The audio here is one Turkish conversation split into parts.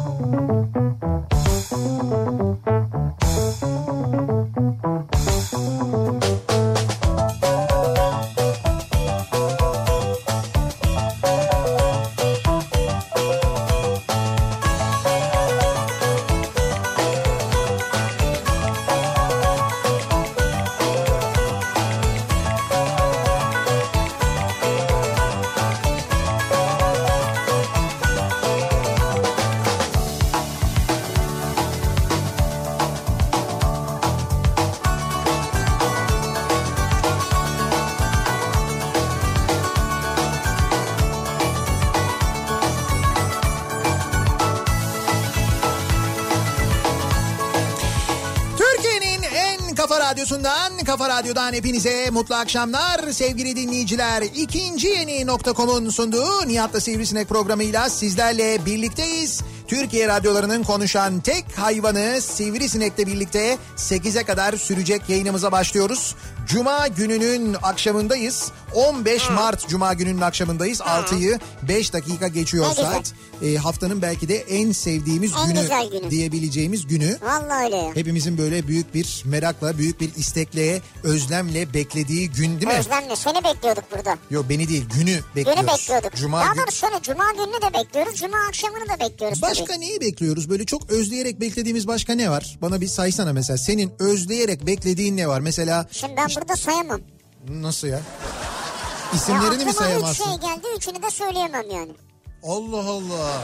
Kafa Radyo'dan hepinize mutlu akşamlar sevgili dinleyiciler. İkinci Yeni.com'un sunduğu Nihat'la Sivrisinek programıyla sizlerle birlikteyiz. Türkiye radyolarının konuşan tek hayvanı Sivrisinek'le birlikte 8'e kadar sürecek yayınımıza başlıyoruz. Cuma gününün akşamındayız. 15 Mart Cuma gününün akşamındayız. 6'yı 5 dakika geçiyor saat. Haftanın belki de en sevdiğimiz günü diyebileceğimiz günü. Vallahi öyle. Hepimizin böyle büyük bir merakla, büyük bir istekle, özlemle beklediği gün değil mi? Özlemle. Seni bekliyorduk burada. Yok beni değil, günü bekliyoruz. Günü bekliyorduk. Daha doğrusu şöyle Cuma gününü de bekliyoruz. Cuma akşamını da bekliyoruz. Başka tabii. Neyi bekliyoruz? Böyle çok özleyerek beklediğimiz başka ne var? Bana bir saysana mesela. Senin özleyerek beklediğin ne var? Mesela... Şimdi ben burada sayamam. Nasıl ya? İsimlerini mi sayamazsın? Ya aklıma 3 şey geldi, 3'ünü de söyleyemem yani. Allah Allah.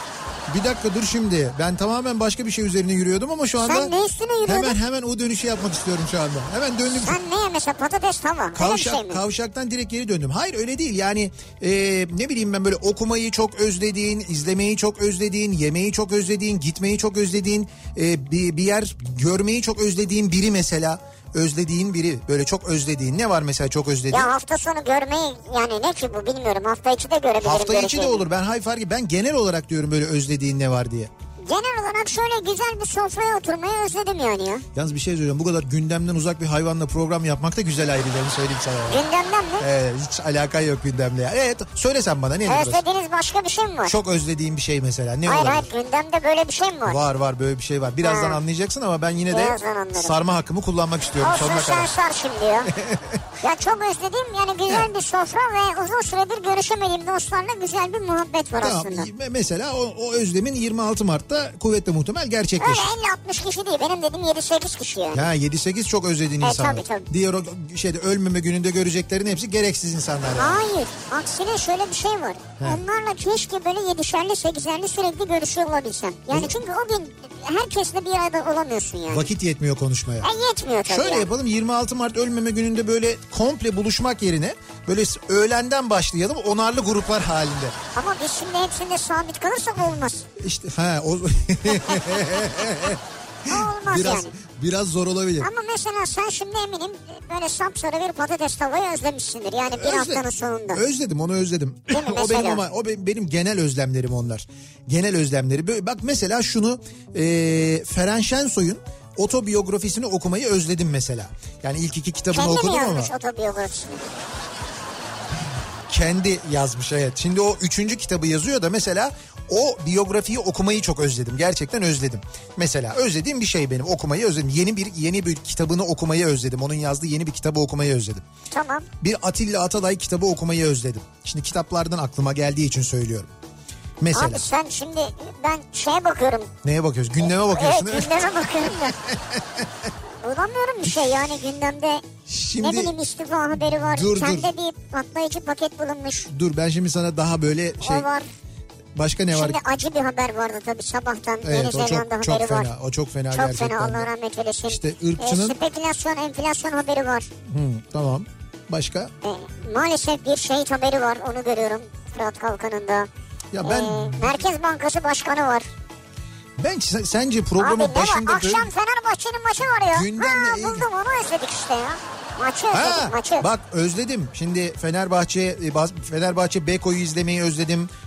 Bir dakika dur şimdi. Ben tamamen başka bir şey üzerine yürüyordum ama şu anda... Sen ne üstüne yürüyordun? Hemen o dönüşü yapmak istiyorum şu anda. Hemen döndüm. Sen neye mesela patates tava? Kavşaktan direkt geri döndüm. Hayır öyle değil yani ne bileyim ben böyle okumayı çok özlediğin, izlemeyi çok özlediğin, yemeği çok özlediğin, gitmeyi çok özlediğin, bir yer görmeyi çok özlediğin biri mesela... Özlediğin biri, böyle çok özlediğin ne var mesela çok özlediğin? Ya hafta sonu görmeyi yani ne ki bu bilmiyorum, hafta içi de görebilirim. Hafta içi de olur, ben genel olarak diyorum böyle özlediğin ne var diye. Genel olarak şöyle güzel bir sofraya oturmayı özledim yani ya. Yalnız bir şey söyleyeceğim, bu kadar gündemden uzak bir hayvanla program yapmak da güzel ayrıca söyleyeyim sana. Yani. Gündemden mi? Evet, hiç alaka yok gündemle ya. Evet, söylesen bana ne? Özlediğiniz başka bir şey mi var? Çok özlediğim bir şey mesela ne hayır, olabilir? Hayır gündemde böyle bir şey mi var? Var böyle bir şey var. Birazdan anlayacaksın ama ben yine de sarma hakkımı kullanmak istiyorum. Olsun sonuna sen kadar. sar şimdi ya. Ya çok özlediğim yani güzel bir sofra ve uzun süredir görüşemediğim dostlarla güzel bir muhabbet var aslında. Mesela o özlemin 26 Mart'ta kuvvetle muhtemel gerçekleşir. Öyle 50-60 kişi değil, benim dediğim 7-8 kişi yani. Ya 7-8 çok özlediğin insanlar. Tabii. Diğer o ölmeme gününde göreceklerin hepsi gereksiz insanlar. Yani. Hayır, aksine şöyle bir şey var. Onlarla keşke böyle 7'şerli 8'erli sürekli görüşüyor olabilsem. Yani çünkü o gün herkesle bir arada olamıyorsun yani. Vakit yetmiyor konuşmaya. Yetmiyor tabii. Şöyle yapalım, 26 Mart ölmeme gününde böyle komple buluşmak yerine böyle öğlenden başlayalım onarlı gruplar halinde. Ama biz şimdi hepsinde sabit kalırsak olmaz. İşte olmaz biraz zor olabilir. Ama mesela sen şimdi eminim böyle sapsarı bir patates tavayı özlemişsindir. Yani bir haftanın sonunda. Özledim, onu özledim. O benim genel özlemlerim onlar. Genel özlemleri. Bak mesela şunu Ferhan Şensoy'un otobiyografisini okumayı özledim mesela. Yani ilk 2 kitabını okudum ama. Kendi mi yazmış otobiyografisini? Kendi yazmış, evet. Şimdi o 3. kitabı yazıyor da mesela o biyografiyi okumayı çok özledim. Gerçekten özledim. Mesela özlediğim bir şey benim, okumayı özledim. Yeni bir kitabını okumayı özledim. Onun yazdığı yeni bir kitabı okumayı özledim. Tamam. Bir Atilla Atalay kitabı okumayı özledim. Şimdi kitaplardan aklıma geldiği için söylüyorum. Mesela. Abi sen şimdi ben şeye bakıyorum. Neye bakıyorsun? Gündeme bakıyorsun. Evet, gündeme bakıyorum da. Bulamıyorum bir şey yani gündemde. Şimdi, ne bileyim istifa haberi var. Sende bir patlayıcı paket bulunmuş. Dur ben şimdi sana daha böyle O var. Başka ne var? Şimdi acı bir haber vardı tabii sabahtan. Evet, Yeni Zelanda haberi fena, var. O çok fena çok gerçekten. Çok fena, Allah rahmet eylesin. İşte ırkçının... Spekülasyon, enflasyon haberi var. Tamam. Başka? Maalesef bir şehit haberi var, onu görüyorum Fırat Kalkanı'nda. Ya ben... Merkez Bankası Başkanı var. Ben sence programın başında... Akşam Fenerbahçe'nin maçı var ya. Gündemle buldum, onu özledik işte ya. Maçı özledik, maçı. Bak özledim. Şimdi Fenerbahçe Beko'yu izlemeyi özledim.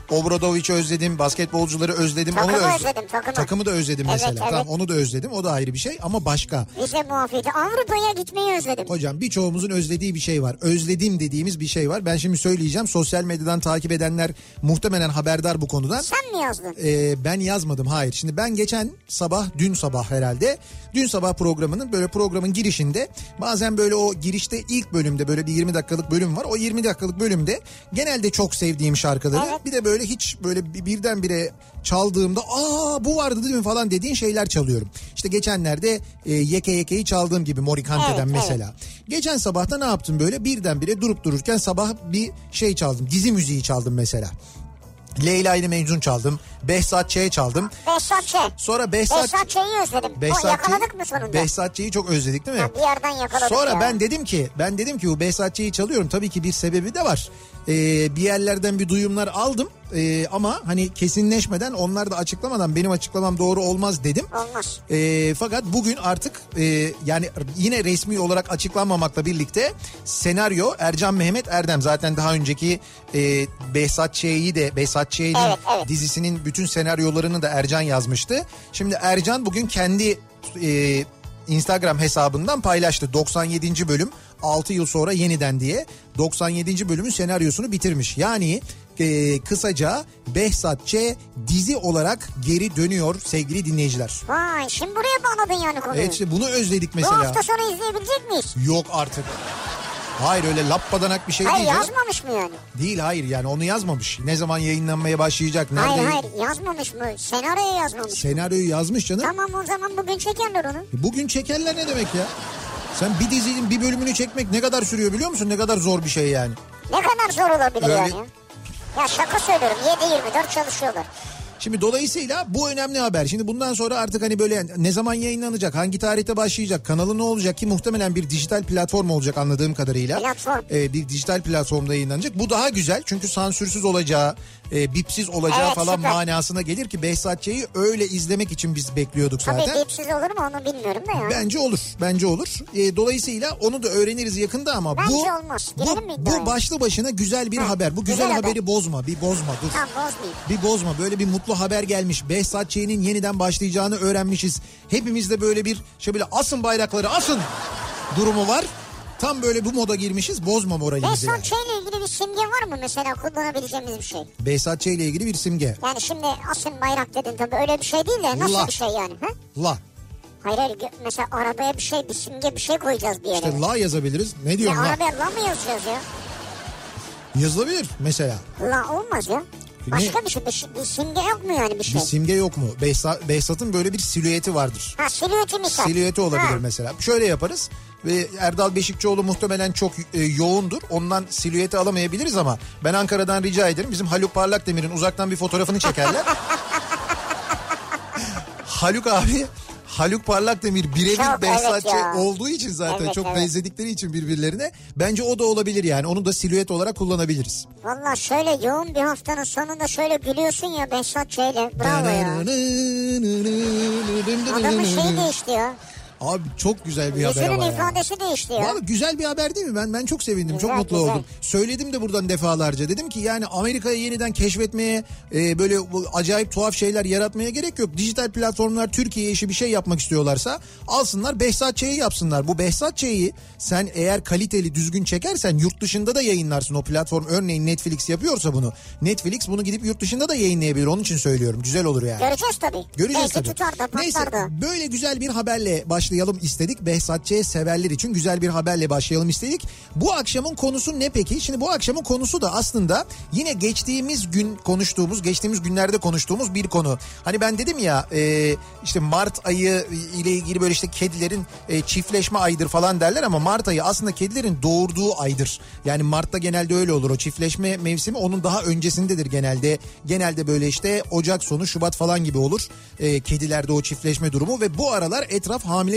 Obradovic'i özledim, basketbolcuları özledim. Takımı onu da özledim. Takımı da özledim Evet, mesela. evet. Tamam, onu da özledim. O da ayrı bir şey ama başka. Vize muafiyeti. Avrupa'ya gitmeyi özledim. Hocam birçoğumuzun özlediği bir şey var. Özledim dediğimiz bir şey var. Ben şimdi söyleyeceğim. Sosyal medyadan takip edenler muhtemelen haberdar bu konudan. Sen mi yazdın? Ben yazmadım, hayır. Şimdi ben dün sabah herhalde. Dün sabah programın girişinde bazen böyle o girişte ilk bölümde böyle bir 20 dakikalık bölüm var. O 20 dakikalık bölümde genelde çok sevdiğim şarkıları evet. Bir de böyle hiç böyle birdenbire çaldığımda bu vardı değil mi falan dediğin şeyler çalıyorum. İşte geçenlerde Yeke Yeke'yi çaldığım gibi Morikante'den mesela. Evet. Geçen sabah da ne yaptım böyle birdenbire durup dururken sabah bir şey çaldım. Dizi müziği çaldım mesela. Leyla ile Mecnun çaldım. Behzat Ç'yi çaldım. Behzat Ç. Sonra Behzat Ç'yi özledim. Yakaladık mı sonunda? Behzat Ç'yi çok özledik değil mi? Ya bir yerden yakaladık. Sonra ya. ben dedim ki bu Behzat Ç'yi çalıyorum. Tabii ki bir sebebi de var. Bir yerlerden bir duyumlar aldım. Ama hani kesinleşmeden, onlar da açıklamadan benim açıklamam doğru olmaz dedim. Olmaz. Fakat bugün artık yani yine resmi olarak açıklanmamakla birlikte senaryo Ercan Mehmet Erdem. Zaten daha önceki Behzat Ç'nin evet. dizisinin bütün senaryolarını da Ercan yazmıştı. Şimdi Ercan bugün kendi Instagram hesabından paylaştı. 97. bölüm 6 yıl sonra yeniden diye 97. bölümün senaryosunu bitirmiş. Yani kısaca Behzat Ç dizi olarak geri dönüyor sevgili dinleyiciler. Vay, şimdi buraya bağladın yani konuyu. Evet, işte bunu özledik mesela. Bu hafta sonu izleyebilecek miyiz? Yok artık. Hayır, öyle lappadanak bir şey hayır, değil. Hayır, yazmamış mı yani? Değil, hayır, yani onu yazmamış. Ne zaman yayınlanmaya başlayacak? Nerede? Hayır yazmamış mı? Senaryoyu yazmamış. Senaryoyu yazmış canım. Tamam, o zaman bugün çekerler onu. Bugün çekerler ne demek ya? Sen bir dizinin bir bölümünü çekmek ne kadar sürüyor biliyor musun? Ne kadar zor bir şey yani. Ne kadar zor olabilir öyle... yani? Ya şaka söylüyorum, 7-24 çalışıyorlar. Şimdi dolayısıyla bu önemli haber. Şimdi bundan sonra artık hani böyle ne zaman yayınlanacak, hangi tarihte başlayacak, kanalı ne olacak ki muhtemelen bir dijital platform olacak anladığım kadarıyla. Platform. Bir dijital platformda yayınlanacak. Bu daha güzel çünkü sansürsüz olacağı, bipsiz olacağı falan süper. Manasına gelir ki Behzat Ç'yi öyle izlemek için biz bekliyorduk zaten. Tabii bipsiz olur mu onu bilmiyorum da ya. Bence olur. Dolayısıyla onu da öğreniriz yakında ama bence olmaz. Bu başlı başına güzel bir haber. Bu güzel haberi bozma. Bir bozma dur. Tamam, bozmayayım. Bir bozma. Böyle bir mutlu haber gelmiş. Behzat Ç'nin yeniden başlayacağını öğrenmişiz. Hepimiz de böyle bir böyle asın bayrakları asın durumu var. Tam böyle bu moda girmişiz. Bozma moralimizi. Behzat Ç ile ilgili bir simge var mı mesela kullanabileceğimiz bir şey? Behzat Ç ile ilgili bir simge. Yani şimdi asın bayrak dedin tabii, öyle bir şey değil de nasıl bir şey yani? La. Hayır mesela arabaya bir simge bir şey koyacağız bir yere. İşte la yazabiliriz. Ne diyorsun la? Arabaya la mı yazacağız ya? Yazılabilir mesela. La olmaz ya. Başka bir simge yok mu yani bir şey? Bir simge yok mu? Behzat'ın böyle bir silüeti vardır. Silüeti misal. Silüeti olabilir mesela. Şöyle yaparız. Ve Erdal Beşikçioğlu muhtemelen çok yoğundur. Ondan silüeti alamayabiliriz ama ben Ankara'dan rica ederim. Bizim Haluk Parlakdemir'in uzaktan bir fotoğrafını çekerler. Haluk Parlakdemir birebir Behzat Ç olduğu için zaten çok benzedikleri için birbirlerine. Bence o da olabilir yani. Onu da silüet olarak kullanabiliriz. Valla şöyle yoğun bir haftanın sonunda şöyle gülüyorsun ya Behzat Ç'yle. Bravo ya. Adamın şeyi değişti ya. Abi çok güzel bir haber ama yüzünün ifadesi değişti ya. Vallahi güzel bir haber değil mi? Ben çok sevindim. Güzel, çok mutlu oldum. Söyledim de buradan defalarca. Dedim ki yani Amerika'yı yeniden keşfetmeye, böyle acayip tuhaf şeyler yaratmaya gerek yok. Dijital platformlar Türkiye işi bir şey yapmak istiyorlarsa alsınlar Behzat Ç'yi yapsınlar. Bu Behzat Ç'yi sen eğer kaliteli düzgün çekersen yurt dışında da yayınlarsın o platform. Örneğin Netflix yapıyorsa bunu. Netflix bunu gidip yurt dışında da yayınlayabilir. Onun için söylüyorum. Güzel olur yani. Göreceğiz tabii. Göreceğiz belki tabii. Tutar da, patlar neyse da. Böyle güzel bir haberle başlayalım istedik. Behzat Ç severler için güzel bir haberle başlayalım istedik. Bu akşamın konusu ne peki? Şimdi bu akşamın konusu da aslında yine geçtiğimiz günlerde konuştuğumuz bir konu. Hani ben dedim ya işte Mart ayı ile ilgili böyle işte kedilerin çiftleşme ayıdır falan derler ama Mart ayı aslında kedilerin doğurduğu aydır. Yani Mart'ta genelde öyle olur. O çiftleşme mevsimi onun daha öncesindedir genelde. Genelde böyle işte Ocak sonu Şubat falan gibi olur. Kedilerde o çiftleşme durumu ve bu aralar etraf hamile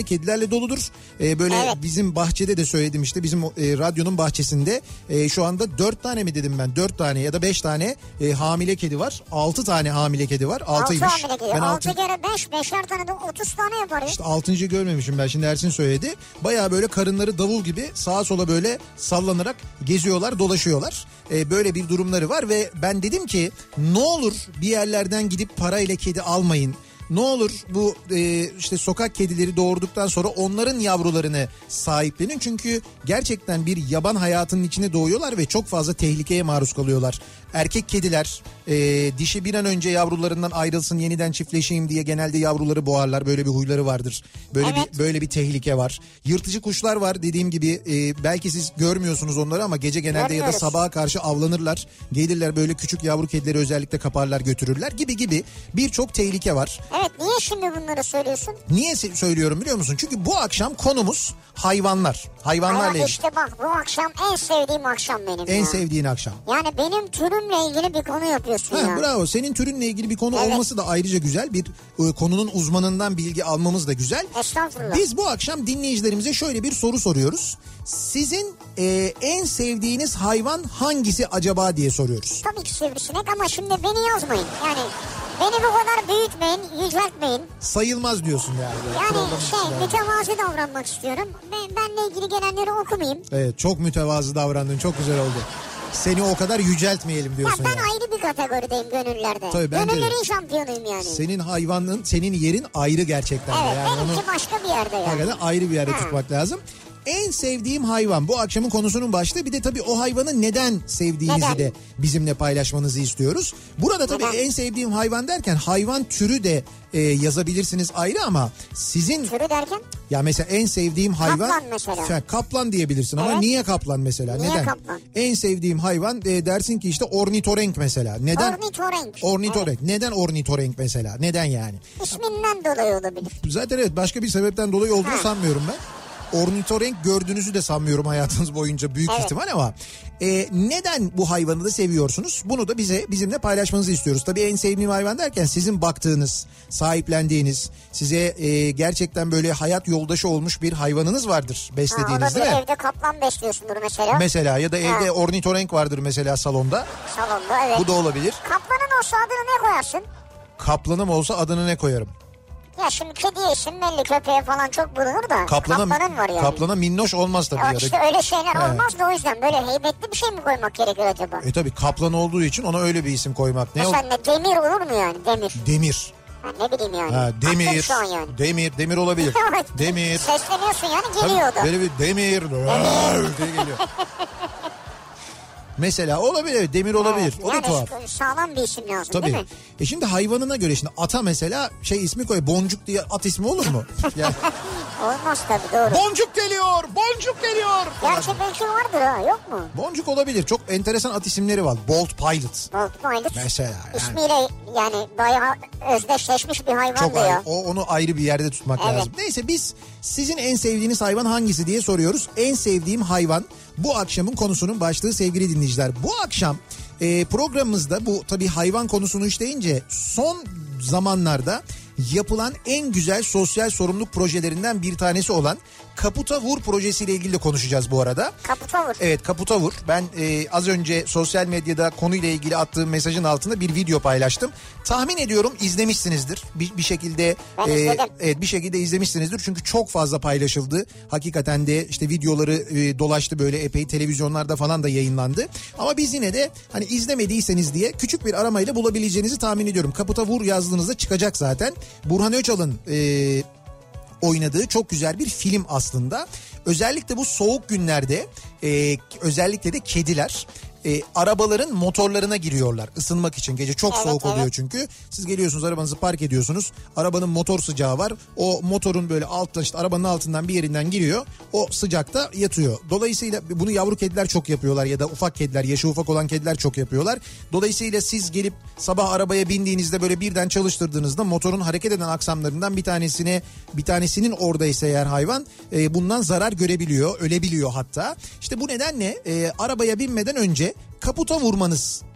hamile kedilerle doludur. Böyle Evet. bizim bahçede de söyledim işte, bizim radyonun bahçesinde şu anda 4 tane mi dedim ben, 4 tane ya da 5 tane hamile kedi var. 6 tane hamile kedi var. 6 6'ymış. hamile kedi. 6 kere 5, 5'er tane de 30 tane yapar ya. İşte 6.'yı görmemişim ben, şimdi Ersin söyledi. Baya böyle karınları davul gibi sağa sola böyle sallanarak geziyorlar, dolaşıyorlar. Böyle bir durumları var ve ben dedim ki ne olur bir yerlerden gidip parayla kedi almayın. Ne olur bu işte sokak kedileri doğurduktan sonra onların yavrularını sahiplenin. Çünkü gerçekten bir yaban hayatının içine doğuyorlar ve çok fazla tehlikeye maruz kalıyorlar. Erkek kediler dişi bir an önce yavrularından ayrılsın, yeniden çiftleşeyim diye genelde yavruları boğarlar. Böyle bir huyları vardır. Böyle bir tehlike var. Yırtıcı kuşlar var dediğim gibi, belki siz görmüyorsunuz onları ama gece genelde ya da sabaha karşı avlanırlar. Gelirler böyle küçük yavru kedileri özellikle kaparlar, götürürler gibi birçok tehlike var. Evet, niye şimdi bunları söylüyorsun? Niye söylüyorum biliyor musun? Çünkü bu akşam konumuz hayvanlar. Hayvanlarla ilgili. İşte bak, bu akşam en sevdiğim akşam benim. En sevdiğin akşam. Yani benim türümle ilgili bir konu yapıyorsun ya. Bravo, senin türünle ilgili bir konu olması da ayrıca güzel. Bir konunun uzmanından bilgi almamız da güzel. Estağfurullah. Biz bu akşam dinleyicilerimize şöyle bir soru soruyoruz. Sizin en sevdiğiniz hayvan hangisi acaba diye soruyoruz. Tabii ki sivrisinek, ama şimdi beni yazmayın. Yani beni bu kadar büyütmeyin, yüceltmeyin. Sayılmaz diyorsun yani. Yani mütevazi davranmak istiyorum. Benle ilgili gelenleri okumayayım. Evet, çok mütevazı davrandın, çok güzel oldu. Seni o kadar yüceltmeyelim diyorsun. Ya ben ayrı bir kategorideyim gönüllerde. Tabii, bence Gönüllerin şampiyonuyum yani. Senin hayvanın, senin yerin ayrı gerçekten. Evet, yani benimki başka bir yerde yani. Hakikaten ayrı bir yerde tutmak lazım. En sevdiğim hayvan bu akşamın konusunun başlığı. Bir de tabii o hayvanı neden sevdiğinizi de bizimle paylaşmanızı istiyoruz. Burada tabii en sevdiğim hayvan derken hayvan türü de yazabilirsiniz ayrı, ama sizin... Türü derken? Ya mesela en sevdiğim hayvan... Kaplan mesela. Kaplan diyebilirsin ama niye kaplan mesela? Niye neden? Kaplan? En sevdiğim hayvan dersin ki işte ornitorenk mesela. Neden? Ornitorenk. Evet. Neden ornitorenk mesela? Neden yani? İsminden dolayı olabilir. Zaten evet, başka bir sebepten dolayı olduğunu sanmıyorum ben. Ornitorenk gördüğünüzü de sanmıyorum hayatınız boyunca, büyük ihtimal, ama neden bu hayvanı da seviyorsunuz? Bunu da bizimle paylaşmanızı istiyoruz. Tabii en sevdiğim hayvan derken sizin baktığınız, sahiplendiğiniz, size gerçekten böyle hayat yoldaşı olmuş bir hayvanınız vardır beslediğiniz, değil mi? Evde kaplan besliyorsundur mesela. Mesela ya da evde ornitorenk vardır mesela salonda. Salonda, evet. Bu da olabilir. Kaplanın olsa adını ne koyarsın? Kaplanım olsa adını ne koyarım? Ya şimdi kediye isim belli, köpeğe falan çok bulunur da kaplanın var yani. Kaplana minnoş olmaz tabii. Ya işte öyle şeyler olmaz da o yüzden böyle heybetli bir şey mi koymak gerekiyor acaba? Tabii kaplan olduğu için ona öyle bir isim koymak. Mesela Demir olur mu yani? Demir. Ha, ne bileyim yani. Demir. Yani. Demir olabilir. Demir. Sesleniyorsun yani, geliyordu. Böyle bir demir diye geliyor. Mesela olabilir, demir olabilir. O da tuhaf. Sağlam bir isim lazım, tabii. değil mi? Şimdi hayvanına göre, şimdi ata mesela ismi koy, Boncuk diye at ismi olur mu? Yani, olmaz tabii, doğru. Boncuk geliyor. Gerçi belki vardır ha, yok mu? Boncuk olabilir. Çok enteresan at isimleri var. Bolt Pilot. Mesela. Yani. İsmiyle yani bayağı özdeşleşmiş bir hayvan çok diyor. Onu ayrı bir yerde tutmak lazım. Neyse, biz sizin en sevdiğiniz hayvan hangisi diye soruyoruz. En sevdiğim hayvan bu akşamın konusunun başlığı sevgili dinleyiciler. Bu akşam programımızda bu tabii hayvan konusunu işleyince son zamanlarda yapılan en güzel sosyal sorumluluk projelerinden bir tanesi olan Kaputa Vur projesiyle ilgili de konuşacağız bu arada. Kaputa Vur. Evet, Kaputa Vur. Ben az önce sosyal medyada konuyla ilgili attığım mesajın altında bir video paylaştım. Tahmin ediyorum izlemişsinizdir. Bir şekilde bir şekilde izlemişsinizdir. Çünkü çok fazla paylaşıldı. Hakikaten de işte videoları dolaştı, böyle epey televizyonlarda falan da yayınlandı. Ama biz yine de hani izlemediyseniz diye küçük bir aramayla bulabileceğinizi tahmin ediyorum. Kaputa Vur yazdığınızda çıkacak zaten. Burhan Öçal'ın oynadığı çok güzel bir film aslında. Özellikle bu soğuk günlerde özellikle de kediler arabaların motorlarına giriyorlar ısınmak için. Gece çok soğuk oluyor çünkü. Siz geliyorsunuz, arabanızı park ediyorsunuz. Arabanın motor sıcağı var. O motorun böyle arabanın altından bir yerinden giriyor. O sıcakta yatıyor. Dolayısıyla bunu yavru kediler çok yapıyorlar ya da ufak kediler, yaşı ufak olan kediler çok yapıyorlar. Dolayısıyla siz gelip sabah arabaya bindiğinizde böyle birden çalıştırdığınızda motorun hareket eden aksamlarından bir tanesinin oradaysa eğer hayvan bundan zarar görebiliyor, ölebiliyor hatta. İşte bu nedenle arabaya binmeden önce kaputa vurmanız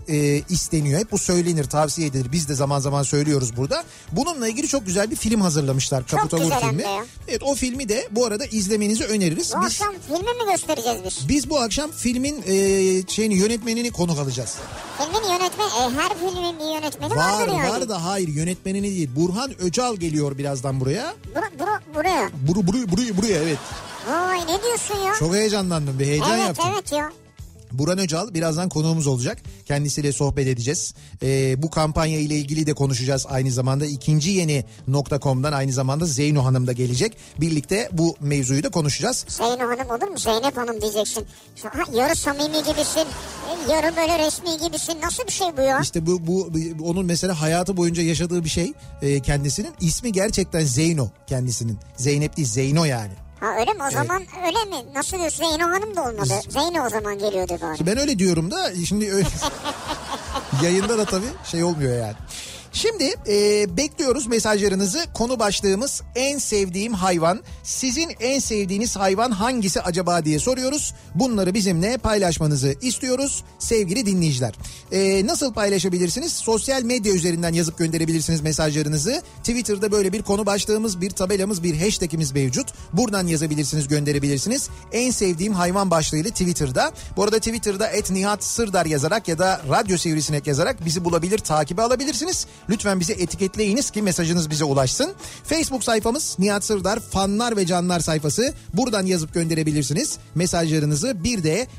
isteniyor. Hep bu söylenir, tavsiye edilir. Biz de zaman zaman söylüyoruz burada. Bununla ilgili çok güzel bir film hazırlamışlar. Kaputa Vur filmi. Evet, o filmi de bu arada izlemenizi öneririz. Bu akşam filmi mi göstereceğiz biz? Biz bu akşam filmin yönetmenini konuk alacağız. Filmin yönetmeni, her filmin bir yönetmeni vardır yani. Var da hayır, yönetmenini değil. Burhan Öcal geliyor birazdan buraya. Buraya? Buraya evet. Vay, ne diyorsun ya? Çok heyecanlandım, bir heyecan yaptım. Evet ya. Burhan Öcal birazdan konuğumuz olacak. Kendisiyle sohbet edeceğiz. Bu kampanya ile ilgili de konuşacağız. Aynı zamanda ikinciyeni.com'dan aynı zamanda Zeyno Hanım da gelecek. Birlikte bu mevzuyu da konuşacağız. Zeyno Hanım olur mu? Zeynep Hanım diyeceksin. Yarı samimi gibisin, yarı böyle resmi gibisin. Nasıl bir şey bu ya? İşte bu onun mesela hayatı boyunca yaşadığı bir şey kendisinin. İsmi gerçekten Zeyno kendisinin. Zeynep değil, Zeyno yani. Ha öyle mi? O zaman öyle mi? Nasıl diyorsun? Zeyno Hanım da olmadı. Zeyno o zaman geliyordu bari. Ben öyle diyorum da şimdi öyle yayında da tabii olmuyor yani. Şimdi bekliyoruz mesajlarınızı. Konu başlığımız en sevdiğim hayvan. Sizin en sevdiğiniz hayvan hangisi acaba diye soruyoruz. Bunları bizimle paylaşmanızı istiyoruz sevgili dinleyiciler. Nasıl paylaşabilirsiniz? Sosyal medya üzerinden yazıp gönderebilirsiniz mesajlarınızı. Twitter'da böyle bir konu başlığımız, bir tabelamız, bir hashtagimiz mevcut. Buradan yazabilirsiniz, gönderebilirsiniz. En sevdiğim hayvan başlığıyla Twitter'da. Bu arada Twitter'da @NihatSırdar yazarak ya da Radyo Sivrisinek yazarak bizi bulabilir, takibe alabilirsiniz. Lütfen bizi etiketleyiniz ki mesajınız bize ulaşsın. Facebook sayfamız Nihat Sırdar fanlar ve canlar sayfası. Buradan yazıp gönderebilirsiniz mesajlarınızı. Bir de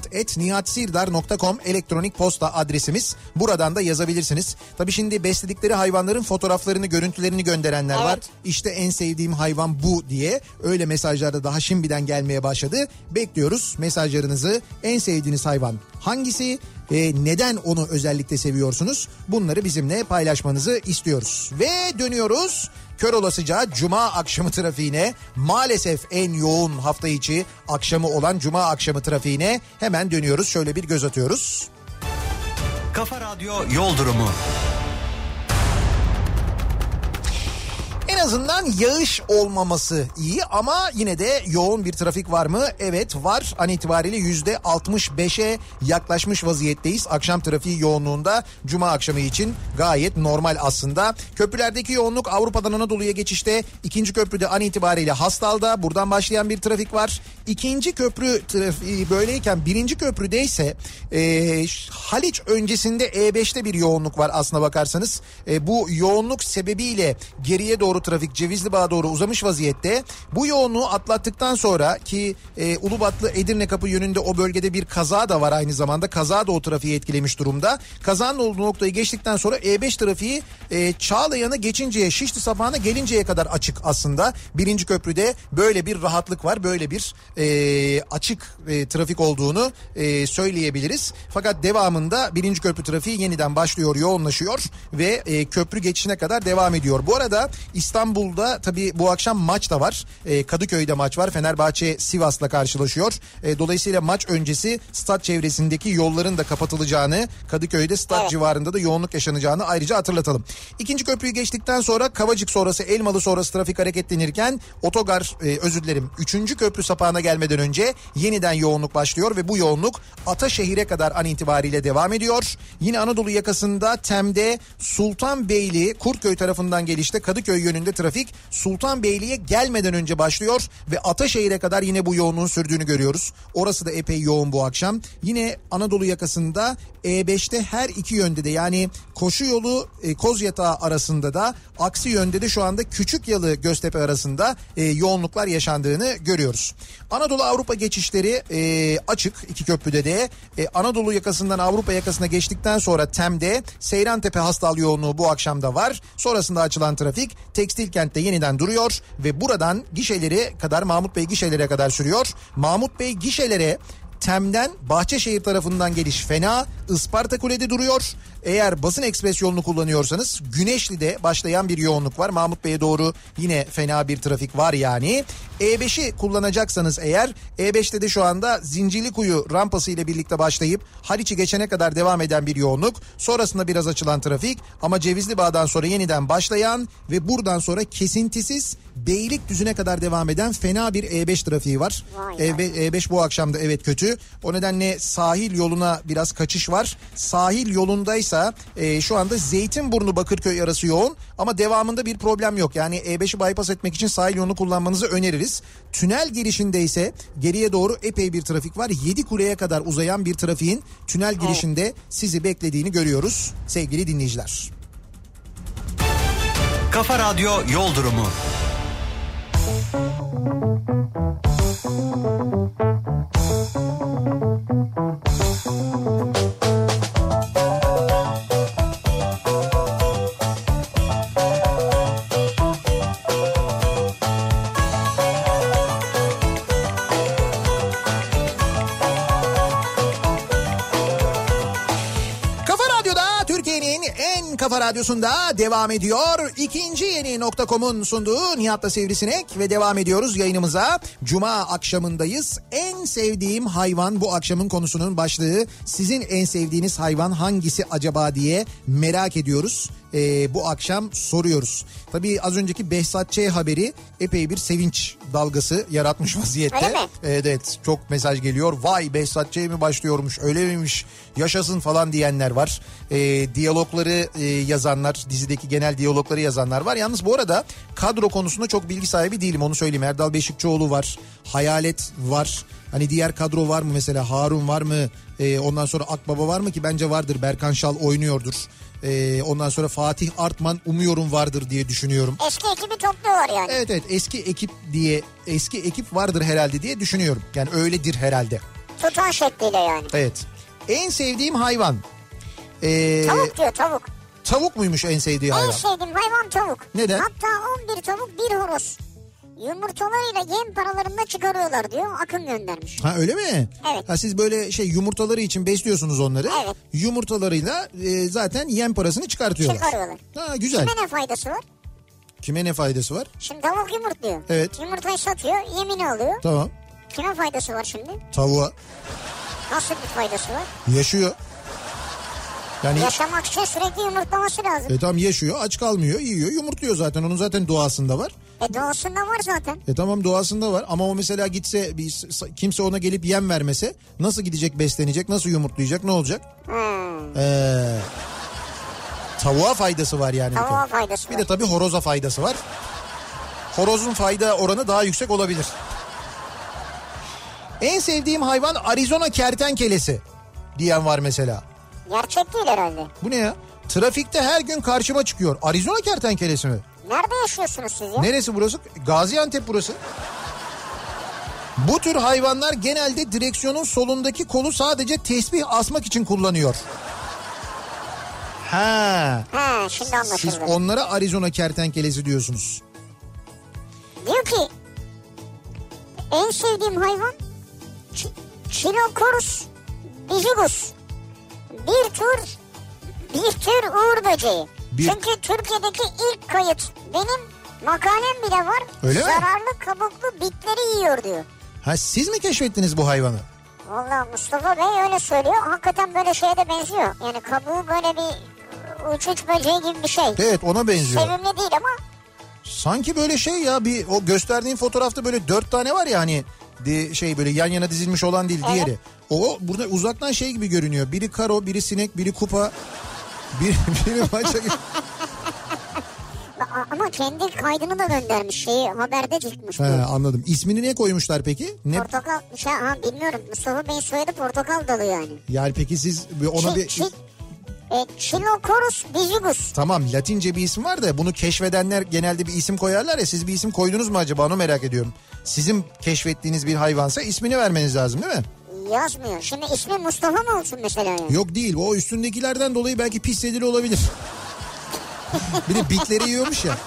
nihat@nihatsirdar.com elektronik posta adresimiz. Buradan da yazabilirsiniz. Tabii şimdi besledikleri hayvanların fotoğraflarını, görüntülerini gönderenler var. İşte en sevdiğim hayvan bu diye. Öyle mesajlar da daha şimdiden gelmeye başladı. Bekliyoruz mesajlarınızı. En sevdiğiniz hayvan hangisi? Neden onu özellikle seviyorsunuz? Bunları bizimle paylaşmanızı istiyoruz. Ve dönüyoruz kör olasıca Cuma akşamı trafiğine. Maalesef en yoğun hafta içi akşamı olan Cuma akşamı trafiğine hemen dönüyoruz. Şöyle bir göz atıyoruz. Kafa Radyo Yol Durumu. En azından yağış olmaması iyi ama yine de yoğun bir trafik var mı? Evet var. An itibariyle %65'e yaklaşmış vaziyetteyiz. Akşam trafiği yoğunluğunda Cuma akşamı için gayet normal aslında. Köprülerdeki yoğunluk Avrupa'dan Anadolu'ya geçişte. 2. köprüde an itibariyle Hastal'da. Buradan başlayan bir trafik var. 2. köprü trafiği böyleyken 1. köprüde ise Haliç öncesinde E5'te bir yoğunluk var aslına bakarsanız. Bu yoğunluk sebebiyle geriye doğru trafik Cevizlibağ'a doğru uzamış vaziyette. Bu yoğunluğu atlattıktan sonra ki Ulubatlı Edirne Kapı yönünde o bölgede bir kaza da var aynı zamanda. Kaza da o trafiği etkilemiş durumda. Kazanın olduğu noktayı geçtikten sonra E5 trafiği Çağlayan'a geçinceye, Şişli Sapağı'na gelinceye kadar açık aslında. 1. köprüde böyle bir rahatlık var. Böyle bir açık trafik olduğunu söyleyebiliriz. Fakat devamında 1. köprü trafiği yeniden başlıyor, yoğunlaşıyor ve köprü geçişine kadar devam ediyor. Bu arada İstanbul'da tabii bu akşam maç da var. Kadıköy'de maç var. Fenerbahçe Sivas'la karşılaşıyor. Dolayısıyla maç öncesi stat çevresindeki yolların da kapatılacağını, Kadıköy'de stat civarında da yoğunluk yaşanacağını ayrıca hatırlatalım. 2. köprüyü geçtikten sonra Kavacık sonrası, Elmalı sonrası trafik hareketlenirken özür dilerim 3. köprü sapağına gelmeden önce yeniden yoğunluk başlıyor ve bu yoğunluk Ataşehir'e kadar an itibariyle devam ediyor. Yine Anadolu yakasında Tem'de Sultanbeyli, Kurtköy tarafından gelişte Kadıköy yönünde trafik Sultanbeyli'ye gelmeden önce başlıyor ve Ataşehir'e kadar yine bu yoğunluğun sürdüğünü görüyoruz. Orası da epey yoğun bu akşam. Yine Anadolu yakasında E5'te her iki yönde de yani koşu yolu Kozyatağı arasında da aksi yönde de şu anda Küçükyalı Göztepe arasında yoğunluklar yaşandığını görüyoruz. Anadolu Avrupa geçişleri açık iki köprüde de. Anadolu yakasından Avrupa yakasına geçtikten sonra Tem'de Seyrantepe Hastal yoğunluğu bu akşam da var. Sonrasında açılan trafik Tekstilkent'te yeniden duruyor ve buradan gişeleri kadar, Mahmut Bey gişelere kadar sürüyor. Mahmut Bey gişelere Tem'den Bahçeşehir tarafından geliş fena, Isparta Kule'de duruyor. Eğer basın ekspres yolunu kullanıyorsanız Güneşli'de başlayan bir yoğunluk var. Mahmut Bey'e doğru yine fena bir trafik var yani. E5'i kullanacaksanız eğer, E5'te de şu anda Zincirlikuyu rampası ile birlikte başlayıp Haliç'i geçene kadar devam eden bir yoğunluk. Sonrasında biraz açılan trafik ama Cevizlibağ'dan sonra yeniden başlayan ve buradan sonra kesintisiz Beylikdüzü'ne kadar devam eden fena bir E5 trafiği var. E5 bu akşam da evet kötü. çünkü. O nedenle sahil yoluna biraz kaçış var. Sahil yolundaysa şu anda Zeytinburnu Bakırköy arası yoğun ama devamında bir problem yok. Yani E5'i bypass etmek için sahil yolunu kullanmanızı öneririz. Tünel girişinde ise geriye doğru epey bir trafik var. Yedikule'ye kadar uzayan bir trafiğin tünel girişinde sizi beklediğini görüyoruz sevgili dinleyiciler. Kafa Radyo Yol Durumu. Kafa Radyosu'nda devam ediyor. İkinci yeni nokta.com'un sunduğu Nihat'la Sivrisinek ve devam ediyoruz yayınımıza. Cuma akşamındayız. En sevdiğim hayvan bu akşamın konusunun başlığı. Sizin en sevdiğiniz hayvan hangisi acaba diye merak ediyoruz. Bu akşam soruyoruz. Tabii az önceki Behzat Ç. haberi epey bir sevinç dalgası yaratmış vaziyette. Öyle mi? Evet, çok mesaj geliyor. Vay Behzat Ç. mi başlıyormuş, öyle miymiş, yaşasın falan diyenler var. Diyalogları yazanlar, dizideki genel diyalogları yazanlar var. Yalnız bu arada kadro konusunda çok bilgi sahibi değilim, onu söyleyeyim. Erdal Beşikçioğlu var, Hayalet var. Hani diğer kadro var mı mesela, Harun var mı? Ondan sonra Akbaba var mı ki bence vardır, Berkan Şal oynuyordur. Ondan sonra Fatih Artman umuyorum vardır diye düşünüyorum. Eski ekibi topluyorlar yani. Evet eski ekip vardır herhalde diye düşünüyorum. Yani öyledir herhalde. Tutan şekliyle yani. Evet. En sevdiğim hayvan. Tavuk diyor, tavuk. Tavuk muymuş en sevdiği hayvan? En sevdiğim hayvan tavuk. Neden? Hatta 11 tavuk bir horoz. Yumurtalarıyla yem paralarında çıkarıyorlar diyor. Akın göndermiş. Ha öyle mi? Evet. Ha siz böyle yumurtaları için besliyorsunuz onları. Evet. Yumurtalarıyla zaten yem parasını çıkartıyorlar. Çıkarıyorlar. Ha güzel. Kime ne faydası var? Kime ne faydası var? Şimdi tavuk yumurtluyor. Evet. Yumurtayı satıyor, yemini alıyor. Tamam. Kime faydası var şimdi? Tavuğa. Nasıl bir faydası var? Yaşıyor. Yani Yaşamak için sürekli yumurtlaması lazım. tam yaşıyor, aç kalmıyor, yiyor, yumurtluyor zaten. Onun zaten doğasında var. Doğasında var zaten. Tamam doğasında var ama o mesela gitse kimse ona gelip yem vermese nasıl gidecek, beslenecek, nasıl yumurtlayacak, ne olacak? Tavuğa faydası var yani. Tavuğa faydası var. Bir de tabii horoza faydası var. Horozun fayda oranı daha yüksek olabilir. En sevdiğim hayvan Arizona kertenkelesi diyen var mesela. Gerçek değil herhalde. Bu ne ya? Trafikte her gün karşıma çıkıyor. Arizona kertenkelesi mi? Nerede yaşıyorsunuz siz ya? Neresi burası? Gaziantep burası. Bu tür hayvanlar genelde direksiyonun solundaki kolu sadece tesbih asmak için kullanıyor. Ha. Şimdi anlaşıldı. Siz onlara Arizona kertenkelesi diyorsunuz. Diyor ki en sevdiğim hayvan Chilocorus bizigus. Bir tür uğur böceği. Çünkü Türkiye'deki ilk kayıt. Benim makalem bile var. Öyle mi? Zararlı kabuklu bitleri yiyor diyor. Ha siz mi keşfettiniz bu hayvanı? Vallahi Mustafa Bey öyle söylüyor. Hakikaten böyle şeye de benziyor. Yani kabuğu böyle bir uçuç böceği gibi bir şey. Evet ona benziyor. Sevimli değil ama. Sanki böyle ya bir o gösterdiğin fotoğrafta böyle 4 tane var ya hani böyle yan yana dizilmiş olan değil diğeri. O burada uzaktan gibi görünüyor. Biri karo, biri sinek, biri kupa, biri maça gibi. Ama kendi kaydını da göndermiş, haberde çıkmış. Anladım. İsmini ne koymuşlar peki? Ne? Portakal bilmiyorum. Mustafa Bey'in soyadı portakal dalı yani. Yani peki siz ona Chilocorus bizigus. Tamam, Latince bir isim var da bunu keşfedenler genelde bir isim koyarlar ya, siz bir isim koydunuz mu acaba, onu merak ediyorum. Sizin keşfettiğiniz bir hayvansa ismini vermeniz lazım değil mi? Yazmıyor. Şimdi ismi Mustafa mı olsun mesela yani? Yok değil, o üstündekilerden dolayı belki pis sedili olabilir. Bir de bitleri yiyormuş ya.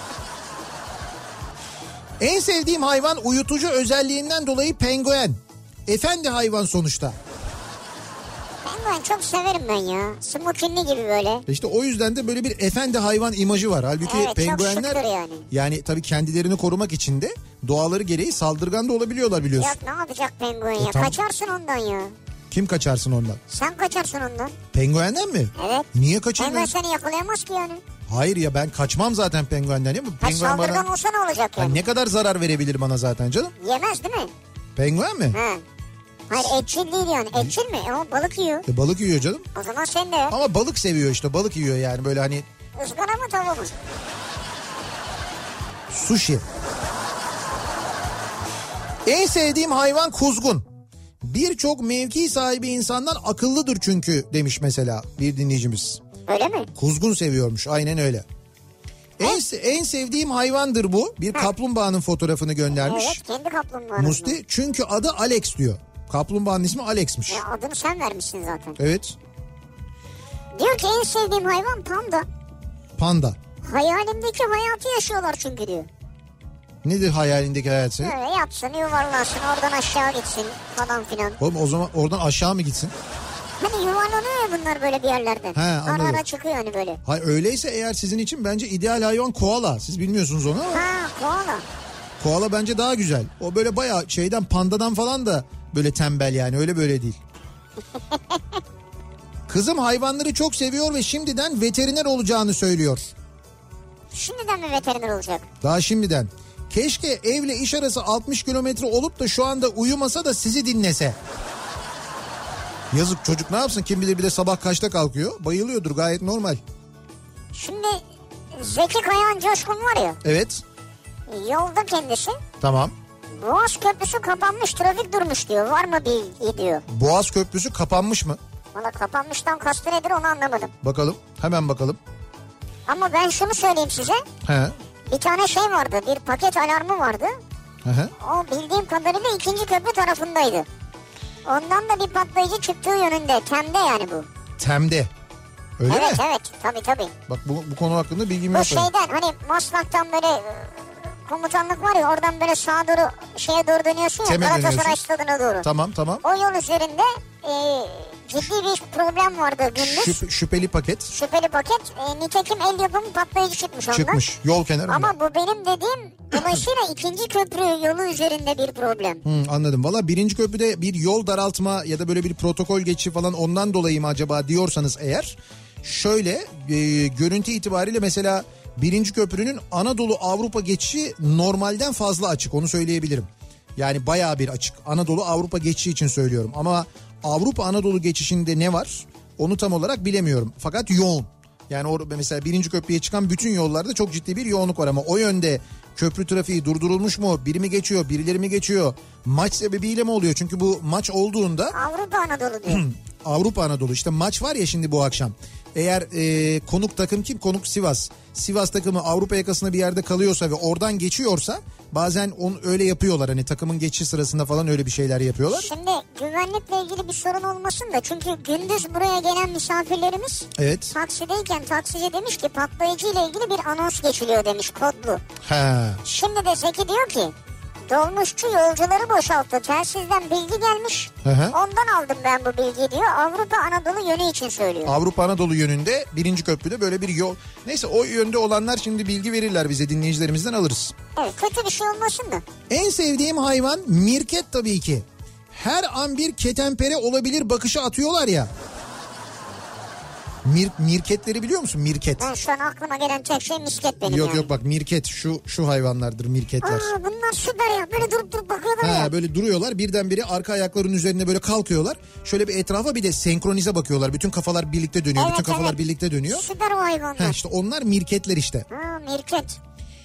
En sevdiğim hayvan uyutucu özelliğinden dolayı penguen. Efendi hayvan sonuçta. Penguen çok severim ben ya. Smokinli gibi böyle. İşte o yüzden de böyle bir efendi hayvan imajı var. Halbuki evet, penguenler yani tabii kendilerini korumak için de doğaları gereği saldırgan da olabiliyorlar biliyorsun. Ya ne yapacak penguen ya? Kaçarsın ondan ya. Kim kaçarsın ondan? Sen kaçarsın ondan. Penguenden mi? Evet. Niye kaçayım Penguen seni yakalayamaz ki yani. Hayır ya, ben kaçmam zaten penguenden. Saldırgan olsa ne olacak yani? Ne kadar zarar verebilir bana zaten canım? Yemez değil mi? Penguen mi? He. Hayır etçil değil yani. Etçil mi? Ama balık yiyor. Balık yiyor canım. O zaman sen de. Ama balık seviyor işte. Balık yiyor yani böyle hani. Izgara mı tava mı? Sushi. En sevdiğim hayvan kuzgun. Birçok mevki sahibi insanlar akıllıdır çünkü demiş mesela bir dinleyicimiz. Öyle mi? Kuzgun seviyormuş, aynen öyle. En sevdiğim hayvandır bu. Bir kaplumbağanın fotoğrafını göndermiş. Evet, kendi kaplumbağanın. Musti, çünkü adı Alex diyor. Kaplumbağanın ismi Alex'miş. Ya adını sen vermişsin zaten. Evet. Diyor ki en sevdiğim hayvan panda. Panda. Hayalimdeki hayatı yaşıyorlar çünkü diyor. Nedir hayalindeki hayatı? Öyle yatsın, yuvarlansın, oradan aşağı gitsin falan filan. Oğlum o zaman oradan aşağı mı gitsin? Hani yuvarlanıyor ya bunlar böyle bir yerlerden. He, anladım. Ara ara çıkıyor hani böyle. Hayır, öyleyse eğer sizin için bence ideal hayvan koala. Siz bilmiyorsunuz onu ama. Ha, koala. Koala bence daha güzel. O böyle bayağı şeyden, pandadan falan da böyle tembel yani, öyle böyle değil. Kızım hayvanları çok seviyor ve şimdiden veteriner olacağını söylüyor. Şimdiden mi veteriner olacak? Daha şimdiden. Keşke evle iş arası 60 kilometre olup da şu anda uyumasa da sizi dinlese. Yazık çocuk, ne yapsın, kim bilir bir de sabah kaçta kalkıyor. Bayılıyordur, gayet normal. Şimdi Zeki Kayağan Coşkun var ya. Evet. Yolda kendisi. Tamam. Boğaz Köprüsü kapanmış, trafik durmuş diyor. Var mı bilgi diyor. Boğaz Köprüsü kapanmış mı? Valla kapanmıştan kastı nedir onu anlamadım. Bakalım, hemen bakalım. Ama ben şunu söyleyeyim size. He. Bir tane şey vardı, bir paket alarmı vardı. Hı. O bildiğim kadarıyla 2. köprü tarafındaydı. Ondan da bir patlayıcı çıktığı yönünde. Tem'de yani bu. Tem'de. Öyle evet, mi? Evet tabii. Bak bu konu hakkında bilgim bu yok. Bu şeyden hani Maslak'tan böyle komutanlık var ya, oradan böyle sağa doğru şeye doğru dönüyorsun ya, Galatasaray stadına doğru. Tamam. O yol üzerinde ciddi bir problem vardı gündüz. Şüpheli paket. Şüpheli paket. Nitekim el yapımı patlayıcı çıkmış ondan. Çıkmış yol kenarında. Ama bu benim dediğim dolayısıyla 2. köprü yolu üzerinde bir problem. Anladım. Valla 1. köprüde bir yol daraltma ya da böyle bir protokol geçişi falan ondan dolayı mı acaba diyorsanız eğer, şöyle görüntü itibariyle mesela 1. köprünün Anadolu Avrupa geçişi normalden fazla açık, onu söyleyebilirim. Yani bayağı bir açık. Anadolu Avrupa geçişi için söylüyorum ama Avrupa Anadolu geçişinde ne var onu tam olarak bilemiyorum. Fakat yoğun. Yani orada mesela 1. köprüye çıkan bütün yollarda çok ciddi bir yoğunluk var ama o yönde köprü trafiği durdurulmuş mu? Biri mi geçiyor, birileri mi geçiyor? Maç sebebiyle mi oluyor? Çünkü bu maç olduğunda... Avrupa Anadolu diyor. Avrupa Anadolu işte, maç var ya şimdi bu akşam. Eğer konuk takım kim? Konuk Sivas. Sivas takımı Avrupa yakasında bir yerde kalıyorsa ve oradan geçiyorsa bazen onu öyle yapıyorlar. Hani takımın geçişi sırasında falan öyle bir şeyler yapıyorlar. Şimdi güvenlikle ilgili bir sorun olmasın da, çünkü gündüz buraya gelen misafirlerimiz taksideyken taksici demiş ki patlayıcı ile ilgili bir anons geçiliyor demiş, kodlu. Şimdi de Zeki diyor ki dolmuşçu yolcuları boşalttı, telsizden bilgi gelmiş. Ondan aldım ben bu bilgiyi diyor. Avrupa Anadolu yönü için söylüyor. Avrupa Anadolu yönünde 1. köprüde böyle bir yol. Neyse, o yönde olanlar şimdi bilgi verirler bize, dinleyicilerimizden alırız. Evet, kötü bir şey olmasın da. En sevdiğim hayvan mirket tabii ki. Her an bir ketenpere olabilir bakışı atıyorlar ya. Mirketleri biliyor musun? Mirket. Ben şu an aklıma gelen tek şey misket benim Yok bak, mirket şu hayvanlardır mirketler. Bunlar süper ya, böyle durup bakıyorlar ya. Böyle duruyorlar, birdenbire arka ayaklarının üzerine böyle kalkıyorlar. Şöyle bir etrafa bir de senkronize bakıyorlar. Bütün kafalar birlikte dönüyor. Bütün kafalar birlikte dönüyor. Süper o hayvanlar. İşte onlar mirketler işte. Mirket.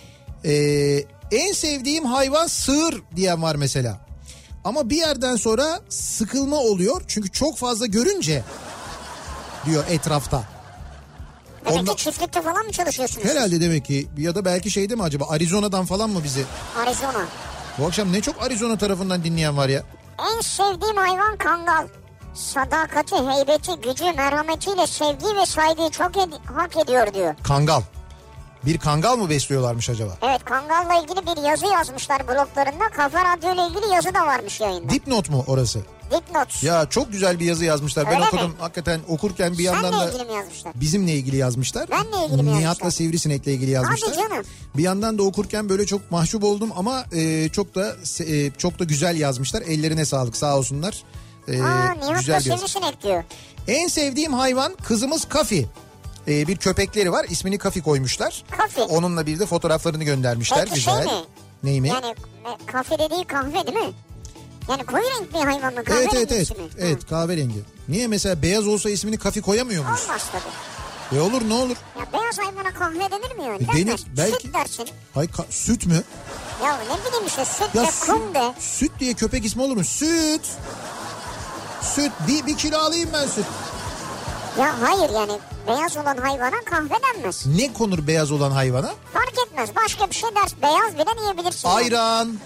En sevdiğim hayvan sığır diyen var mesela. Ama bir yerden sonra sıkılma oluyor. Çünkü çok fazla görünce diyor etrafta. Demek ki çiftlikte falan mı çalışıyorsunuz? Herhalde demek ki, ya da belki şeyde mi acaba, Arizona'dan falan mı bizi? Arizona. Bu akşam ne çok Arizona tarafından dinleyen var ya. En sevdiğim hayvan kangal. Sadakati, heybeti, gücü, merhametiyle sevgi ve saygıyı çok hak ediyor diyor. Kangal. Bir kangal mı besliyorlarmış acaba? Evet, kangalla ilgili bir yazı yazmışlar bloglarında. Kafa Radyo ile ilgili yazı da varmış yayında. Dipnot mu orası? Dipnot. Ya çok güzel bir yazı yazmışlar. Öyle ben okudum mi? Hakikaten okurken bir yandan da... Senle ilgili mi yazmışlar? Bizimle ilgili yazmışlar. Benle ilgili mi yazmışlar? Nihat'la Sivrisinek'le ilgili yazmışlar. Hadi canım. Bir yandan da okurken böyle çok mahcup oldum ama çok da güzel yazmışlar. Ellerine sağlık, sağ olsunlar. Nihat'la Sivrisinek diyor. En sevdiğim hayvan kızımız Kafi. Bir köpekleri var, ismini Kafi koymuşlar. Kafi. Onunla bir de fotoğraflarını göndermişler. Peki güzel. şey mi? Ney mi? Yani kafe dediği kahve değil mi? Yani koyu renk bir hayvan mı? Kahverengi evet. Evet kahverengi. Niye mesela beyaz olsa ismini Kafi koyamıyor muyuz? Olmaz tabii. Olur ne olur? Ya beyaz hayvana kahve denir mi yani? Denir. Belki... Süt dersin. Hayır süt mü? Ya ne bileyim işte süt de kum de. Süt diye köpek ismi olur mu? Süt. Süt. Bir kilo alayım ben süt. Ya hayır yani beyaz olan hayvana kahve denmez. Ne konur beyaz olan hayvana? Fark etmez. Başka bir şey dersin. Beyaz bile diyebilirsin. Ayran. Yani.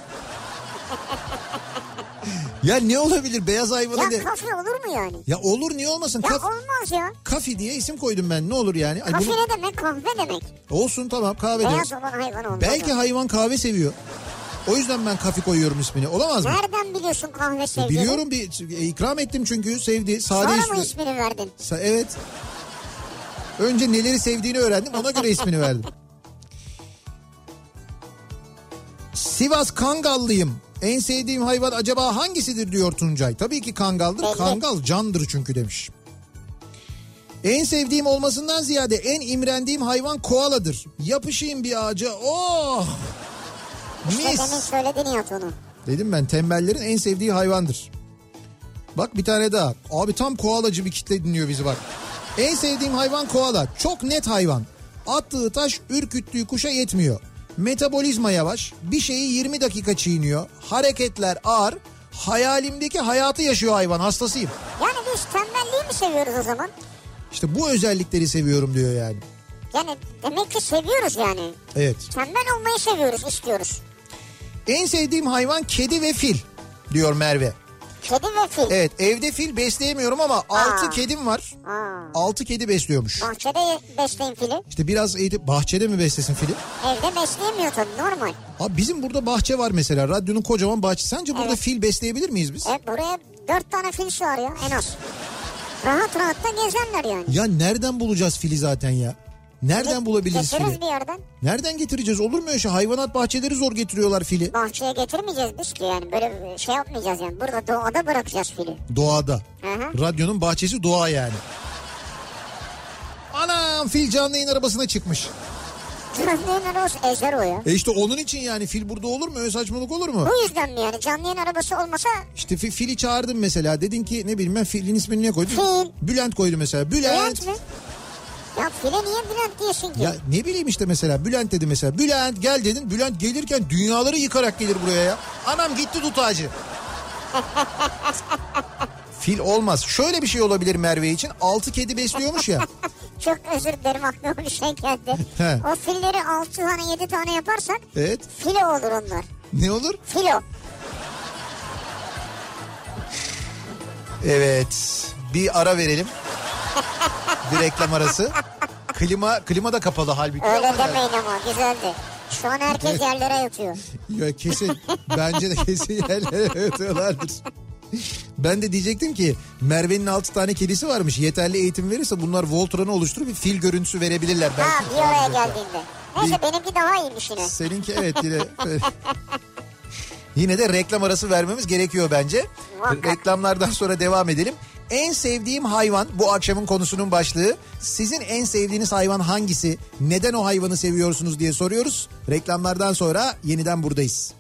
Ya ne olabilir beyaz hayvana de. Ya kafi olur mu yani? Ya olur niye olmasın? Ya olmaz ya. Kafi diye isim koydum ben ne olur yani. Kafi ne demek? Kahve demek. Olsun tamam kahve demek. Beyaz olan hayvan olmaz. Belki hayvan kahve seviyor. O yüzden ben Kafi koyuyorum ismini. Olamaz mı? Nereden biliyorsun kahve sevdiğini? Biliyorum ikram ettim çünkü sevdi. Sade sonra mı ismini verdin? Evet. Önce neleri sevdiğini öğrendim ona göre ismini verdim. Sivas Kangallıyım. En sevdiğim hayvan acaba hangisidir diyor Tuncay. Tabii ki kangaldır. Belli. Kangal candır çünkü demiş. En sevdiğim olmasından ziyade en imrendiğim hayvan koaladır. Yapışayım bir ağaca. Oh! İşte demin söyledin ya onu. Dedim ben tembellerin en sevdiği hayvandır. Bak bir tane daha. Abi tam koalacı bir kitle dinliyor bizi bak. En sevdiğim hayvan koala. Çok net hayvan. Attığı taş ürküttüğü kuşa yetmiyor. Metabolizma yavaş. Bir şeyi 20 dakika çiğniyor. Hareketler ağır. Hayalimdeki hayatı yaşıyor hayvan. Hastasıyım. Yani biz tembelliği mi seviyoruz o zaman? İşte bu özellikleri seviyorum diyor yani. Yani demek ki seviyoruz yani. Evet. Tembel olmayı seviyoruz, istiyoruz. En sevdiğim hayvan kedi ve fil diyor Merve. Kedi ve fil. Evet evde fil besleyemiyorum ama 6 kedim var. 6 kedi besliyormuş. Bahçede besleyin fili. İşte biraz bahçede mi beslesin fili? Evde besleyemiyor tabii normal. Abi bizim burada bahçe var mesela radyonun kocaman bahçesi. Sence burada fil besleyebilir miyiz biz? Buraya 4 tane fil sığar ya en az. Rahat rahat da gezerler yani. Ya nereden bulacağız fili zaten ya? Nereden bulabiliriz fili? Getiririz bir yerden. Nereden getireceğiz? Olur mu öyle şey? Hayvanat bahçeleri zor getiriyorlar fili. Bahçeye getirmeyeceğiz biz ki yani. Böyle bir şey yapmayacağız yani. Burada doğada bırakacağız fili. Doğada. Hı-hı. Radyonun bahçesi doğa yani. Anam fil canlı yayın arabasına çıkmış. Canlı yayın arabası ezer o ya. İşte onun için yani fil burada olur mu? Öyle saçmalık olur mu? Bu yüzden mi yani? Canlı yayın arabası olmasa... İşte fili çağırdım mesela. Dedin ki ne bileyim ben filin ismini ne koydun? Fil. Bülent koydu mesela. Bülent mi? Ya file niye Bülent diyorsun ki? Ya ne bileyim işte mesela Bülent dedi mesela. Bülent gel dedin. Bülent gelirken dünyaları yıkarak gelir buraya ya. Anam gitti dut ağacı. Fil olmaz. Şöyle bir şey olabilir Merve için. 6 kedi besliyormuş ya. Çok özür dilerim aklıma bir şey geldi. O filleri 6 tane 7 tane yaparsak evet. Filo olur onlar. Ne olur? Filo. Evet. Bir ara verelim. Bir reklam arası. Klima da kapalı halbuki. Öyle demeyin ama güzeldi. Şu an herkes yerlere yatıyor. Ya kesin. Bence de kesin yerlere yatıyorlardır. Ben de diyecektim ki Merve'nin 6 tane kedisi varmış. Yeterli eğitim verirse bunlar Voltron'u oluşturup bir fil görüntüsü verebilirler. Ha bir oraya geldiğinde. Neyse benimki daha iyiymiş yine. Seninki evet yine. Yine de reklam arası vermemiz gerekiyor bence. Muhakkak. Reklamlardan sonra devam edelim. En sevdiğim hayvan bu akşamın konusunun başlığı. Sizin en sevdiğiniz hayvan hangisi? Neden o hayvanı seviyorsunuz diye soruyoruz. Reklamlardan sonra yeniden buradayız.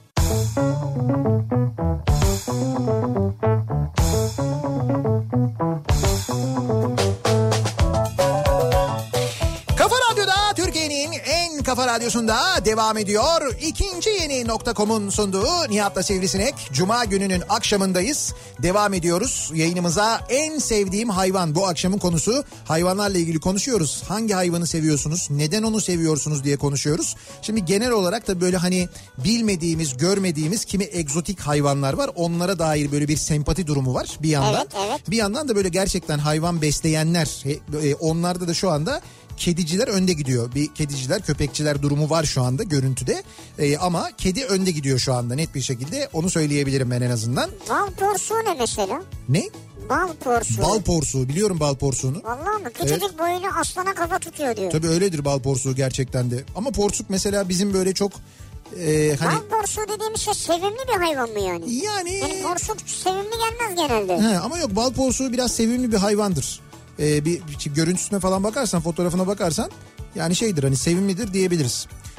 Kafa Radyo'da Türkiye'nin en kafa radyosunda devam ediyor. İkinci yeni .com'un sunduğu Nihat'la Sivrisinek. Cuma gününün akşamındayız. Devam ediyoruz yayınımıza. En sevdiğim hayvan bu akşamın konusu. Hayvanlarla ilgili konuşuyoruz. Hangi hayvanı seviyorsunuz? Neden onu seviyorsunuz diye konuşuyoruz. Şimdi genel olarak da böyle hani bilmediğimiz, görmediğimiz kimi egzotik hayvanlar var. Onlara dair böyle bir sempati durumu var bir yandan. Evet. Bir yandan da böyle gerçekten hayvan besleyenler, onlarda da şu anda kediciler önde gidiyor. Bir kediciler, köpekçiler durumu var şu anda görüntüde. Ama kedi önde gidiyor şu anda net bir şekilde. Onu söyleyebilirim ben en azından. Bal porsuğu ne mesela? Ne? Bal porsuğu. Bal porsuğu. Biliyorum bal porsuğunu. Vallahi mi? Küçücük boyunu aslana kafa tutuyor diyor. Tabii öyledir bal porsuğu gerçekten de. Ama porsuk mesela bizim böyle çok... Bal porsuğu dediğimiz şey sevimli bir hayvan mı yani? Yani porsuk sevimli gelmez genelde. Ama yok bal porsuğu biraz sevimli bir hayvandır. Bir görüntüsüne falan bakarsan, fotoğrafına bakarsan yani şeydir hani sevimlidir diyebiliriz.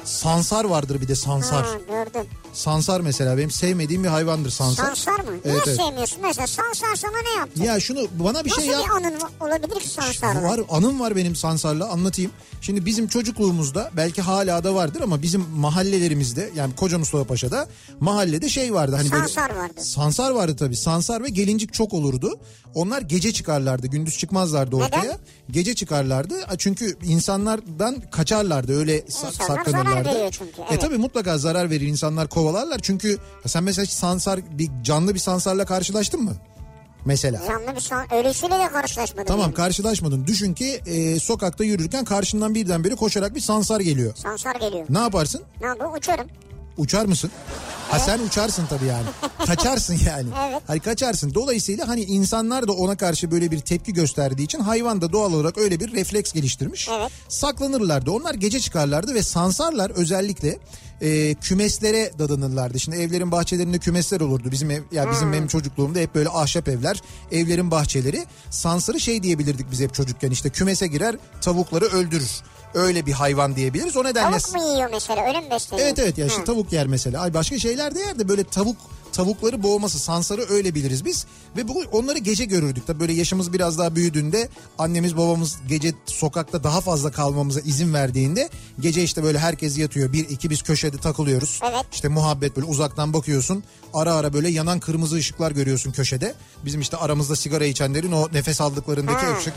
Sansar vardır bir de, sansar. Gördüm. Sansar mesela benim sevmediğim bir hayvandır sansar. Sansar mı? Evet, Niye sevmiyorsun? Mesela sansar sana ne yaptı? Ya şunu bana bir nasıl şey yap. Nasıl bir anın olabilir ki sansarla? Var, anım var benim sansarla, anlatayım. Şimdi bizim çocukluğumuzda, belki hala da vardır ama bizim mahallelerimizde, yani Koca Mustafa Paşa'da mahallede şey vardı. Hani sansar böyle, vardı. Sansar vardı tabii. Sansar ve gelincik çok olurdu. Onlar gece çıkarlardı. Gündüz çıkmazlardı ortaya. Neden? Gece çıkarlardı. Çünkü insanlardan kaçarlardı. Öyle saklanırlardı. Zarar veriyor çünkü. Evet. Tabii mutlaka zarar verir. İnsanlar kovalarlar. çünkü sen mesela sansar, canlı bir sansarla karşılaştın mı? Mesela. Canlı bir sansar, öylesiyle de karşılaşmadım. Tamam, yani. Karşılaşmadın. Düşün ki sokakta yürürken karşından birdenbire koşarak bir sansar geliyor. Sansar geliyor. Ne yaparsın? Ne yapayım? Uçarım. Uçar mısın? Ha, sen uçarsın tabii yani. Kaçarsın yani. Evet. Hani kaçarsın. Dolayısıyla hani insanlar da ona karşı böyle bir tepki gösterdiği için hayvan da doğal olarak öyle bir refleks geliştirmiş. Evet. Saklanırlardı. Onlar gece çıkarlardı ve sansarlar özellikle kümeslere dadanırlardı. Şimdi evlerin bahçelerinde kümesler olurdu. Bizim benim çocukluğumda hep böyle ahşap evler, evlerin bahçeleri. Sansarı şey diyebilirdik biz hep çocukken, işte kümese girer, tavukları öldürür. Öyle bir hayvan diyebiliriz. O nedenle... Tavuk mu yiyor mesela? Öyle mi besleniyor? Evet ya, işte tavuk yer mesela. Ay, başka şeyler de yer de böyle tavukları boğması, sansarı öyle biliriz biz. Ve onları gece görürdük. Tabii böyle yaşımız biraz daha büyüdüğünde, annemiz babamız gece sokakta daha fazla kalmamıza izin verdiğinde, gece işte böyle herkes yatıyor. Biz köşede takılıyoruz. Evet. İşte muhabbet, böyle uzaktan bakıyorsun. Ara ara böyle yanan kırmızı ışıklar görüyorsun köşede. Bizim işte aramızda sigara içenlerin o nefes aldıklarındaki ışık.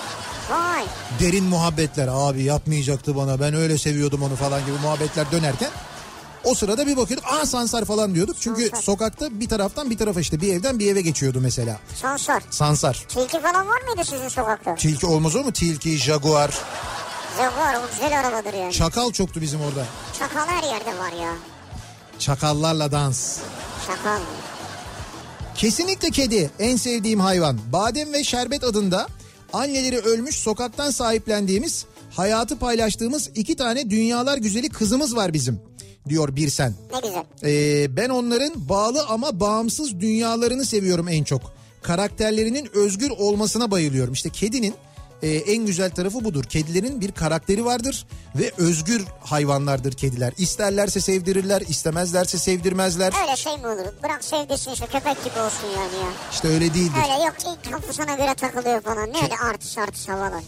Vay. Derin muhabbetler, abi yapmayacaktı bana, ben öyle seviyordum onu falan gibi muhabbetler dönerken o sırada bir bakıyorduk, sansar falan diyorduk. Çünkü sokakta bir taraftan bir tarafa, işte bir evden bir eve geçiyordu mesela. Sansar. Tilki falan var mıydı sizin sokakta? Tilki olmaz o mu? Tilki, jaguar. Jaguar o güzel arabadır yani. Çakal çoktu bizim orada. Çakal her yerde var ya. Çakallarla dans. Çakal. Kesinlikle kedi en sevdiğim hayvan. Badem ve Şerbet adında anneleri ölmüş, sokaktan sahiplendiğimiz, hayatı paylaştığımız 2 tane dünyalar güzeli kızımız var bizim, diyor Birsen. Ne güzel. Ben onların bağlı ama bağımsız dünyalarını seviyorum en çok. Karakterlerinin özgür olmasına bayılıyorum. İşte kedinin en güzel tarafı budur. Kedilerin bir karakteri vardır ve özgür hayvanlardır kediler. İsterlerse sevdirirler, istemezlerse sevdirmezler. Öyle şey mi olur? Bırak sevdirsin, işte köpek gibi olsun yani ya. İşte öyle değildir. Öyle yok, ilk kafasına göre takılıyor falan. Ne öyle artist havalar.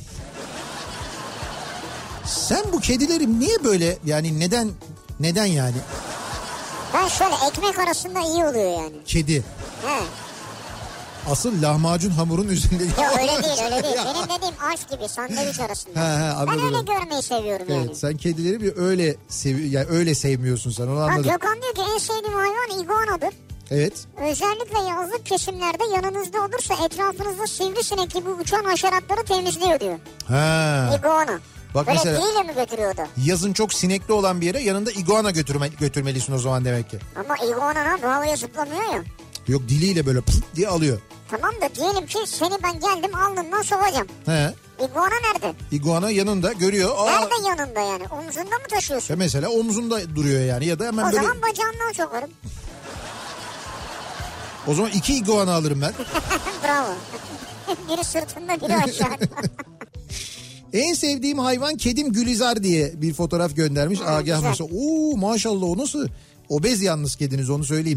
Sen bu kedileri niye böyle, yani neden yani? Ben şöyle, ekmek arasında iyi oluyor yani. Kedi. He. Asıl lahmacun hamurun üzerinde. Yok öyle değil. Benim dediğim aş gibi, sandviç arasında. Anladım. Ben öyle görmeyi seviyorum yani. Evet, sen kedileri bir öyle yani öyle sevmiyorsun sen, onu anladım. Gökhan diyor ki en sevdiğim hayvan iguanadır. Evet. Özellikle yazlık kesimlerde yanınızda olursa etrafınızda sivrisinek gibi uçan haşeratları temizliyor diyor. İguana. Bak böyle mesela, diliyle mi götürüyordu? Yazın çok sinekli olan bir yere yanında iguana götürmelisin o zaman demek ki. Ama iguana havaya zıplamıyor ya. Yok, diliyle böyle pıt diye alıyor. Tamam da diyelim ki seni ben geldim alnından sokacağım. İguana nerede? İguana yanında görüyor. Nerede yanında yani? Omzunda mı taşıyorsun? Mesela omzunda duruyor yani, ya da hemen böyle. O zaman bacağından sokarım. O zaman 2 iguana alırım ben. Bravo. Biri sırtında, biri aşağıda. En sevdiğim hayvan kedim Gülizar diye bir fotoğraf göndermiş. Agah Musa. Maşallah, o nasıl? Obez yalnız kediniz, onu söyleyeyim.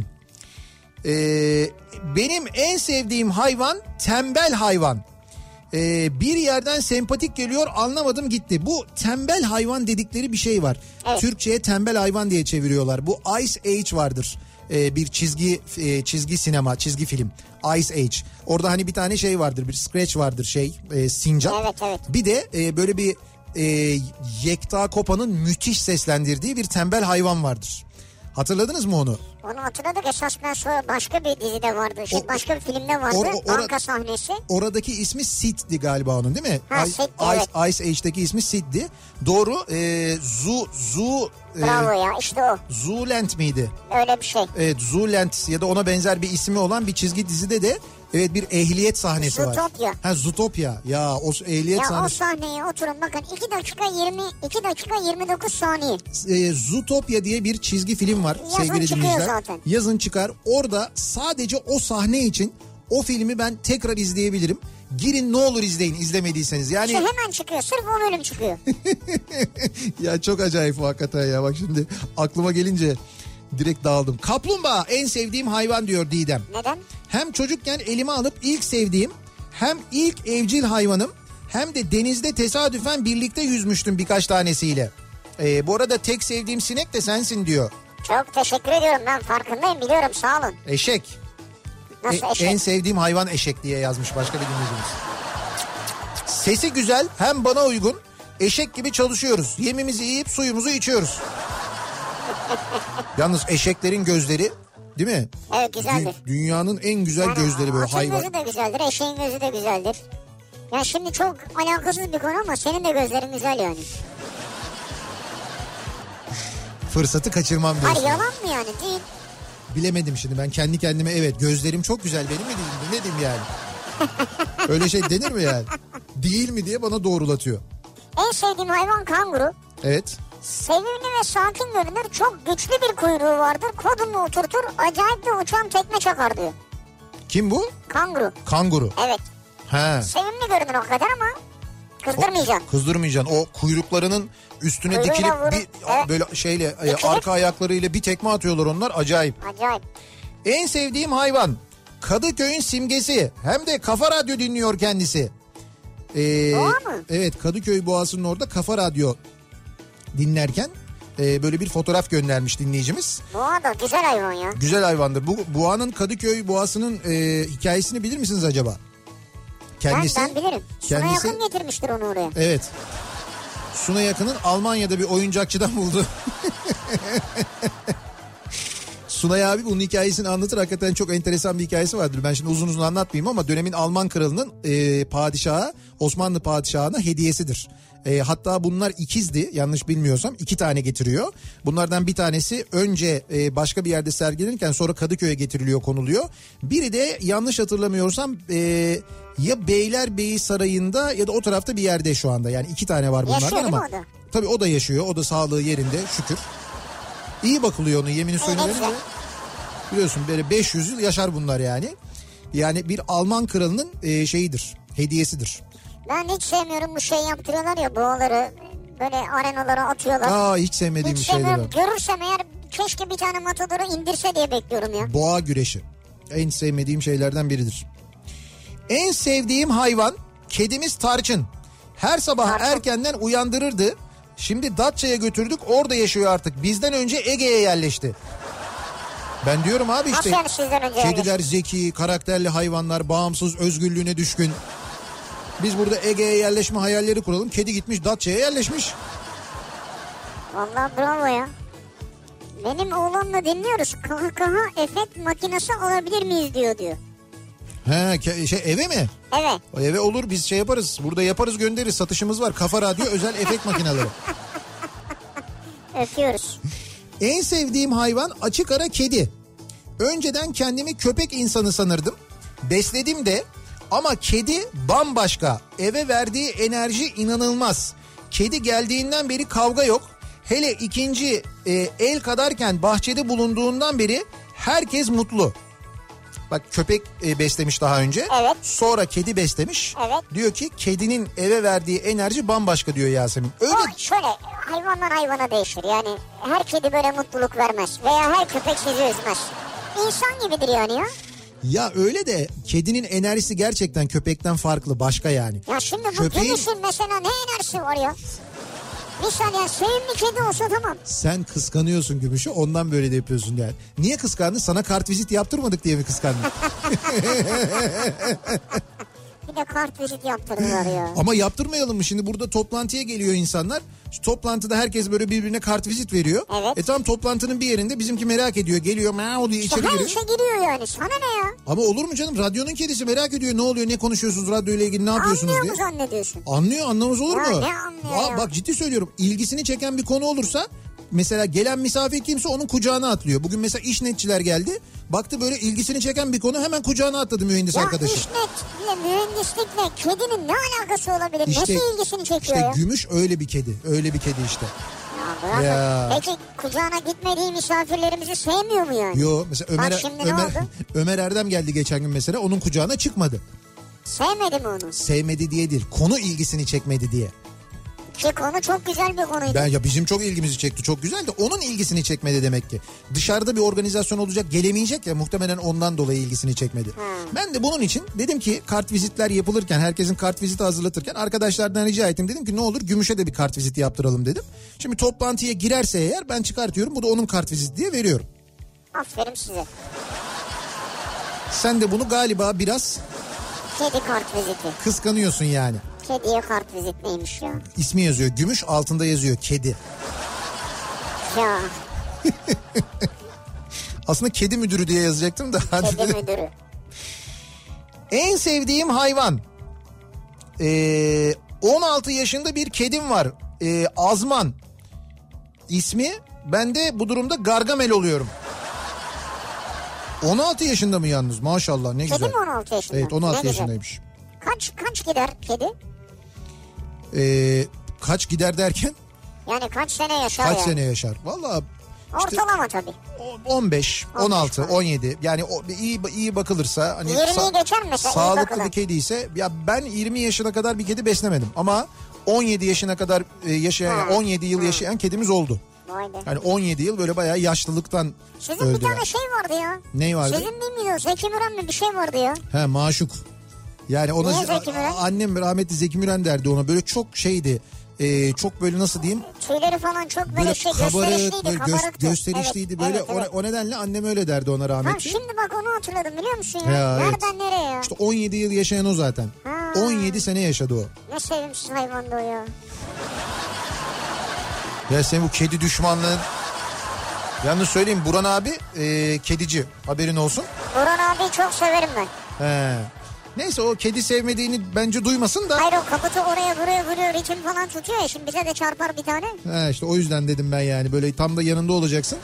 Benim en sevdiğim hayvan tembel hayvan. Bir yerden sempatik geliyor, anlamadım gitti. Bu tembel hayvan dedikleri bir şey var. Evet. Türkçe'ye tembel hayvan diye çeviriyorlar. Bu Ice Age vardır. Bir çizgi sinema, çizgi film. Ice Age. Orada hani bir tane şey vardır, bir Scratch vardır, sincap. Evet. Bir de böyle bir Yekta Kopa'nın müthiş seslendirdiği bir tembel hayvan vardır. Hatırladınız mı onu? Onu hatırladık, esas ben sonra başka bir dizide vardı. Başka bir filmde vardı. Banka sahnesi. Oradaki ismi Sid'di galiba onun, değil mi? Sid'di, evet. Ice Age'deki ismi Sid'di. Doğru. Bravo ya, işte o. Zoolander miydi? Öyle bir şey. Evet, Zoolander ya da ona benzer bir ismi olan bir çizgi dizide de evet bir ehliyet sahnesi var. Zootopia. Ya o ehliyet sahnesi. O sahneye oturun bakın, 2 dakika 29 saniye. Zootopia diye bir çizgi film var sevgili dinleyiciler. Zaten. Yazın çıkar. Orada sadece o sahne için o filmi ben tekrar izleyebilirim. Girin ne olur izleyin izlemediyseniz. Yani hemen çıkıyor, sırf o bölüm çıkıyor. Ya çok acayip hakikaten ya, bak şimdi aklıma gelince direkt dağıldım. Kaplumbağa en sevdiğim hayvan diyor Didem. Neden? Hem çocukken elime alıp ilk sevdiğim, hem ilk evcil hayvanım, hem de denizde tesadüfen birlikte yüzmüştüm birkaç tanesiyle. Bu arada tek sevdiğim sinek de sensin diyor. Çok teşekkür ediyorum, ben farkındayım, biliyorum, sağ olun. Eşek. Nasıl eşek? En sevdiğim hayvan eşek diye yazmış başka bir dinleyicimiz. Sesi güzel, hem bana uygun. Eşek gibi çalışıyoruz. Yemimizi yiyip suyumuzu içiyoruz. Yalnız eşeklerin gözleri, değil mi? Evet, güzeldir. Dünyanın en güzel yani gözleri böyle hayvan. Atın gözü de güzeldir, eşeğin gözü de güzeldir. Ya şimdi çok alakasız bir konu ama senin de gözlerin güzel yani. Fırsatı kaçırmam diyorsun. Hayır, yalan mı yani? Değil. Bilemedim şimdi ben kendi kendime, evet gözlerim çok güzel benim mi diyeyim, ne diyeyim yani. Öyle şey denir mi yani? Değil mi diye bana doğrulatıyor. En sevdiğim hayvan kanguru. Evet. Sevimli ve sakin görünür, çok güçlü bir kuyruğu vardır, kodunu oturtur, acayip bir uçan tekme çakar diyor. Kim bu? Kanguru. Kanguru. Evet. He. Sevimli görünür o kadar ama kızdırmayacaksın. Kızdırmayacaksın. O kuyruklarının üstüne kuyruğuyla dikilip evet, böyle şeyle arka ayaklarıyla bir tekme atıyorlar onlar, acayip. Acayip. En sevdiğim hayvan Kadıköy'ün simgesi, hem de Kafa Radyo dinliyor kendisi. Boğa mı? Evet, Kadıköy Boğası'nın orada Kafa Radyo dinlerken böyle bir fotoğraf göndermiş dinleyicimiz. Boğa da güzel hayvan ya. Güzel hayvandır. Bu Boğa'nın, Kadıköy Boğası'nın hikayesini bilir misiniz acaba? Kendisi, ben bilirim. Suna Yakın getirmiştir onu oraya. Evet. Suna Yakın'ın Almanya'da bir oyuncakçıdan buldu. Sunay abi bunun hikayesini anlatır. Hakikaten çok enteresan bir hikayesi vardır. Ben şimdi uzun uzun anlatmayayım ama dönemin Alman kralının padişaha, Osmanlı padişahına hediyesidir. Hatta bunlar ikizdi yanlış bilmiyorsam, 2 tane getiriyor. Bunlardan bir tanesi önce başka bir yerde sergilenirken sonra Kadıköy'e getiriliyor, konuluyor. Biri de yanlış hatırlamıyorsam ya Beylerbeyi Sarayı'nda ya da o tarafta bir yerde şu anda. Yani 2 tane var bunlardan yaşıyor ama. O da? Tabii o da yaşıyor, o da sağlığı yerinde şükür. İyi bakılıyor onun, yemini söyleyeyim. Biliyorsun böyle 500 yıl yaşar bunlar yani. Yani bir Alman kralının şeyidir, hediyesidir. Ben hiç sevmiyorum bu şey yaptırıyorlar ya, boğaları böyle arenalara atıyorlar. Hiç sevmediğim hiç şeyler. Görürsem eğer keşke bir tane matadoru indirse diye bekliyorum ya. Boğa güreşi. En sevmediğim şeylerden biridir. En sevdiğim hayvan kedimiz Tarçın. Her sabah erkenden uyandırırdı. Şimdi Datça'ya götürdük, orada yaşıyor artık. Bizden önce Ege'ye yerleşti. Ben diyorum abi işte kediler zeki, karakterli hayvanlar, bağımsız, özgürlüğüne düşkün. Biz burada Ege'ye yerleşme hayalleri kuralım. Kedi gitmiş Datça'ya yerleşmiş. Vallahi bravo ya. Benim oğlanla dinliyoruz. Kahkaha efekt makinesi alabilir miyiz diyor. He eve mi? Evet. O eve olur, biz şey yaparız. Burada yaparız, göndeririz. Satışımız var. Kafa Radyo özel efekt makineleri. Öpüyoruz. En sevdiğim hayvan açık ara kedi. Önceden kendimi köpek insanı sanırdım. Besledim de ama kedi bambaşka. Eve verdiği enerji inanılmaz. Kedi geldiğinden beri kavga yok. Hele ikinci el kadarken bahçede bulunduğundan beri herkes mutlu. Bak köpek beslemiş daha önce. Evet. Sonra kedi beslemiş. Evet. Diyor ki kedinin eve verdiği enerji bambaşka diyor Yasemin. Öyle. O şöyle hayvandan hayvana değişir. Yani her kedi böyle mutluluk vermez. Veya her köpek sizi üzmez. İnsan gibidir yani ya. Ya öyle de kedinin enerjisi gerçekten köpekten farklı, başka yani. Ya şimdi bu kedisin mesela ne enerjisi var ya? Misal ya sevimli kedi olsa tamam. Sen kıskanıyorsun Gümüş'ü, ondan böyle de yapıyorsun yani. Niye kıskandın? Sana kartvizit yaptırmadık diye mi kıskandın? Bir de kartvizit yaptırdılar ya. Ama yaptırmayalım mı? Şimdi burada toplantıya geliyor insanlar. Şu toplantıda herkes böyle birbirine kartvizit veriyor. Evet. Tam toplantının bir yerinde bizimki merak ediyor. Geliyor o diye içeri giriyor. Her işe giriyor yani, sana ne ya? Ama olur mu canım? Radyonun kedisi merak ediyor. Ne oluyor, ne konuşuyorsunuz radyoyla ilgili, ne yapıyorsunuz diye. Anlıyor mu zannediyorsun? Anlıyor, anlamaz olur mu? Ne anlıyor ya? Bak ciddi söylüyorum. İlgisini çeken bir konu olursa, mesela gelen misafir kimse onun kucağına atlıyor. Bugün mesela işnetçiler geldi. Baktı böyle ilgisini çeken bir konu, hemen kucağına atladı mühendis arkadaşı. Ya işnetle, mühendislikle kedinin ne alakası olabilir? İşte, nasıl ilgisini çekiyor işte ya? Gümüş öyle bir kedi. Öyle bir kedi işte. Ya. Peki kucağına gitmediği misafirlerimizi sevmiyor mu yani? Yo mesela Ömer Erdem geldi geçen gün mesela, onun kucağına çıkmadı. Sevmedi mi onu? Sevmedi diye değil, konu ilgisini çekmedi diye. Ki konu çok güzel bir konuydu. Ya bizim çok ilgimizi çekti, çok güzel de onun ilgisini çekmedi demek ki. Dışarıda bir organizasyon olacak, gelemeyecek ya, muhtemelen ondan dolayı ilgisini çekmedi. Ben de bunun için dedim ki kartvizitler yapılırken, herkesin kartviziti hazırlatırken arkadaşlardan rica ettim. Dedim ki ne olur Gümüş'e de bir kartviziti yaptıralım dedim. Şimdi toplantıya girerse eğer ben çıkartıyorum, bu da onun kartviziti diye veriyorum. Aferin size. Sen de bunu galiba biraz... Kedi kartviziti. Kıskanıyorsun yani. Kediye kartvizit neymiş ya? İsmi yazıyor Gümüş, altında yazıyor kedi. Ya. Aslında kedi müdürü diye yazacaktım da. Kedi müdürü. En sevdiğim hayvan. 16 yaşında bir kedim var. Azman. İsmi, ben de bu durumda Gargamel oluyorum. 16 yaşında mı yalnız? Maşallah ne güzel. Kedi mi 16 yaşında? Evet 16 yaşındaymış. Kaç gider kedi? Kaç gider derken? Yani kaç sene yaşar Kaç sene yaşar? Valla ortalama işte, tabii. 15, 16, 17 yani iyi bakılırsa hani 20'yi geçer mi mesela? Sağlıklı bir kedi ise, ya ben 20 yaşına kadar bir kedi beslemedim ama 17 yaşına kadar yaşayan 17 yıl yaşayan kedimiz oldu. Yani 17 yıl böyle bayağı yaşlılıktan sizin öldü. Bir tane yani. şey vardı ya. Ney vardı? Sizin değil miydi o? Zeki Müren mi bir şey vardı ya? He, Maşuk. Yani ona annem rahmetli Zeki Müren derdi ona, böyle çok şeydi. Çok böyle nasıl diyeyim? Tüyleri falan çok böyle kabarık, gösterişliydi. Evet, böyle evet. O nedenle annem öyle derdi ona rahmetli. Tamam, şimdi bak onu hatırladım biliyor musun ya? Ya nereden evet. nereye ya? İşte 17 yıl yaşayan o zaten. 17 sene yaşadı o. Ne sevimsiz hayvandı o ya. Ya senin bu kedi düşmanlığın... Yalnız söyleyeyim, Burhan abi kedici, haberin olsun. Burhan abi çok severim ben. He. Neyse, o kedi sevmediğini bence duymasın da. Hayır, o kaputu oraya buraya vuruyor, ritim falan tutuyor ya, şimdi bize de çarpar bir tane. He, işte o yüzden dedim ben, yani böyle tam da yanında olacaksın.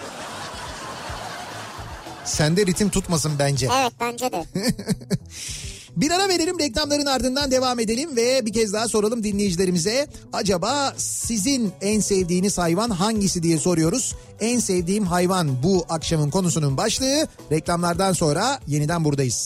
Sen de ritim tutmasın bence. Evet, bence de. Bir ara verelim, reklamların ardından devam edelim ve bir kez daha soralım dinleyicilerimize. Acaba sizin en sevdiğiniz hayvan hangisi diye soruyoruz. En sevdiğim hayvan bu akşamın konusunun başlığı. Reklamlardan sonra yeniden buradayız.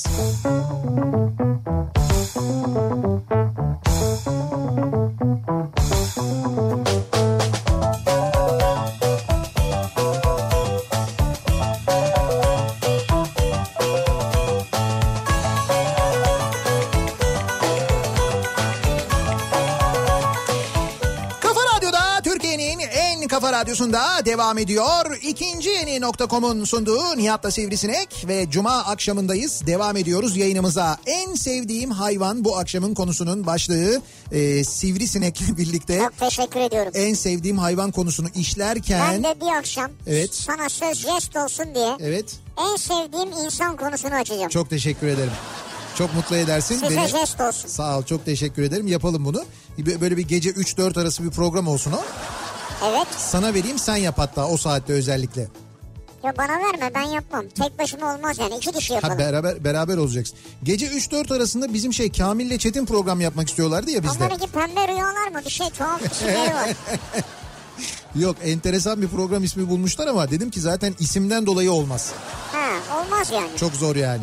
Kafa Radyosu'nda devam ediyor. İkinci yeni .com'un sunduğu Nihat'la Sivrisinek ve Cuma akşamındayız. Devam ediyoruz yayınımıza. En sevdiğim hayvan bu akşamın konusunun başlığı. Sivrisinek'le birlikte. Çok teşekkür ediyorum. En sevdiğim hayvan konusunu işlerken. Ben de bir akşam sana söz jest olsun diye. Evet. En sevdiğim insan konusunu açacağım. Çok teşekkür ederim. Çok mutlu edersin. Size jest olsun. Sağ ol, çok teşekkür ederim. Yapalım bunu. Böyle bir gece 3-4 arası bir program olsun o. Evet. Sana vereyim, sen yap hatta o saatte özellikle. Ya bana verme, ben yapmam. Tek başıma olmaz yani, 2 kişi yapalım. Beraber olacaksın. Gece 3-4 arasında bizim Kamil'le Çetin program yapmak istiyorlardı ya bizde. Onlarınki pembe rüyalar mı? Bir şey tuhaf isimleri var. Yok, enteresan bir program ismi bulmuşlar ama dedim ki zaten isimden dolayı olmaz. Olmaz yani. Çok zor yani.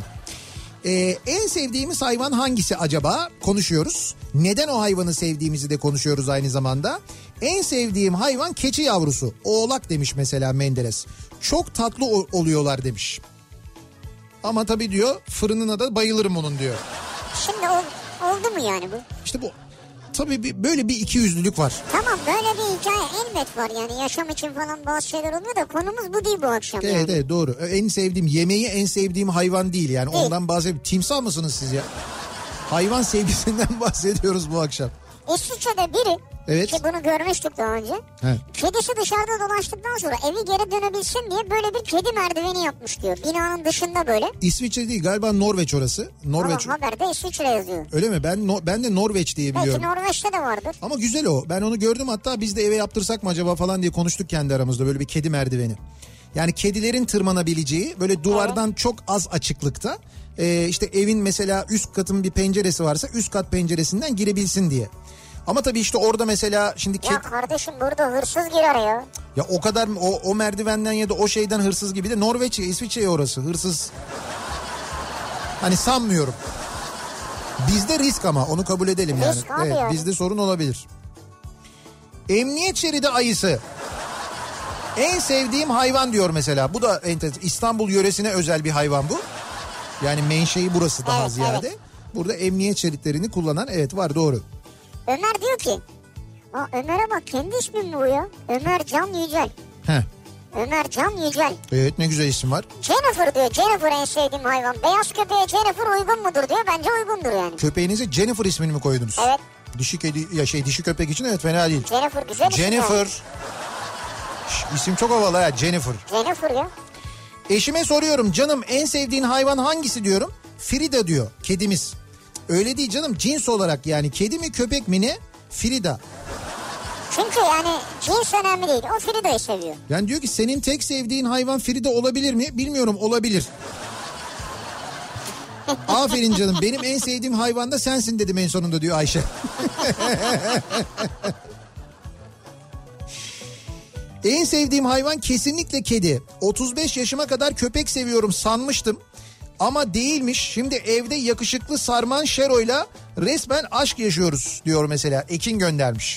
En sevdiğimiz hayvan hangisi acaba? Konuşuyoruz. Neden o hayvanı sevdiğimizi de konuşuyoruz aynı zamanda. En sevdiğim hayvan keçi yavrusu. Oğlak demiş mesela Menderes. Çok tatlı oluyorlar demiş. Ama tabii diyor, fırınına da bayılırım onun diyor. Şimdi oldu mu yani bu? İşte bu. Tabii böyle bir ikiyüzlülük var. Tamam, böyle bir hikaye elbet var yani, yaşam için falan bazı şeyler oluyor da konumuz bu değil bu akşam. Evet evet, doğru. En sevdiğim yemeği, en sevdiğim hayvan değil yani, değil. Ondan bahsediyorum. Timsah mısınız siz ya? Hayvan sevgisinden bahsediyoruz bu akşam. İsviçre'de biri, evet, ki bunu görmüştük daha önce. Evet. Kedisi dışarıda dolaştıktan sonra evi geri dönebilsin diye böyle bir kedi merdiveni yapmış diyor. Binanın dışında böyle. İsviçre değil galiba, Norveç orası. Norveç. Ama haberde İsviçre yazıyor. Öyle mi? Ben de Norveç diye biliyorum. Belki Norveç'te de vardır. Ama güzel o. Ben onu gördüm, hatta biz de eve yaptırsak mı acaba falan diye konuştuk kendi aramızda, böyle bir kedi merdiveni. Yani kedilerin tırmanabileceği, böyle duvardan çok az açıklıkta. İşte evin mesela üst katın bir penceresi varsa üst kat penceresinden girebilsin diye. Ama tabii işte orada mesela şimdi... Ya kardeşim, burada hırsız girer ya. Ya o kadar mı? O merdivenden ya da o şeyden hırsız gibi de Norveç'e, İsviçre'ye orası hırsız. Hani sanmıyorum. Bizde risk ama onu kabul edelim yani. Risk abi evet, yani. Bizde sorun olabilir. Emniyet şeridi ayısı. En sevdiğim hayvan diyor mesela. Bu da İstanbul yöresine özel bir hayvan bu. Yani menşei burası daha ziyade. Evet. Burada emniyet şeritlerini kullanan var doğru. Ömer diyor ki. Ömer'e bak, kendi ismin mi bu ya? Ömer Can Yücel. Ömer Can Yücel. Evet, ne güzel isim var. Jennifer diyor. Jennifer en sevdiğim hayvan. Beyaz köpeğe Jennifer uygun mudur diyor. Bence uygundur yani. Köpeğinize Jennifer ismini mi koydunuz? Evet. Dişi köpek için fena değil. Jennifer güzel isim. Jennifer. İsim çok havalı ya, Jennifer. Jennifer ya. Eşime soruyorum, canım en sevdiğin hayvan hangisi diyorum. Frida diyor, kedimiz. Öyle değil canım, cins olarak yani kedi mi köpek mi ne? Frida. Çünkü yani cins önemli değil, o Frida'yı seviyor. Yani diyor ki senin tek sevdiğin hayvan Frida olabilir mi? Bilmiyorum, olabilir. Aferin canım, benim en sevdiğim hayvan da sensin dedim en sonunda diyor Ayşe. En sevdiğim hayvan kesinlikle kedi. 35 yaşıma kadar köpek seviyorum sanmıştım. Ama değilmiş. Şimdi evde yakışıklı Sarman Şero'yla resmen aşk yaşıyoruz diyor mesela. Ekin göndermiş.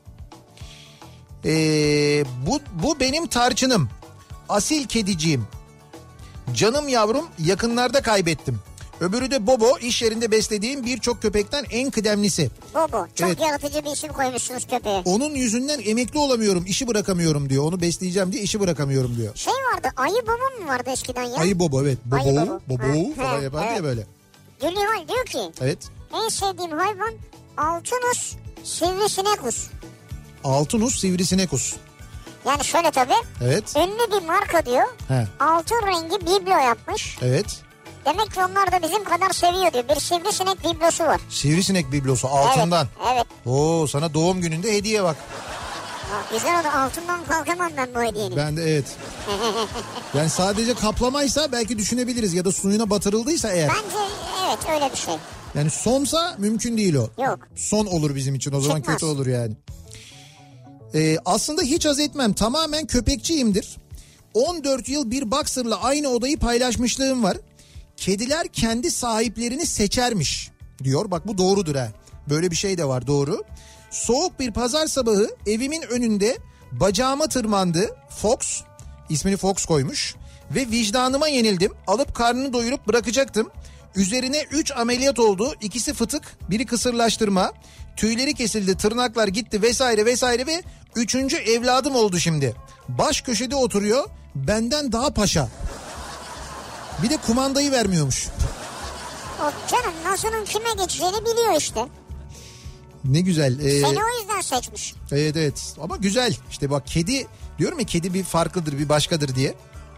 Bu benim tarçınım. Asil kediciğim. Canım yavrum, yakınlarda kaybettim. Öbürü de Bobo, iş yerinde beslediğim birçok köpekten en kıdemlisi. Bobo, çok yaratıcı bir isim koymuşsunuz köpeğe. Onun yüzünden emekli olamıyorum, işi bırakamıyorum diyor. Onu besleyeceğim diye işi bırakamıyorum diyor. Şey vardı, Ayı Baba mı vardı eskiden ya? Ayı Bobo, evet. Bobo falan yapardı evet. ya böyle. Gülüval diyor ki. Evet. En sevdiğim hayvan Altunus sivrisinekus. Altunus sivrisinekus. Yani şöyle tabii. Evet. Ünlü bir marka diyor. Altın rengi biblo yapmış. Evet. Demek ki onlar da bizim kadar seviyor diyor. Bir sivrisinek biblosu var. Sivrisinek biblosu altından. Evet. Oo, sana doğum gününde hediye bak. Güzel oldu, altından kalkamam ben bu hediyenin. Ben de evet. Yani sadece kaplamaysa belki düşünebiliriz ya da suyuna batırıldıysa eğer. Bence evet, öyle bir şey. Yani sonsa mümkün değil o. Yok. Son olur bizim için, o zaman kötü olur yani. Aslında hiç haz etmem, tamamen köpekçiyimdir. 14 yıl bir boxer'la aynı odayı paylaşmışlığım var. Kediler kendi sahiplerini seçermiş diyor. Bak bu doğrudur ha. Böyle bir şey de var, doğru. Soğuk bir pazar sabahı evimin önünde bacağıma tırmandı. Fox, ismini Fox koymuş. Ve vicdanıma yenildim. Alıp karnını doyurup bırakacaktım. Üzerine 3 ameliyat oldu. 2'si fıtık, biri kısırlaştırma. Tüyleri kesildi, tırnaklar gitti vesaire vesaire ve 3. evladım oldu şimdi. Baş köşede oturuyor, benden daha paşa. Bir de kumandayı vermiyormuş. O canım, Nazlı'nın kime geçeceğini biliyor işte. Ne güzel. Seni o yüzden seçmiş. Evet ama güzel. İşte bak, kedi diyorum ya, kedi bir farklıdır, bir başkadır diye.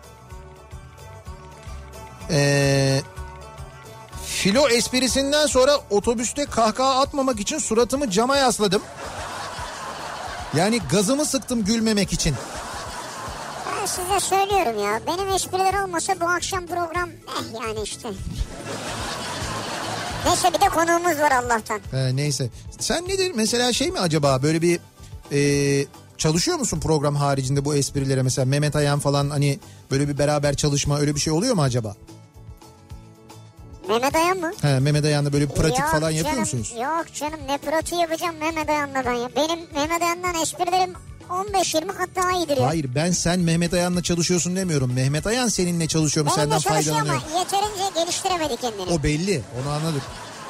Filo esprisinden sonra otobüste kahkaha atmamak için suratımı cama yasladım. Yani gazımı sıktım gülmemek için. Ben size söylüyorum ya, benim espriler olmasa bu akşam program yani işte. Neyse, bir de konuğumuz var Allah'tan. Neyse. Sen nedir mesela, şey mi acaba, böyle bir çalışıyor musun program haricinde bu esprilere, mesela Mehmet Ayan falan, hani böyle bir beraber çalışma, öyle bir şey oluyor mu acaba? Mehmet Ayan mı? Mehmet Ayan'la böyle bir pratik yok falan yapıyor canım, musunuz? Yok canım, ne pratiği yapacağım Mehmet Ayan'la ben ya. Benim Mehmet Ayan'dan esprilerim 15-20 kat daha iyidir ya. Hayır, ben sen Mehmet Ayan'la çalışıyorsun demiyorum. Mehmet Ayan seninle çalışıyor mu, senden faydalanıyor? Benimle çalışıyor ama yeterince geliştiremedi kendini. O belli, onu anladık.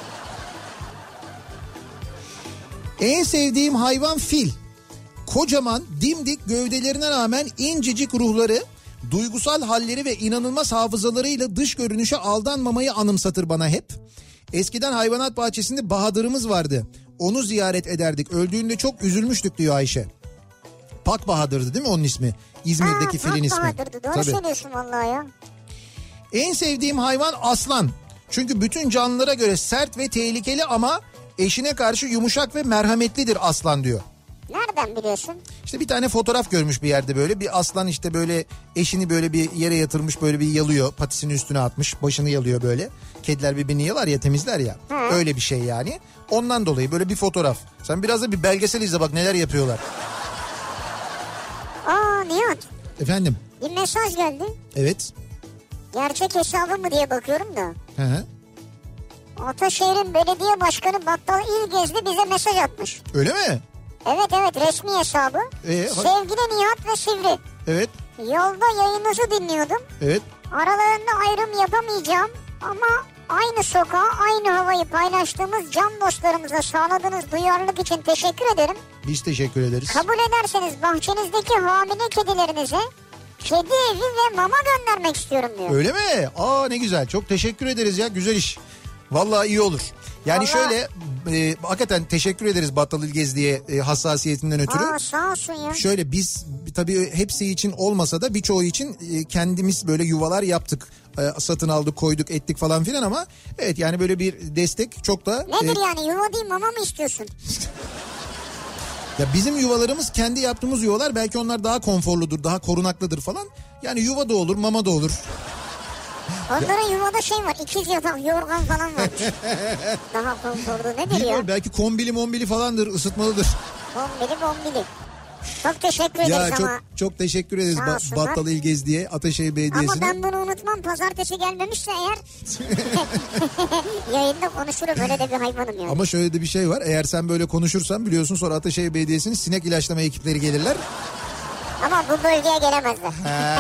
En sevdiğim hayvan fil. Kocaman, dimdik gövdelerine rağmen incecik ruhları, duygusal halleri ve inanılmaz hafızalarıyla dış görünüşe aldanmamayı anımsatır bana hep. Eskiden hayvanat bahçesinde Bahadır'ımız vardı. Onu ziyaret ederdik. Öldüğünde çok üzülmüştük diyor Ayşe. Pak Bahadır'dı değil mi onun ismi? İzmir'deki filin ismi. Pak Bahadır'dı, doğru söylüyorsun vallahi ya. En sevdiğim hayvan aslan. Çünkü bütün canlılara göre sert ve tehlikeli ama eşine karşı yumuşak ve merhametlidir aslan diyor. Nereden biliyorsun? İşte bir tane fotoğraf görmüş bir yerde, böyle bir aslan işte böyle eşini böyle bir yere yatırmış, böyle bir yalıyor, patisini üstüne atmış, başını yalıyor böyle. Kediler birbirini yalar ya, temizler ya. Öyle bir şey yani. Ondan dolayı böyle bir fotoğraf. Sen biraz da bir belgesel izle bak, neler yapıyorlar. Nihat. Efendim? Bir mesaj geldi. Evet. Gerçek hesabı mı diye bakıyorum da. Hı. Ataşehir'in belediye başkanı Battal İlgezli bize mesaj atmış. Öyle mi? Evet resmi hesabı. Sevgili Nihat ve Sivri. Evet. Yolda yayınınızı dinliyordum. Evet. Aralarında ayrım yapamayacağım ama aynı sokağı, aynı havayı paylaştığımız can dostlarımıza sağladığınız duyarlılık için teşekkür ederim. Biz teşekkür ederiz. Kabul ederseniz bahçenizdeki hamile kedilerinize kedi evi ve mama göndermek istiyorum diyor. Öyle mi? Aa ne güzel. Çok teşekkür ederiz ya. Güzel iş. Vallahi iyi olur. Yani şöyle hakikaten teşekkür ederiz Battal İlgezli'ye hassasiyetinden ötürü. Sağ olsun ya. Şöyle biz tabii hepsi için olmasa da birçoğu için kendimiz böyle yuvalar yaptık. Satın aldık, koyduk, ettik falan filan ama evet yani böyle bir destek çok da... Nedir yani yuva değil mama mı istiyorsun? Ya bizim yuvalarımız kendi yaptığımız yuvalar, belki onlar daha konforludur, daha korunaklıdır falan. Yani yuva da olur, mama da olur. Onların yuvada şey var, ikiz yatak, yorgan falan var. Daha konforlu nedir bilmiyorum, ya? Belki kombili mombili falandır, ısıtmalıdır. Kombili. Çok teşekkür ederiz ama. Çok teşekkür ederiz Battal İlgezli'ye, Ataşehir Belediyesi'ne. Ama ben bunu unutmam, pazartesi gelmemişse eğer yayında konuşurum, öyle de bir hayvanım yani. Ama şöyle de bir şey var, eğer sen böyle konuşursan biliyorsun sonra Ataşehir Belediyesi'nin sinek ilaçlama ekipleri gelirler. Ama bu bölgeye gelemezler.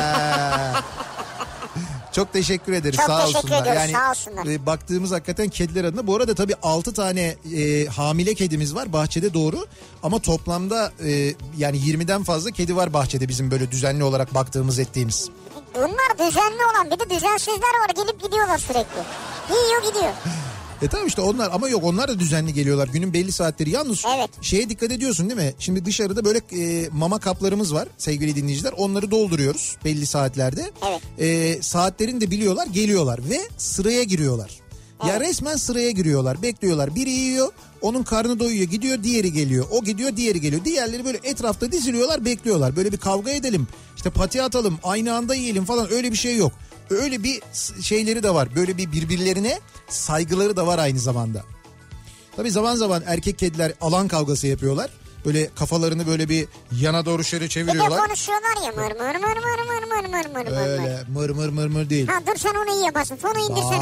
Çok teşekkür ederiz. Çok sağ teşekkür olsunlar. ediyoruz, sağ olsunlar. Baktığımız hakikaten kediler adına. Bu arada tabii 6 tane hamile kedimiz var bahçede, doğru. Ama toplamda yani 20'den fazla kedi var bahçede bizim böyle düzenli olarak baktığımız, ettiğimiz. Bunlar düzenli olan, bir de düzensizler var, gelip gidiyorlar sürekli. Yiyor gidiyor. Tamam işte onlar, ama yok onlar da düzenli geliyorlar günün belli saatleri. Yalnız şeye dikkat ediyorsun değil mi? Şimdi dışarıda böyle mama kaplarımız var sevgili dinleyiciler. Onları dolduruyoruz belli saatlerde. Evet. Saatlerini de biliyorlar, geliyorlar ve sıraya giriyorlar. Evet. Ya resmen sıraya giriyorlar, bekliyorlar. Biri yiyor, onun karnı doyuyor, gidiyor, diğeri geliyor. O gidiyor, diğeri geliyor. Diğerleri böyle etrafta diziliyorlar, bekliyorlar. Böyle bir kavga edelim, işte pati atalım, aynı anda yiyelim falan, öyle bir şey yok. Öyle bir şeyleri de var. Böyle bir birbirlerine saygıları da var aynı zamanda. Tabii zaman zaman erkek kediler alan kavgası yapıyorlar. Böyle kafalarını böyle bir yana doğru şöyle çeviriyorlar. Bir de konuşuyorlar ya, mır mır. Öyle mır değil. Ha dur sen onu iyi yaparsın. Onu indirsene.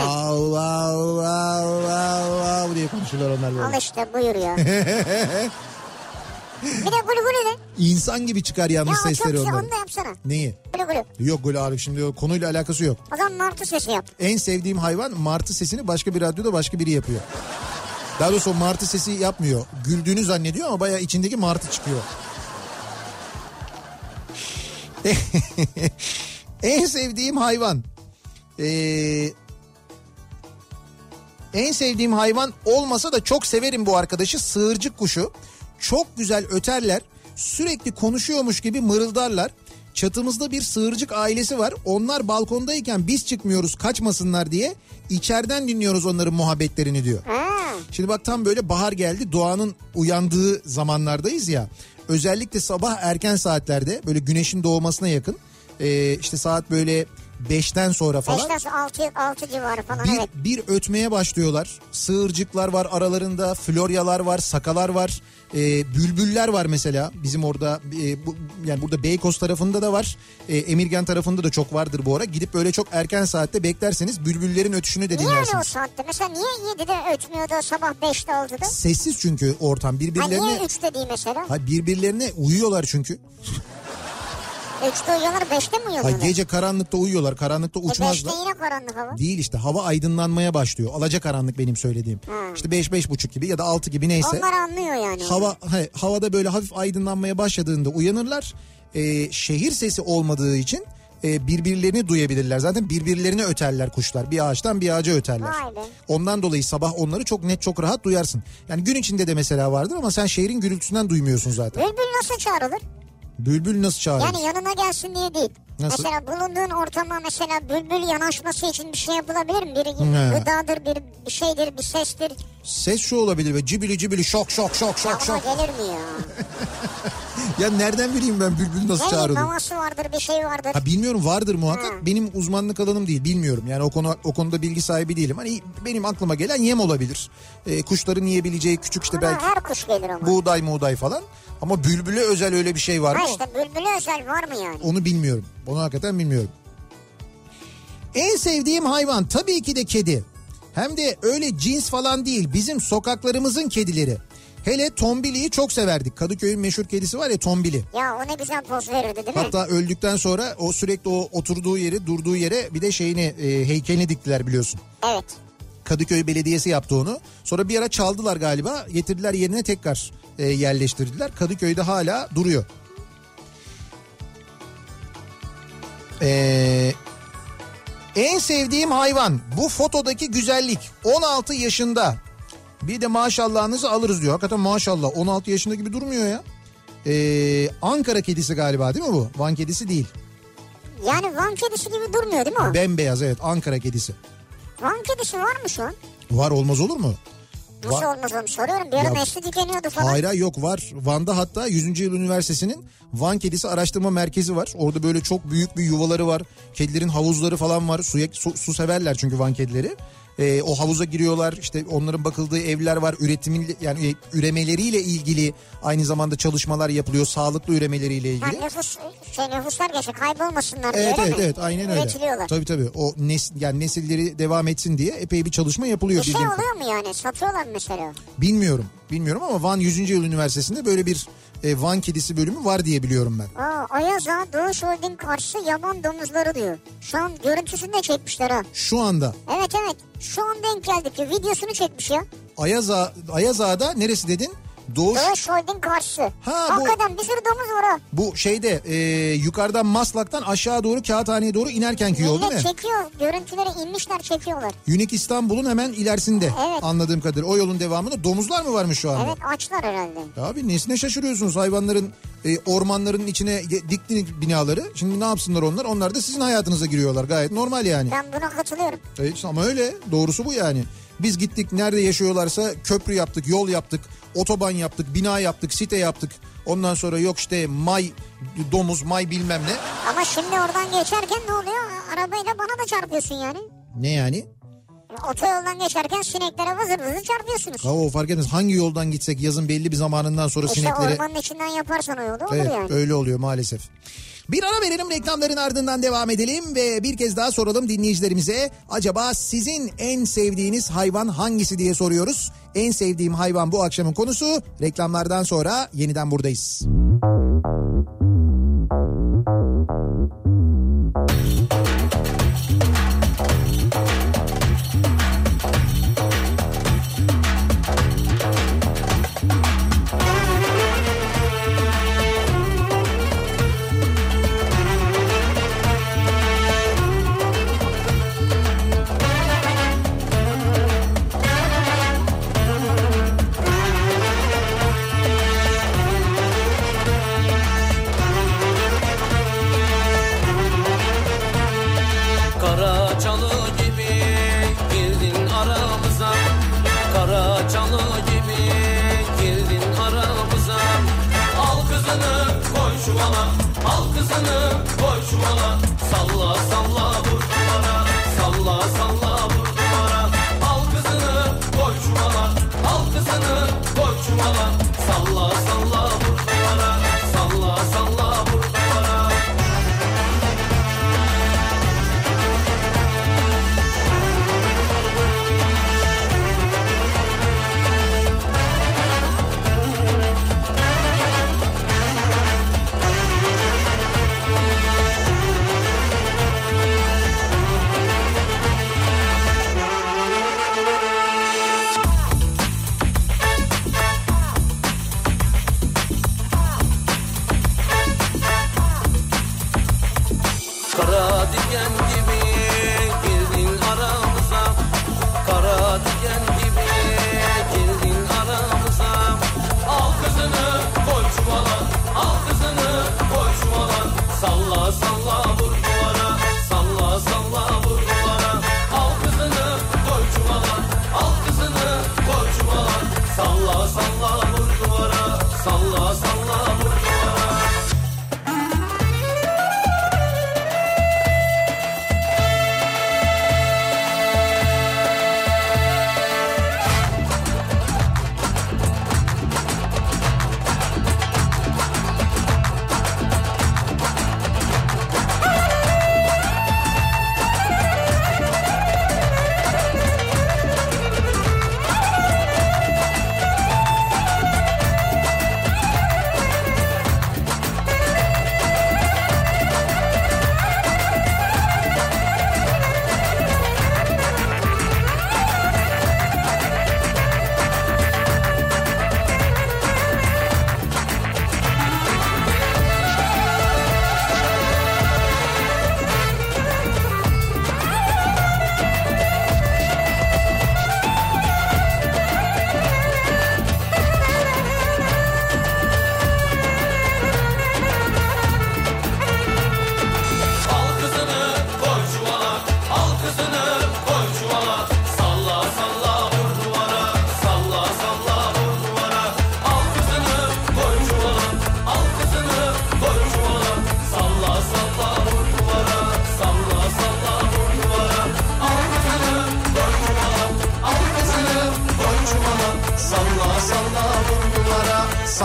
Vav diye konuşuyorlar onlar böyle. Al işte buyur ya. Bir de gulu de. İnsan gibi çıkar yalnız sesleri onların. Ya onu da yapsana. Neyi? Gulu. Yok gulu abi, şimdi o konuyla alakası yok. O zaman martı sesi yap. En sevdiğim hayvan, martı sesini başka bir radyoda başka biri yapıyor. Daha doğrusu o martı sesi yapmıyor. Güldüğünü zannediyor ama bayağı içindeki martı çıkıyor. En sevdiğim hayvan. En sevdiğim hayvan olmasa da çok severim bu arkadaşı. Sığırcık kuşu. Çok güzel öterler. Sürekli konuşuyormuş gibi mırıldarlar. Çatımızda bir sığırcık ailesi var. Onlar balkondayken biz çıkmıyoruz kaçmasınlar diye. İçeriden dinliyoruz onların muhabbetlerini diyor. Şimdi bak tam böyle bahar geldi. Doğanın uyandığı zamanlardayız ya. Özellikle sabah erken saatlerde böyle güneşin doğmasına yakın. İşte saat böyle 5'ten sonra falan. 5'ten sonra 6 civarı falan evet. Bir ötmeye başlıyorlar. Sığırcıklar var aralarında, floryalar var, sakalar var. Bülbüller var mesela bizim orada, yani burada Beykoz tarafında da var. Emirgan tarafında da çok vardır bu ara. Gidip böyle çok erken saatte beklerseniz bülbüllerin ötüşünü de dinlersiniz. Niye öyle o saatte? Mesela niye 7'de ötmüyor da sabah 5'te 6'da? Sessiz çünkü ortam birbirlerine. Niye 3'te değil mesela? Birbirlerine uyuyorlar çünkü. 3'te uyuyorlar, 5'te mi uyuyorlar? Gece karanlıkta uyuyorlar, karanlıkta uçmazlar. 5'te yine karanlık hava. Değil işte, hava aydınlanmaya başlıyor. Alacakaranlık benim söylediğim. İşte 5-5.30 gibi ya da 6 gibi neyse. Onlar anlıyor yani. Havada böyle hafif aydınlanmaya başladığında uyanırlar. Şehir sesi olmadığı için birbirlerini duyabilirler. Zaten birbirlerini öterler kuşlar. Bir ağaçtan bir ağaca öterler. Ondan dolayı sabah onları çok net, çok rahat duyarsın. Yani gün içinde de mesela vardır ama sen şehrin gürültüsünden duymuyorsun zaten. Bülbül nasıl çağrılır? Bülbül nasıl çağırır? Yani yanına gelsin diye değil. Nasıl? Mesela bulunduğun ortama mesela bülbül yanaşması için bir şey yapılabilir mi? Bir gıdadır, bir şeydir, bir sestir. Ses şu olabilir ve cibili şok. Ama gelir mi ya? Ya nereden bileyim ben bülbül nasıl çağrılır? Maması vardır, bir şey vardır. Bilmiyorum, vardır muhakkak. Benim uzmanlık alanım değil, bilmiyorum. Yani o konuda bilgi sahibi değilim. Hani benim aklıma gelen yem olabilir. Kuşların yiyebileceği küçük işte belki. Her kuş gelir ama. Buğday falan. Ama bülbüle özel öyle bir şey var mı? İşte bülbüle özel var mı yani? Onu bilmiyorum. Onu hakikaten bilmiyorum. En sevdiğim hayvan tabii ki de kedi. Hem de öyle cins falan değil, bizim sokaklarımızın kedileri. Hele Tombili'yi çok severdik. Kadıköy'ün meşhur kedisi var ya, Tombili. Ya o ne güzel poz verirdi değil mi? Hatta öldükten sonra o sürekli o oturduğu yeri, durduğu yere bir de heykelini diktiler biliyorsun. Evet. Kadıköy Belediyesi yaptı onu. Sonra bir ara çaldılar galiba. Getirdiler yerine, tekrar yerleştirdiler. Kadıköy'de hala duruyor. En sevdiğim hayvan bu fotodaki güzellik. 16 yaşında. Bir de maşallahınızı alırız diyor. Hakikaten maşallah, 16 yaşında gibi durmuyor ya. Ankara kedisi galiba değil mi bu? Van kedisi değil. Yani Van kedisi gibi durmuyor değil mi o? Bembeyaz, evet, Ankara kedisi. Van kedisi var mı şu an? Var, olmaz olur mu? Nasıl olmaz onu soruyorum. Bir ara nesli tükeniyordu falan. Hayır yok, var. Van'da hatta 100. Yıl Üniversitesi'nin Van Kedisi Araştırma Merkezi var. Orada böyle çok büyük bir yuvaları var. Kedilerin havuzları falan var. Su severler çünkü Van kedileri. O havuza giriyorlar, işte onların bakıldığı evler var, yani üremeleriyle ilgili aynı zamanda çalışmalar yapılıyor, sağlıklı üremeleriyle ilgili. Nüfuslar geçe kaybolmasınlar diye. Evet aynen öyle. Üretiliyorlar. Tabii o nesilleri devam etsin diye epey bir çalışma yapılıyor. Bir şey oluyor mu yani, satıyorlar mesela? Bilmiyorum ama Van 100. Yıl Üniversitesi'nde böyle bir Van kedisi bölümü var diye biliyorum ben. Ayaz Ağa Doğuş Holding karşısı yaban domuzları diyor. Şu an görüntüsünü de çekmişler ha. Şu anda. Evet. Şu an denk geldik ki videosunu çekmiş ya. Ayaz Ağa'da neresi dedin? Doğuş Holding karşısı. Hakikaten bir sürü domuz var ha. Bu yukarıdan Maslak'tan aşağı doğru Kağıthane'ye doğru inerkenki yol değil mi? Çekiyor. Görüntüleri inmişler, çekiyorlar. Unique İstanbul'un hemen ilerisinde. Evet. Anladığım kadarıyla o yolun devamında domuzlar mı varmış şu anda? Evet, açlar herhalde. Abi nesine şaşırıyorsunuz, hayvanların ormanların içine diktiğiniz binaları. Şimdi ne yapsınlar onlar? Onlar da sizin hayatınıza giriyorlar, gayet normal yani. Ben buna katılıyorum. Ama öyle, doğrusu bu yani. Biz gittik, nerede yaşıyorlarsa köprü yaptık, yol yaptık, otoban yaptık, bina yaptık, site yaptık. Ondan sonra yok işte domuz bilmem ne. Ama şimdi oradan geçerken ne oluyor? Arabayla bana da çarpıyorsun yani. Ne yani? Otoyoldan geçerken sineklere vızır çarpıyorsunuz. O fark etmez. Hangi yoldan gitsek yazın belli bir zamanından sonra sineklere... İşte ormanın içinden yaparsan o yolu olur evet, yani. Öyle oluyor maalesef. Bir ara verelim, reklamların ardından devam edelim ve bir kez daha soralım dinleyicilerimize. Acaba sizin en sevdiğiniz hayvan hangisi diye soruyoruz. En sevdiğim hayvan bu akşamın konusu. Reklamlardan sonra yeniden buradayız.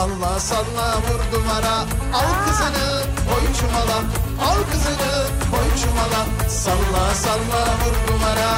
Salla salla vur duvara. Al kızını koy çuvala. Al kızını koy çuvala. Salla salla vur duvara.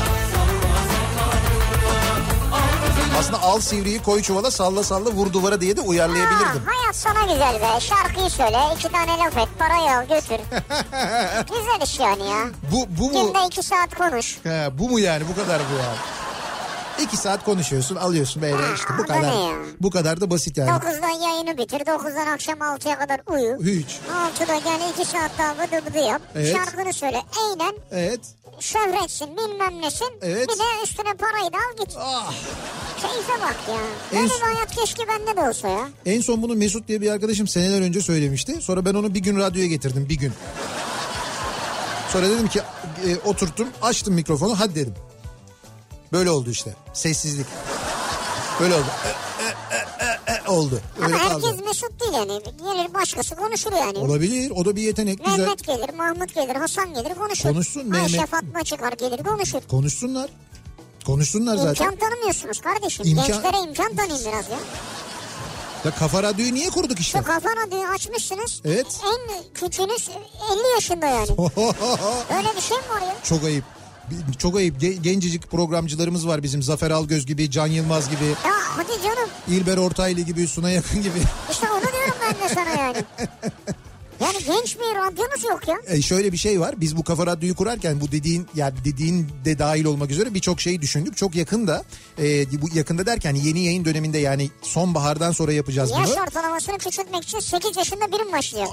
Aslında al sivriyi koy çuvala, salla salla vur duvara diye de uyarlayabilirdim. Hayat sana güzel be. Şarkıyı söyle, 2 tane laf et, parayı al götür. Güzel iş yani ya. Bu mu? Günde 2 saat konuş. He, bu mu yani, bu kadar bu yani. 2 saat konuşuyorsun, alıyorsun böyle işte bu kadar. Bu kadar da basit yani. 9'dan yayını bitir, 9'dan akşam 6'ya kadar uyu. Hiç. 6'da gel 2 saat daha vıdı vıdı yap. Evet. Şarkını söyle, eğlen. Evet. Şöhretsin, bilmem nesin. Evet. Bir de üstüne parayı da al git. Ah. Keyfe bak ya. Böyle bir hayat keşke bende de olsa ya. En son bunu Mesut diye bir arkadaşım seneler önce söylemişti. Sonra ben onu bir gün radyoya getirdim, bir gün. Sonra dedim ki oturttum, açtım mikrofonu, hadi dedim. Böyle oldu işte. Sessizlik. Böyle oldu. Oldu. Öyle ama herkes kaldı. Mesut değil yani. Gelir başkası konuşur yani. Olabilir. O da bir yetenek. Güzel. Mehmet gelir, Mahmut gelir, Hasan gelir konuşur. Konuşsun. Ayşe Fatma çıkar gelir konuşur. Konuşsunlar. Konuşsunlar zaten. İmkan tanımıyorsunuz kardeşim. Gençlere imkan tanıyın biraz ya. Ya Kafa Radyo'yu niye kurduk işte? Şu Kafa Radyo'yu açmışsınız. Evet. En küçüğünüz 50 yaşında yani. Öyle bir şey mi var ya? Çok ayıp. Çok ayıp. Gencecik programcılarımız var bizim. Zafer Algöz gibi, Can Yılmaz gibi. Ya hadi canım. İlber Ortaylı gibi, Sunay Akın gibi. İşte onu diyorum ben de sana yani. Yani genç bir radyomuz yok ya. Şöyle bir şey var. Biz bu Kafa Radyo'yu kurarken bu dediğin de dahil olmak üzere birçok şeyi düşündük. Çok yakında, bu yakında derken yeni yayın döneminde, yani sonbahardan sonra yapacağız bunu. Yaş ortalamasını küçültmek için 8 yaşında birim başlıyor.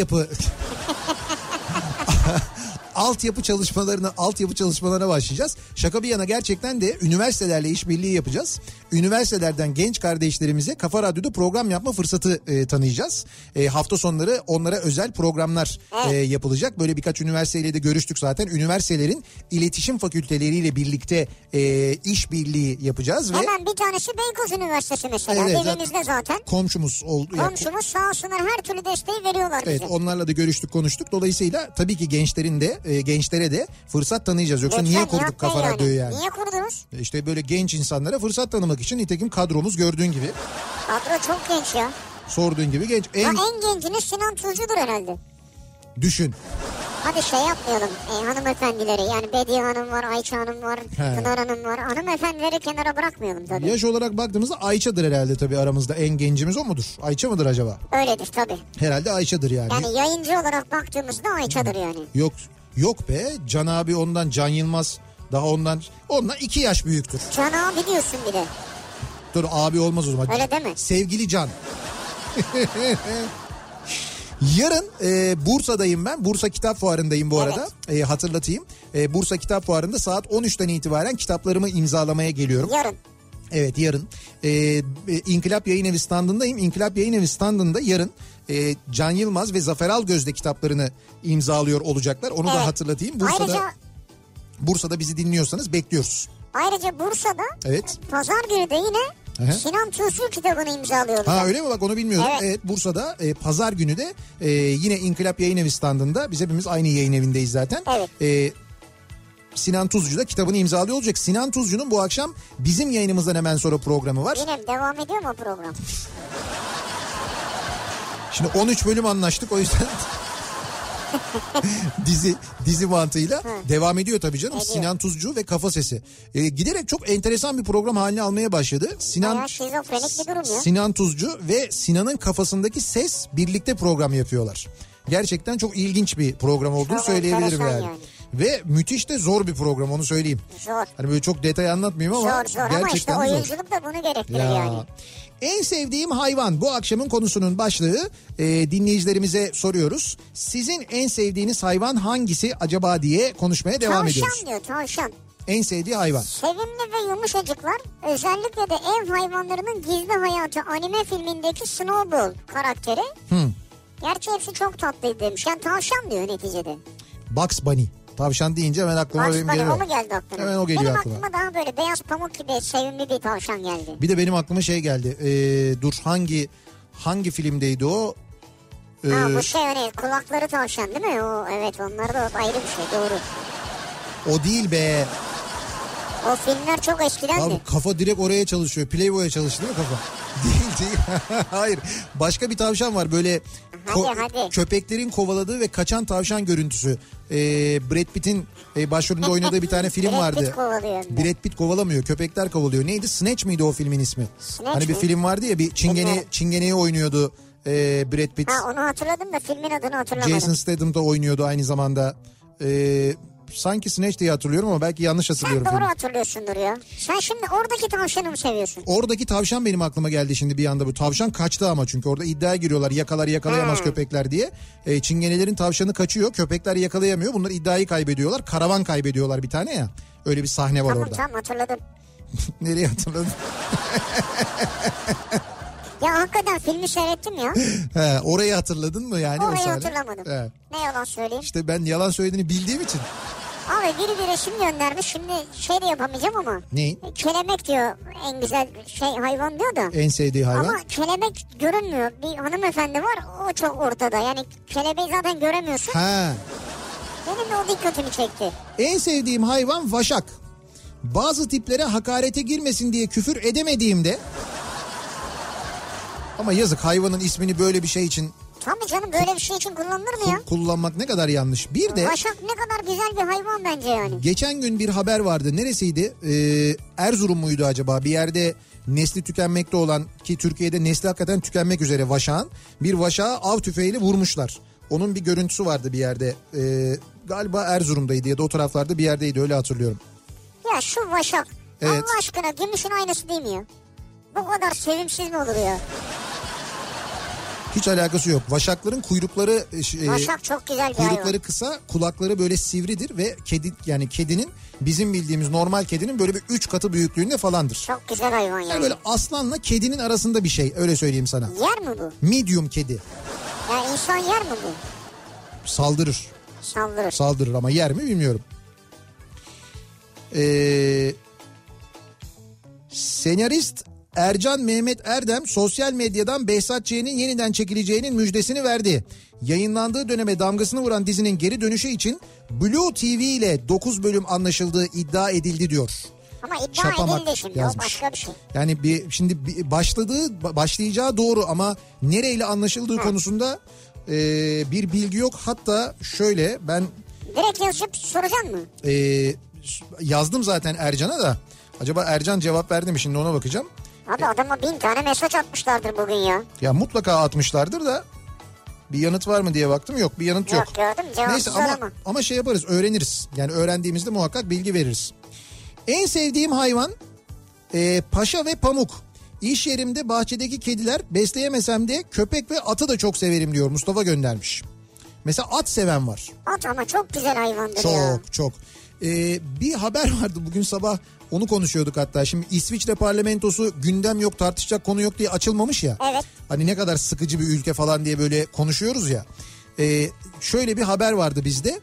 Altyapı çalışmalarına başlayacağız. Şaka bir yana, gerçekten de üniversitelerle işbirliği yapacağız. Üniversitelerden genç kardeşlerimize Kafa Radyo'da program yapma fırsatı tanıyacağız. Hafta sonları onlara özel programlar yapılacak. Böyle birkaç üniversiteyle de görüştük zaten. Üniversitelerin iletişim fakülteleriyle birlikte işbirliği yapacağız. Hemen bir tanesi Beykoz Üniversitesi mesela. Evet, elimizde zaten. Komşumuz oldu. Komşumuz sağ olsunlar, her türlü desteği veriyorlar bize. Evet, onlarla da görüştük, konuştuk. Dolayısıyla tabii ki gençlere de fırsat tanıyacağız. Yoksa niye kurduk Kafa Radyo'yu yani? Niye kurdunuz? İşte böyle genç insanlara fırsat tanımak için. Nitekim kadromuz gördüğün gibi. Kadro çok genç ya. Sorduğun gibi genç. En genciniz Sinan Tuzcu'dur herhalde. Düşün. Hadi şey yapmayalım hanımefendileri, yani Bediye Hanım var, Ayça Hanım var, Pınar Hanım var. Hanımefendileri kenara bırakmayalım tabii. Yaş olarak baktığımızda Ayça'dır herhalde tabii aramızda. En gencimiz o mudur? Ayça mıdır acaba? Öyledir tabii. Herhalde Ayça'dır yani. Yani yayıncı olarak baktığımızda Ayça'dır yani. Yok be, Can abi ondan, Can Yılmaz daha ondan 2 yaş büyüktür. Can abi diyorsun bir de. Dur, abi olmaz o zaman. Öyle deme. Sevgili Can. Yarın Bursa'dayım ben. Bursa Kitap Fuarı'ndayım bu arada. Hatırlatayım. Bursa Kitap Fuarı'nda saat 13'ten itibaren kitaplarımı imzalamaya geliyorum. Yarın. Evet, yarın. İnkılap Yayın Evi standındayım. İnkılap Yayın Evi standında yarın Can Yılmaz ve Zafer Algöz'de kitaplarını imzalıyor olacaklar. Onu da hatırlatayım. Bursa'da bizi dinliyorsanız bekliyoruz. Ayrıca Bursa'da pazar günü de yine Sinan Tuzcu kitabını imzalıyorlar. Ha, öyle mi? Bak onu bilmiyordum. Evet, Bursa'da pazar günü de yine İnkılap Yayın Evi standında, biz hepimiz aynı yayın evindeyiz zaten. Evet. Sinan Tuzcu da kitabını imzalıyor olacak. Sinan Tuzcu'nun bu akşam bizim yayınımızdan hemen sonra programı var. Yine devam ediyor mu program? Şimdi 13 bölüm anlaştık, o yüzden dizi mantığıyla devam ediyor tabii canım. Ediyor. Sinan Tuzcu ve Kafa Sesi. Giderek çok enteresan bir program haline almaya başladı. Şizofrenik bir durum ya. Sinan Tuzcu ve Sinan'ın kafasındaki ses birlikte program yapıyorlar. Gerçekten çok ilginç bir program olduğunu çok söyleyebilirim yani. Ve müthiş de zor bir program, onu söyleyeyim. Zor. Hani böyle çok detay anlatmayayım ama zor ama işte oyunculuk da bunu gerektirir yani. En sevdiğim hayvan, bu akşamın konusunun başlığı. Dinleyicilerimize soruyoruz. Sizin en sevdiğiniz hayvan hangisi acaba diye konuşmaya devam ediyoruz. Tavşan diyor, tavşan. En sevdiği hayvan. Sevimli ve yumuşacıklar, özellikle de ev hayvanlarının gizli hayatı anime filmindeki Snowball karakteri. Gerçi hepsi çok tatlıydı demiş. Yani tavşan diyor neticede. Bugs Bunny. Tavşan deyince hemen aklıma benim geliyor. O mu geldi aklına? Hemen o geliyor benim aklıma. Benim aklıma daha böyle beyaz pamuk gibi sevimli bir tavşan geldi. Bir de benim aklıma şey geldi. Dur, hangi filmdeydi o? Bu şey hani kulakları tavşan değil mi? O, evet, onlar da ayrı bir şey, doğru. O değil be. O filmler çok eskidendi. Abi kafa direkt oraya çalışıyor. Playboy'a çalıştı değil mi kafa? Değil. Hayır. Başka bir tavşan var böyle hadi. Köpeklerin kovaladığı ve kaçan tavşan görüntüsü. Brad Pitt'in başrolünde oynadığı bir tane film vardı. Brad Pitt kovalıyor. Brad Pitt kovalamıyor. Köpekler kovalıyor. Neydi? Snatch miydi o filmin ismi? Snatch hani bir film vardı ya, bir çingeneyi oynuyordu Brad Pitt. Ha, onu hatırladım da filmin adını hatırlamadım. Jason Statham da oynuyordu aynı zamanda. Sanki Snatch diye hatırlıyorum ama belki yanlış hatırlıyorum. Sen doğru hatırlıyorsundur ya. Sen şimdi oradaki tavşanı mı seviyorsun? Oradaki tavşan benim aklıma geldi şimdi bir anda bu. Tavşan kaçtı ama çünkü orada iddiaya giriyorlar yakalayamaz köpekler diye. Çingenelerin tavşanı kaçıyor, köpekler yakalayamıyor. Bunlar iddiayı kaybediyorlar. Karavan kaybediyorlar bir tane ya. Öyle bir sahne var orada. Tamam hatırladım. Nereye hatırladın? Ya hakikaten filmi seyrettim ya. Orayı hatırladın mı yani? Orayı hatırlamadım. Ne yalan söyleyeyim. İşte ben yalan söylediğini bildiğim için. Abi biri bir resim göndermiş, şimdi şey de yapamayacağım ama. Ne? Kelebek diyor, en güzel hayvan diyor da. En sevdiği hayvan. Ama kelebek görünmüyor. Bir hanımefendi var, o çok ortada. Yani kelebeği zaten göremiyorsun. Benim de o dikkatimi çekti. En sevdiğim hayvan vaşak. Bazı tiplere hakarete girmesin diye küfür edemediğimde... Ama yazık, hayvanın ismini böyle bir şey için... Tabii canım, böyle bir şey için kullanılır mı ya? Kullanmak ne kadar yanlış. Bir de... Vaşak ne kadar güzel bir hayvan bence yani. Geçen gün bir haber vardı. Neresiydi? Erzurum muydu acaba? Bir yerde nesli tükenmekte olan, ki Türkiye'de nesli hakikaten tükenmek üzere vaşağın. Bir vaşağı av tüfeğiyle vurmuşlar. Onun bir görüntüsü vardı bir yerde. Galiba Erzurum'daydı ya da o taraflarda bir yerdeydi, öyle hatırlıyorum. Ya şu vaşak. Evet. Allah aşkına gümüşün aynısı değil mi ya? Bu kadar sevimsiz mi olur ya? Hiç alakası yok. Vaşakların kuyrukları... Vaşak çok güzel bir kuyrukları hayvan. kısa, kulakları böyle sivridir ve kedinin, bizim bildiğimiz normal kedinin böyle bir 3 katı büyüklüğünde falandır. Çok güzel hayvan yani. Yani böyle aslanla kedinin arasında bir şey, öyle söyleyeyim sana. Yer mi bu? Medium kedi. Ya insan yer mi bu? Saldırır. Saldırır ama yer mi bilmiyorum. Senarist Ercan Mehmet Erdem sosyal medyadan Behzat Ç'nin yeniden çekileceğinin müjdesini verdi. Yayınlandığı döneme damgasını vuran dizinin geri dönüşü için Blue TV ile 9 bölüm anlaşıldığı iddia edildi diyor. Ama iddia edildi şimdi, yazmış. O başka bir şey. Yani şimdi başlayacağı doğru ama nereyle anlaşıldığı konusunda bir bilgi yok. Hatta şöyle, ben... Direkt yazıp soracak mı? Yazdım zaten Ercan'a da. Acaba Ercan cevap verdi mi, şimdi ona bakacağım. Abi adama 1000 tane mesaj atmışlardır bugün ya. Ya mutlaka atmışlardır da bir yanıt var mı diye baktım, yok bir yanıt yok. Yok, gördüm, cevapsız. Neyse ama şey yaparız, öğreniriz. Yani öğrendiğimizde muhakkak bilgi veririz. En sevdiğim hayvan paşa ve pamuk. İş yerimde bahçedeki kediler, besleyemesem de köpek ve atı da çok severim diyor, Mustafa göndermiş. Mesela at seven var. At ama çok güzel hayvandır ya. Çok. Bir haber vardı bugün sabah, onu konuşuyorduk hatta. Şimdi İsviçre parlamentosu gündem yok, tartışacak konu yok diye açılmamış ya. Evet. Hani ne kadar sıkıcı bir ülke falan diye böyle konuşuyoruz ya. Şöyle bir haber vardı bizde.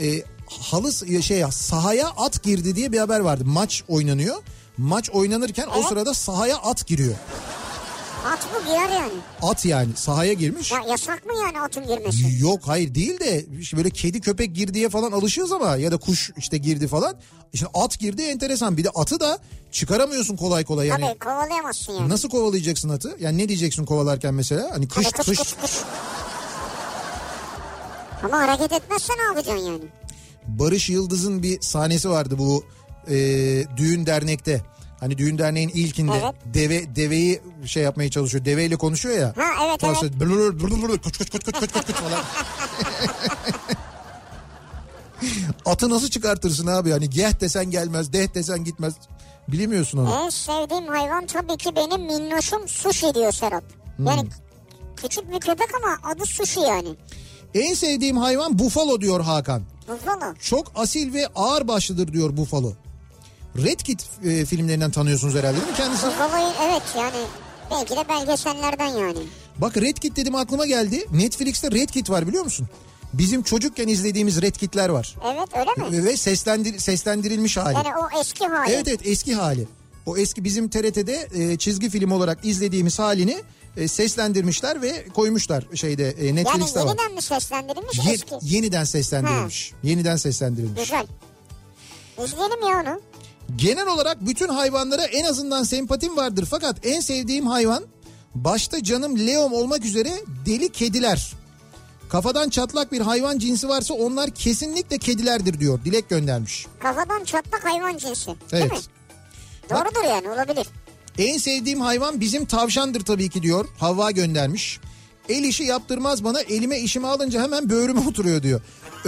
Sahaya at girdi diye bir haber vardı. Maç oynanıyor. Maç oynanırken o sırada sahaya at giriyor. At mı girer yani? At yani sahaya girmiş. Ya yasak mı yani atın girmesi? Yok, hayır değil de işte böyle kedi köpek girdiye falan alışığız ama, ya da kuş işte girdi falan. İşte at girdi, enteresan. Bir de atı da çıkaramıyorsun kolay kolay yani. Tabii kovalayamazsın yani. Nasıl kovalayacaksın atı? Yani ne diyeceksin kovalarken mesela? Hani kış. Ama hareket etmezse ne yapacaksın yani? Barış Yıldız'ın bir sahnesi vardı bu düğün dernekte. Hani düğün derneğin ilkinde deveyi şey yapmaya çalışıyor. Deveyle konuşuyor ya. Ha evet. Koç falan. Atı nasıl çıkartırsın abi? Hani geh desen gelmez, deh desen gitmez. Bilemiyorsun onu. En sevdiğim hayvan tabii ki benim minnoşum Sushi diyor Serap. Yani küçük bir köpek ama adı Sushi yani. En sevdiğim hayvan bufalo diyor Hakan. Bufalo. Çok asil ve ağır başlıdır diyor bufalo. Red Kit filmlerinden tanıyorsunuz herhalde değil mi kendisini? Bufalo'yu evet, yani belki de belgesellerden yani. Bak Red Kit dedim aklıma geldi. Netflix'te Red Kit var, biliyor musun? Bizim çocukken izlediğimiz Red Kit'ler var. Evet, öyle mi? Ve seslendirilmiş hali. Yani o eski hali. Evet eski hali. O eski bizim TRT'de çizgi film olarak izlediğimiz halini seslendirmişler ve koymuşlar Netflix'te var. Yani yeniden mi seslendirilmiş eski? Yeniden seslendirilmiş. Yeniden seslendirilmiş. Güzel. İzleyelim ya onu. Genel olarak bütün hayvanlara en azından sempatim vardır. Fakat en sevdiğim hayvan Başta canım Leom olmak üzere deli kediler. Kafadan çatlak bir hayvan cinsi varsa onlar kesinlikle kedilerdir diyor. Dilek göndermiş. Kafadan çatlak hayvan cinsi. Evet. Değil mi? Doğrudur yani, olabilir. En sevdiğim hayvan bizim tavşandır tabii ki diyor. Havva göndermiş. El işi yaptırmaz bana, elime işimi alınca hemen böğrüme oturuyor diyor.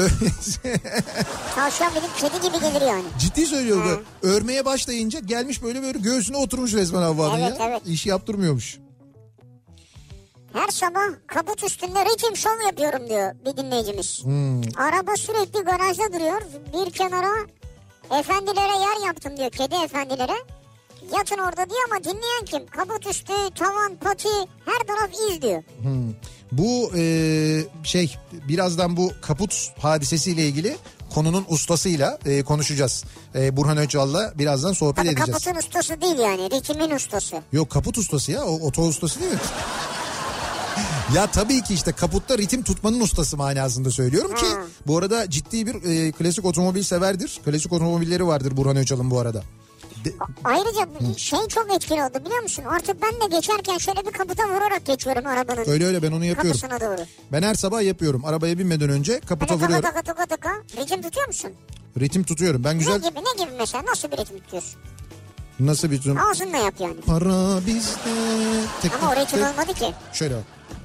Tavşan benim kedi gibi gelir yani. Ciddi söylüyor. Örmeye başlayınca gelmiş böyle göğsüne oturmuş resmen Havva'nın evet, ya. Evet. İşi yaptırmıyormuş. Her sabah kaput üstünde ritim şov yapıyorum diyor bir dinleyicimiz. Araba sürekli garajda duruyor. Bir kenara efendilere yer yaptım diyor, kedi efendilere. Yatın orada diyor ama dinleyen kim? Kaput üstü, tavan, pati, her taraf iz diyor. Bu birazdan bu kaput hadisesiyle ilgili konunun ustasıyla konuşacağız. Burhan Öcal'la birazdan sohbet Tabii edeceğiz. kaputun ustası değil yani, ritmin ustası. Yok, kaput ustası ya, o oto ustası değil mi? Ya tabii ki işte kaputta ritim tutmanın ustası manasında söylüyorum ki bu arada ciddi bir klasik otomobil severdir. Klasik otomobilleri vardır Burhan Öcal'ın bu arada. Ayrıca çok etkili oldu biliyor musun? Artık ben de geçerken şöyle bir kaputa vurarak geçiyorum arabanın. Öyle ben onu yapıyorum. Kapısına doğru. Ben her sabah yapıyorum. Arabaya binmeden önce kaputa vuruyorum. Taka. Ritim tutuyor musun? Ritim tutuyorum. Ben güzel. Ne gibi mesela? Nasıl bir ritim tutuyorsun? Nasıl bir ritim? Ağzınla yap yani. Para bizde. Ama o ritim olmadı ki. Şöyle bak.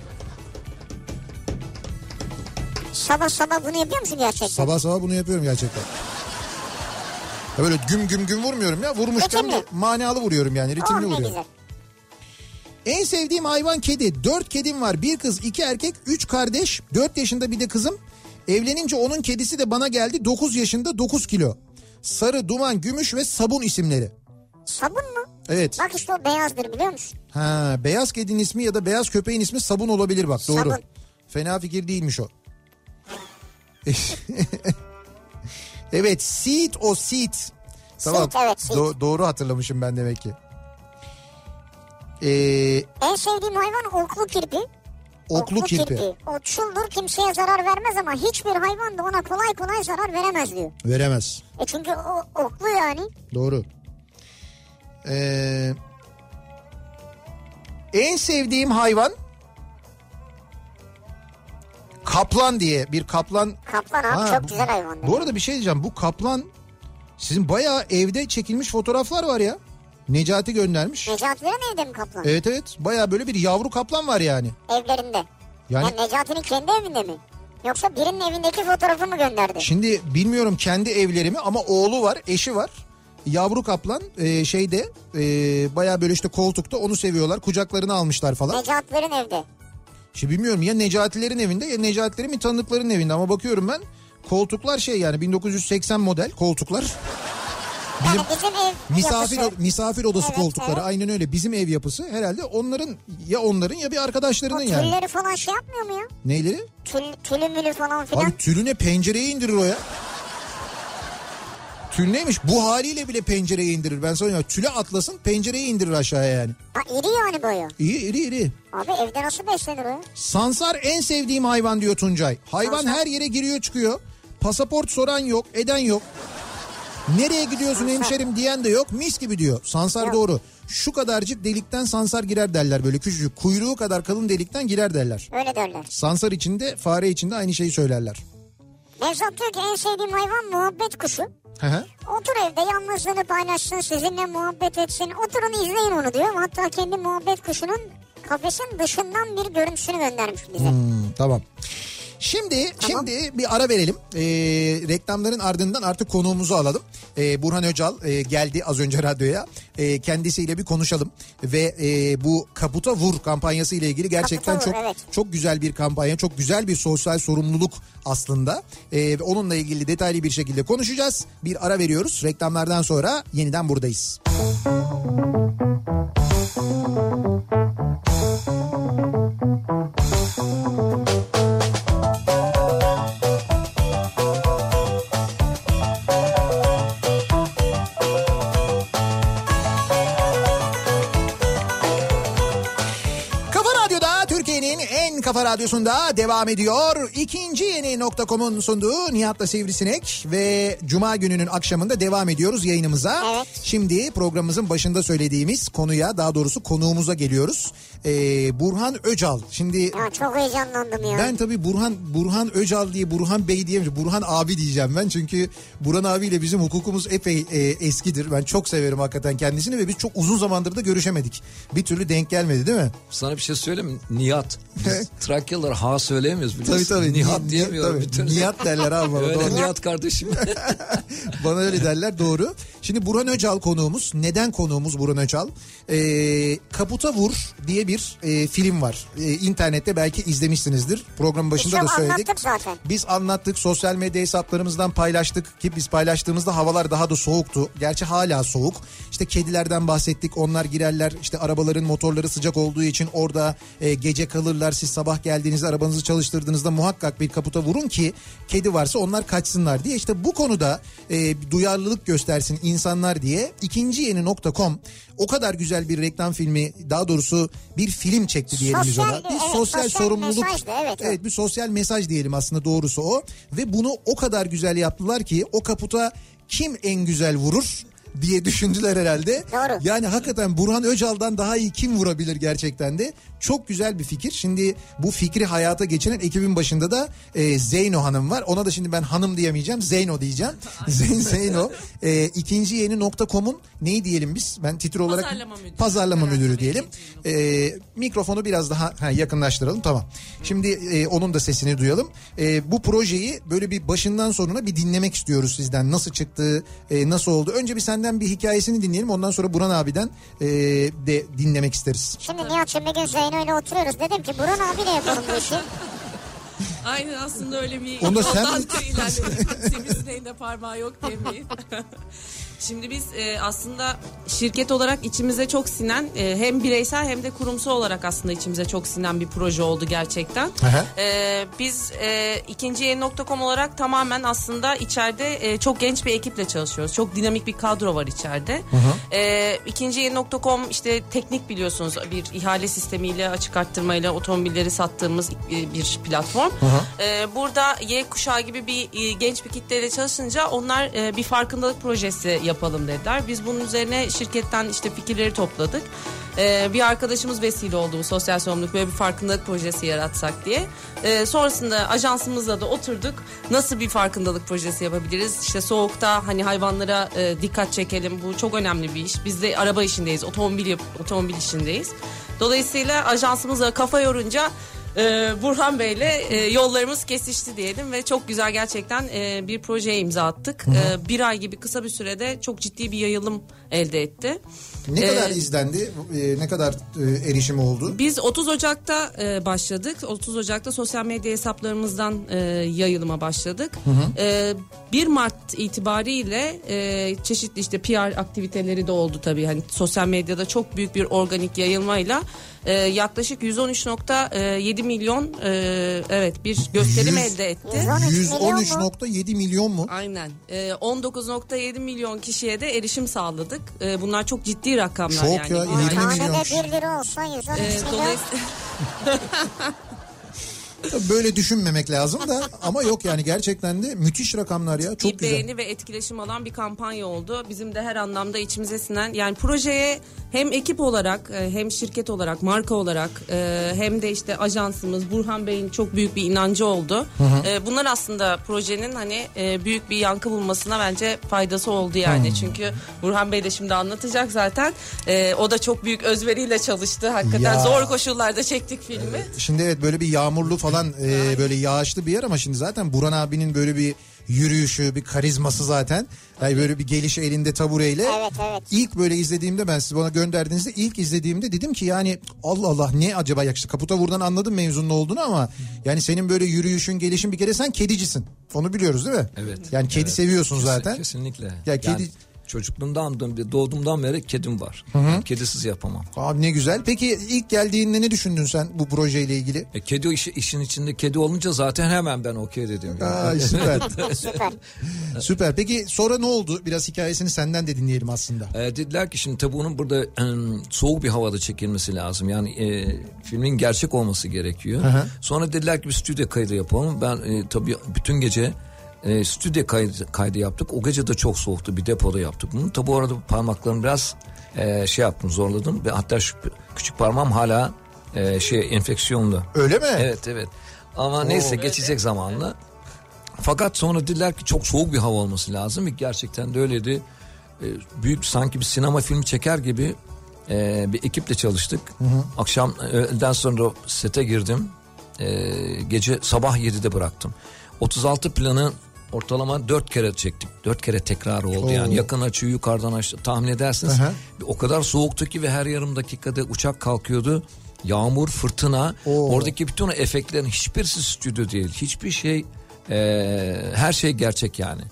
Sabah bunu yapıyor musun gerçekten? Sabah bunu yapıyorum gerçekten. Ya böyle güm vurmuyorum ya. Vurmuşken de manalı vuruyorum yani. Ritimli vuruyorum. Güzel. En sevdiğim hayvan kedi. 4 kedim var. 1 kız, 2 erkek, 3 kardeş. 4 yaşında bir de kızım. Evlenince onun kedisi de bana geldi. 9 yaşında, 9 kilo. Sarı, duman, gümüş ve sabun isimleri. Sabun mu? Evet. Bak işte o beyazdır biliyor musun? Beyaz kedinin ismi ya da beyaz köpeğin ismi sabun olabilir bak. Doğru. Sabun. Fena fikir değilmiş o. Evet, Seed. Tamam. Seed, evet, Seed. Doğru hatırlamışım ben demek ki. En sevdiğim hayvan oklu kirpi. Oklu kirpi. Otçuldur, kimseye zarar vermez ama hiçbir hayvan da ona kolay zarar veremez diyor. Veremez. Çünkü o oklu yani. Doğru. En sevdiğim hayvan kaplan diye bir kaplan. Kaplan abi çok güzel hayvan. Bu arada bir şey diyeceğim. Bu kaplan sizin bayağı evde çekilmiş fotoğraflar var ya. Necati göndermiş. Necatilerin evde mi kaplan? Evet. Bayağı böyle bir yavru kaplan var yani. Evlerinde. Yani Necati'nin kendi evinde mi? Yoksa birinin evindeki fotoğrafı mı gönderdi? Şimdi bilmiyorum kendi evleri mi ama oğlu var, eşi var. Yavru kaplan bayağı böyle işte koltukta, onu seviyorlar. Kucaklarına almışlar falan. Necatilerin evde. Şimdi bilmiyorum ya Necatilerin evinde ya Necatilerin bir tanıdıklarının evinde ama bakıyorum ben koltuklar yani 1980 model koltuklar. Bizim ev misafir odası koltukları, evet. Aynen öyle, bizim ev yapısı herhalde onların ya bir arkadaşlarının yani. Tülleri falan yapmıyor mu ya? Neyleri? Tülü falan filan. Abi tülüne pencereye indirir o ya. Tül neymiş? Bu haliyle bile pencereye indirir. Ben sana tüle atlasın, pencereye indirir aşağıya yani. İri yani baya. İyi iri. Abi evde nasıl beslenir o? Sansar en sevdiğim hayvan diyor Tuncay. Hayvan Sansar her yere giriyor çıkıyor. Pasaport soran yok, eden yok. Nereye gidiyorsun hemşerim diyen de yok, mis gibi diyor. Sansar yok. Doğru. Şu kadarcık delikten sansar girer derler, böyle küçücük kuyruğu kadar kalın delikten girer derler. Öyle derler. Sansar içinde, fare içinde aynı şeyi söylerler. Nevzat diyor ki en sevdiğim hayvan muhabbet kuşu. Otur evde yalnızlığını paylaşsın, sizinle muhabbet etsin. Oturun izleyin onu diyor. Hatta kendi muhabbet kuşunun kafesin dışından bir görüntüsünü göndermiş bize. Tamam. Şimdi bir ara verelim. Reklamların ardından artık konuğumuzu alalım. Burhan Öcal geldi az önce radyoya. Kendisiyle bir konuşalım. Ve bu Kaputa Vur kampanyası ile ilgili gerçekten çok güzel bir kampanya. Çok güzel bir sosyal sorumluluk aslında. Onunla ilgili detaylı bir şekilde konuşacağız. Bir ara veriyoruz. Reklamlardan sonra yeniden buradayız. Kafa Kafa Radyosu'nda devam ediyor. İkinci yeni nokta.com'un sunduğu Nihat'la Sivrisinek ve Cuma gününün akşamında devam ediyoruz yayınımıza. Evet. Şimdi programımızın başında söylediğimiz konuya, daha doğrusu konuğumuza geliyoruz. Burhan Öcal. Şimdi ya çok heyecanlandım ya. Ben tabii Burhan Öcal diye, Burhan Bey diyemeyeceğim. Burhan abi diyeceğim ben. Çünkü Burhan abiyle bizim hukukumuz epey eskidir. Ben çok severim hakikaten kendisini ve biz çok uzun zamandır da görüşemedik. Bir türlü denk gelmedi değil mi? Sana bir şey söyleyeyim mi? Nihat. Biz Trakyalılar ha söyleyemiyoruz biliyorsun. Tabii. Nihat diyemiyorum. Nihat derler abi. Öyle Nihat kardeşim. Bana öyle derler, doğru. Şimdi Burhan Öcal konuğumuz. Neden konuğumuz Burhan Öcal? Kaputa Vur diye bir film var. İnternette belki izlemişsinizdir. Programın başında da söyledik. Anlattık zaten. Biz anlattık, sosyal medya hesaplarımızdan paylaştık ki biz paylaştığımızda havalar daha da soğuktu. Gerçi hala soğuk. İşte kedilerden bahsettik. Onlar girerler, işte arabaların motorları sıcak olduğu için orada gece kalırlar. Siz sabah geldiğinizde arabanızı çalıştırdığınızda muhakkak bir kaputa vurun ki kedi varsa onlar kaçsınlar diye. İşte bu konuda duyarlılık göstersin insanlar diye ikinciyeni.com o kadar güzel bir reklam filmi, daha doğrusu bir film çekti diyelim biz ona. Bir sosyal sorumluluk. Evet, bir sosyal mesaj diyelim aslında, doğrusu o. Ve bunu o kadar güzel yaptılar ki o kaputa kim en güzel vurur diye düşündüler herhalde. Doğru. Yani hakikaten Burhan Öcal'dan daha iyi kim vurabilir gerçekten de. Çok güzel bir fikir. Şimdi bu fikri hayata geçiren ekibin başında da Zeyno Hanım var. Ona da şimdi ben hanım diyemeyeceğim. Zeyno diyeceğim. Zeyno. İkinciyeni.com'un neyi diyelim biz? Ben titre olarak pazarlama müdürü diyelim. Mikrofonu biraz daha yakınlaştıralım. Tamam. Şimdi onun da sesini duyalım. Bu projeyi böyle bir başından sonuna bir dinlemek istiyoruz sizden. Nasıl çıktı? Nasıl oldu? Önce bir senden bir hikayesini dinleyelim. Ondan sonra Burhan abiden de dinlemek isteriz. Şimdi Nihat'cığım bir gün Zeyno ile oturuyoruz. Dedim ki Burhan abiyle yapalım bu işi. Aynen, aslında öyle bir onda sen ilerledik. Sivrisineğin de parmağı yok demeyin. Şimdi biz aslında şirket olarak içimize çok sinen, hem bireysel hem de kurumsal olarak aslında içimize çok sinen bir proje oldu gerçekten. Biz ikinciyeni.com olarak tamamen aslında içeride çok genç bir ekiple çalışıyoruz. Çok dinamik bir kadro var içeride. İkinciyeni.com işte teknik, biliyorsunuz, bir ihale sistemiyle, açık arttırmayla otomobilleri sattığımız bir platform. Burada Y kuşağı gibi bir genç bir kitleyle çalışınca onlar bir farkındalık projesi yapalım dediler. Biz bunun üzerine şirketten işte fikirleri topladık. Bir arkadaşımız vesile oldu bu sosyal sorumluluk, böyle bir farkındalık projesi yaratsak diye. Sonrasında ajansımızla da oturduk. Nasıl bir farkındalık projesi yapabiliriz? İşte soğukta hani hayvanlara dikkat çekelim. Bu çok önemli bir iş. Biz de araba işindeyiz, otomobil işindeyiz. Dolayısıyla ajansımızla kafa yorunca Burhan Bey'le yollarımız kesişti diyelim ve çok güzel gerçekten bir projeye imza attık. Bir ay gibi kısa bir sürede çok ciddi bir yayılım elde etti. Ne kadar izlendi? Ne kadar erişim oldu? Biz 30 Ocak'ta başladık. 30 Ocak'ta sosyal medya hesaplarımızdan yayılıma başladık. 1 Mart itibariyle çeşitli işte PR aktiviteleri de oldu tabii. Hani sosyal medyada çok büyük bir organik yayılmayla yaklaşık 113.7 milyon bir gösterim elde etti. 113.7 milyon mu? Aynen. 19.7 milyon kişiye de erişim sağladık. Bunlar çok ciddi rakamlar. Çok yani. Ya, 20 milyon. Tanede 1 lira olsa 113 milyon. Böyle düşünmemek lazım da ama yok yani, gerçekten de müthiş rakamlar ya, çok güzel. Beğeni ve etkileşim alan bir kampanya oldu. Bizim de her anlamda içimize sinen, yani projeye hem ekip olarak hem şirket olarak, marka olarak hem de işte ajansımız Burhan Bey'in çok büyük bir inancı oldu. Bunlar aslında projenin hani büyük bir yankı bulmasına bence faydası oldu yani. Çünkü Burhan Bey de şimdi anlatacak zaten. O da çok büyük özveriyle çalıştı. Hakikaten zor koşullarda çektik filmi. Şimdi evet, böyle bir yağmurlu falan böyle yağışlı bir yer ama şimdi zaten Burhan abinin böyle bir yürüyüşü, bir karizması zaten. Yani böyle bir gelişi elinde tabureyle. Evet. İlk böyle izlediğimde, ben siz bana gönderdiğinizde ilk izlediğimde dedim ki yani Allah Allah, ne acaba yakıştı. Kaputa Vur'dan anladım mevzunun olduğunu ama yani senin böyle yürüyüşün, gelişin, bir kere sen kedicisin. Onu biliyoruz değil mi? Evet. Yani kedi seviyorsun zaten. Kesinlikle. Ya kedi Çocukluğumdan doğduğumdan beri kedim var. Yani kedisiz yapamam. Abi ne güzel. Peki ilk geldiğinde ne düşündün sen bu projeyle ilgili? Kedi işin içinde kedi olunca zaten hemen ben okey dedim. Yani. Süper. Süper. Peki sonra ne oldu? Biraz hikayesini senden de dinleyelim aslında. Dediler ki şimdi tabii onun burada soğuk bir havada çekilmesi lazım. Yani filmin gerçek olması gerekiyor. Sonra dediler ki bir stüdyo kaydı yapalım. Ben tabii bütün gece stüdyo kaydı yaptık. O gece de çok soğuktu. Bir depoda yaptık bunu. Tabii orada parmaklarımı biraz yaptım, zorladım. Ve hatta şu küçük parmağım hala enfeksiyonlu. Öyle mi? Evet. Ama neyse geçecek zamanla. Fakat sonra dediler ki çok soğuk bir hava olması lazım. Ve gerçekten de öyleydi. Büyük sanki bir sinema filmi çeker gibi bir ekiple çalıştık. Akşam öğleden sonra sete girdim. Gece sabah 7'de bıraktım. 36 planı ortalama 4 kere çektik. 4 kere tekrar oldu yani. Yakın açı, yukarıdan aşağı tahmin edersiniz. O kadar soğuktu ki ve her yarım dakikada uçak kalkıyordu. Yağmur, fırtına. Oradaki bütün o efektlerin hiçbirisi stüdyo değil. Hiçbir şey her şey gerçek yani.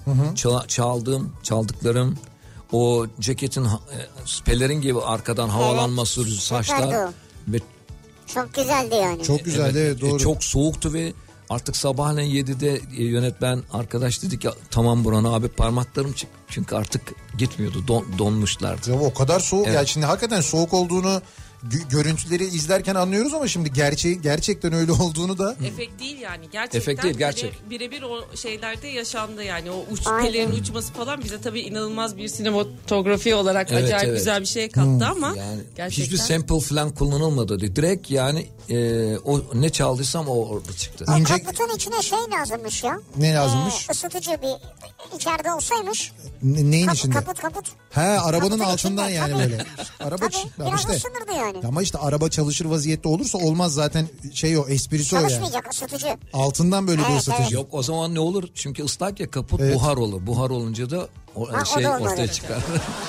Çaldıklarım, o ceketin pelerin gibi arkadan havalanması, saçlar ve çok güzeldi yani. Çok güzeldi, evet, doğru. Çok soğuktu ve artık sabahleyin 7'de yönetmen arkadaş dedi ki tamam Burhan abi parmaklarım çık. Çünkü artık gitmiyordu, donmuşlardı. Ya o kadar soğuk ya, şimdi hakikaten soğuk olduğunu görüntüleri izlerken anlıyoruz ama şimdi gerçekten öyle olduğunu da. Efekt değil yani, gerçekten. Efekt değil, gerçek. Birebir o şeylerde yaşandı yani, o pelerin uçması falan bize tabii inanılmaz bir sinematografi olarak acayip güzel bir şey kattı ama yani gerçekten. Hiçbir sample falan kullanılmadı. Direkt yani o ne çaldıysam o orada çıktı. O kaputun içine şey lazımmış ya. Ne lazımmış? Isıtıcı bir içeride olsaymış. Neyin içinde? Kaput. Arabanın altından yani tabii. böyle. Araba biraz ısınırdı yani. Ama işte araba çalışır vaziyette olursa olmaz zaten, o esprisi o yani. Çalışmayacak, ısıtıcı. Altından böyle bir ısıtıcı. Evet. Yok o zaman ne olur? Çünkü ıslak ya kaput, buhar olur. Buhar olunca da ortaya çıkar.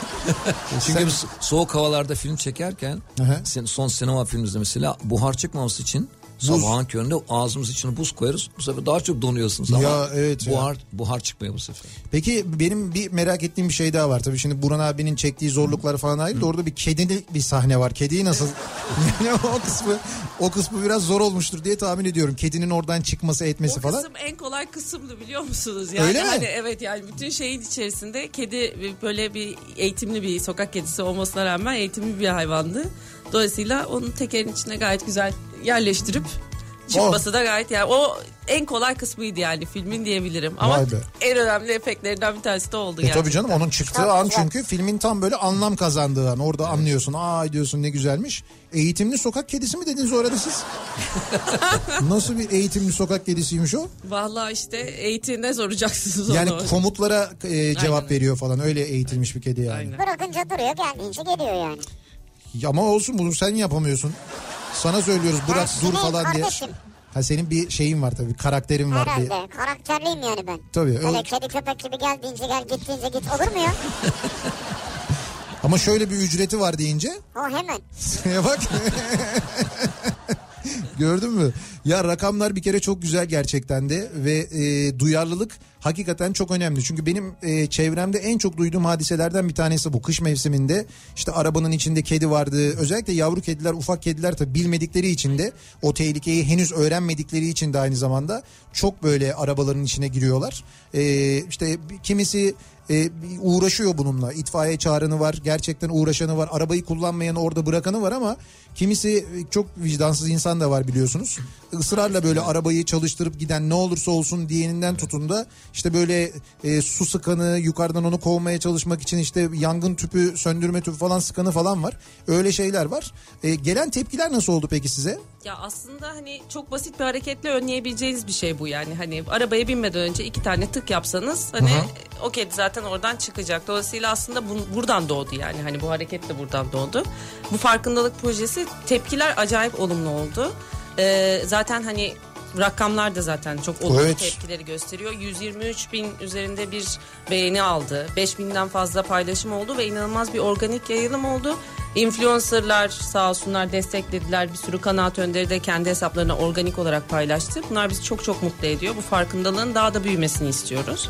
Çünkü biz soğuk havalarda film çekerken son sinema filmimizde mesela buhar çıkmaması için sabahın köründe ağzımız içine buz koyarız. Bu sefer daha çok donuyorsunuz ama buhar çıkmıyor bu sefer. Peki benim bir merak ettiğim bir şey daha var. Tabii şimdi Burhan abinin çektiği zorlukları falan ayrı da orada bir kedili bir sahne var. Kediyi nasıl? Yani o kısmı biraz zor olmuştur diye tahmin ediyorum. Kedinin oradan çıkması etmesi falan. O kısım en kolay kısımdı biliyor musunuz? Yani öyle mi? Evet yani bütün şeyin içerisinde kedi böyle bir eğitimli bir sokak kedisi olmasına rağmen eğitimli bir hayvandı. Dolayısıyla onun tekerin içine gayet güzel yerleştirip çıkması da gayet, yani o en kolay kısmıydı yani filmin diyebilirim. Ama en önemli efektlerinden bir tanesi de oldu gerçekten. Tabii canım, onun çıktığı an çünkü filmin tam böyle anlam kazandığı an. Orada anlıyorsun, diyorsun ne güzelmiş. Eğitimli sokak kedisi mi dediniz orada siz? Nasıl bir eğitimli sokak kedisiymiş o? Vallahi işte eğitimine soracaksınız onu. Yani komutlara cevap veriyor falan, öyle eğitilmiş bir kedi yani. Aynen. Bırakınca duruyor, geldiğince geliyor yani. Ama olsun, bunu sen yapamıyorsun. Sana söylüyoruz bırak dur falan kardeşim diye. Senin bir şeyin var tabii, karakterin var. Herhalde karakterliyim yani ben. Tabii. Öyle kedi köpek gibi geldiğince gel, gittiğince git olur mu ya? Ama şöyle bir ücreti var deyince. O hemen. Bak. Gördün mü? Ya rakamlar bir kere çok güzel gerçekten de ve duyarlılık hakikaten çok önemli. Çünkü benim çevremde en çok duyduğum hadiselerden bir tanesi bu. Kış mevsiminde işte arabanın içinde kedi vardı. Özellikle yavru kediler, ufak kediler tabii bilmedikleri için de, o tehlikeyi henüz öğrenmedikleri için de aynı zamanda çok böyle arabaların içine giriyorlar. İşte kimisi uğraşıyor bununla. İtfaiye çağıranı var, gerçekten uğraşanı var, arabayı kullanmayanı orada bırakanı var ama kimisi çok vicdansız insan da var biliyorsunuz. Israrla böyle arabayı çalıştırıp giden, ne olursa olsun diyeninden tutun da işte böyle su sıkanı, yukarıdan onu kovmaya çalışmak için işte yangın tüpü, söndürme tüpü falan sıkanı falan var. Öyle şeyler var. Gelen tepkiler nasıl oldu peki size? Ya aslında hani çok basit bir hareketle önleyebileceğiniz bir şey bu yani. Hani arabaya binmeden önce 2 tane tık yapsanız hani o kedi zaten oradan çıkacak. Dolayısıyla aslında buradan doğdu yani. Hani bu hareket de buradan doğdu. Bu farkındalık projesi, tepkiler acayip olumlu oldu. Zaten hani rakamlar da zaten çok olumlu tepkileri gösteriyor. 123 bin üzerinde bir beğeni aldı. 5 binden fazla paylaşım oldu ve inanılmaz bir organik yayılım oldu. Influencerlar sağ olsunlar desteklediler. Bir sürü kanaat önderi de kendi hesaplarına organik olarak paylaştı. Bunlar bizi çok çok mutlu ediyor. Bu farkındalığın daha da büyümesini istiyoruz.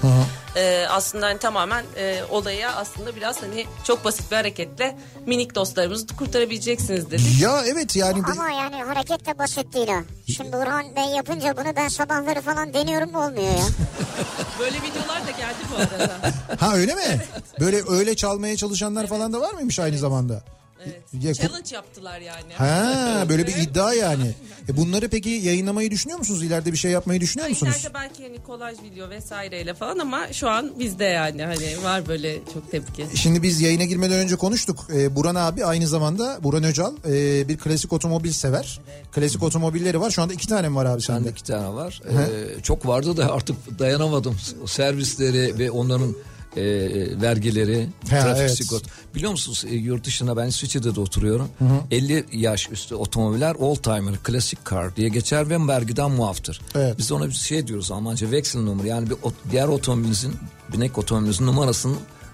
aslında hani tamamen olaya aslında biraz hani çok basit bir hareketle minik dostlarımızı kurtarabileceksiniz dedik. Ya evet yani. Ama yani hareket de basit değil ha. Şimdi Burhan Bey yapınca bunu ben sabahları falan deniyorum, olmuyor ya. Böyle videolar da geldi bu arada. Ha öyle mi? Evet. Böyle öyle çalmaya çalışanlar falan da var mıymış aynı zamanda? Evet. Challenge yaptılar yani. Ha böyle bir iddia yani. Bunları peki yayınlamayı düşünüyor musunuz? İleride bir şey yapmayı düşünüyor musunuz? İleride belki hani kolaj video vesaireyle falan ama şu an bizde yani hani var böyle çok tepki. Şimdi biz yayına girmeden önce konuştuk. Burhan abi aynı zamanda Burhan Öcal bir klasik otomobil sever. Evet. Klasik otomobilleri var. Şu anda 2 tane mi var abi sende? 2 tane var. Çok vardı da artık dayanamadım. O servisleri ve onların vergileri, trafik sigorta. Biliyor musunuz yurt dışında ben İsviçre'de de oturuyorum. 50 yaş üstü otomobiller old timer, klasik car diye geçer ve vergiden muaftır. Evet. Biz ona bir şey diyoruz Almanca Wechselnummer, yani bir diğer otomobilinizin, binek otomobilinizin numarasını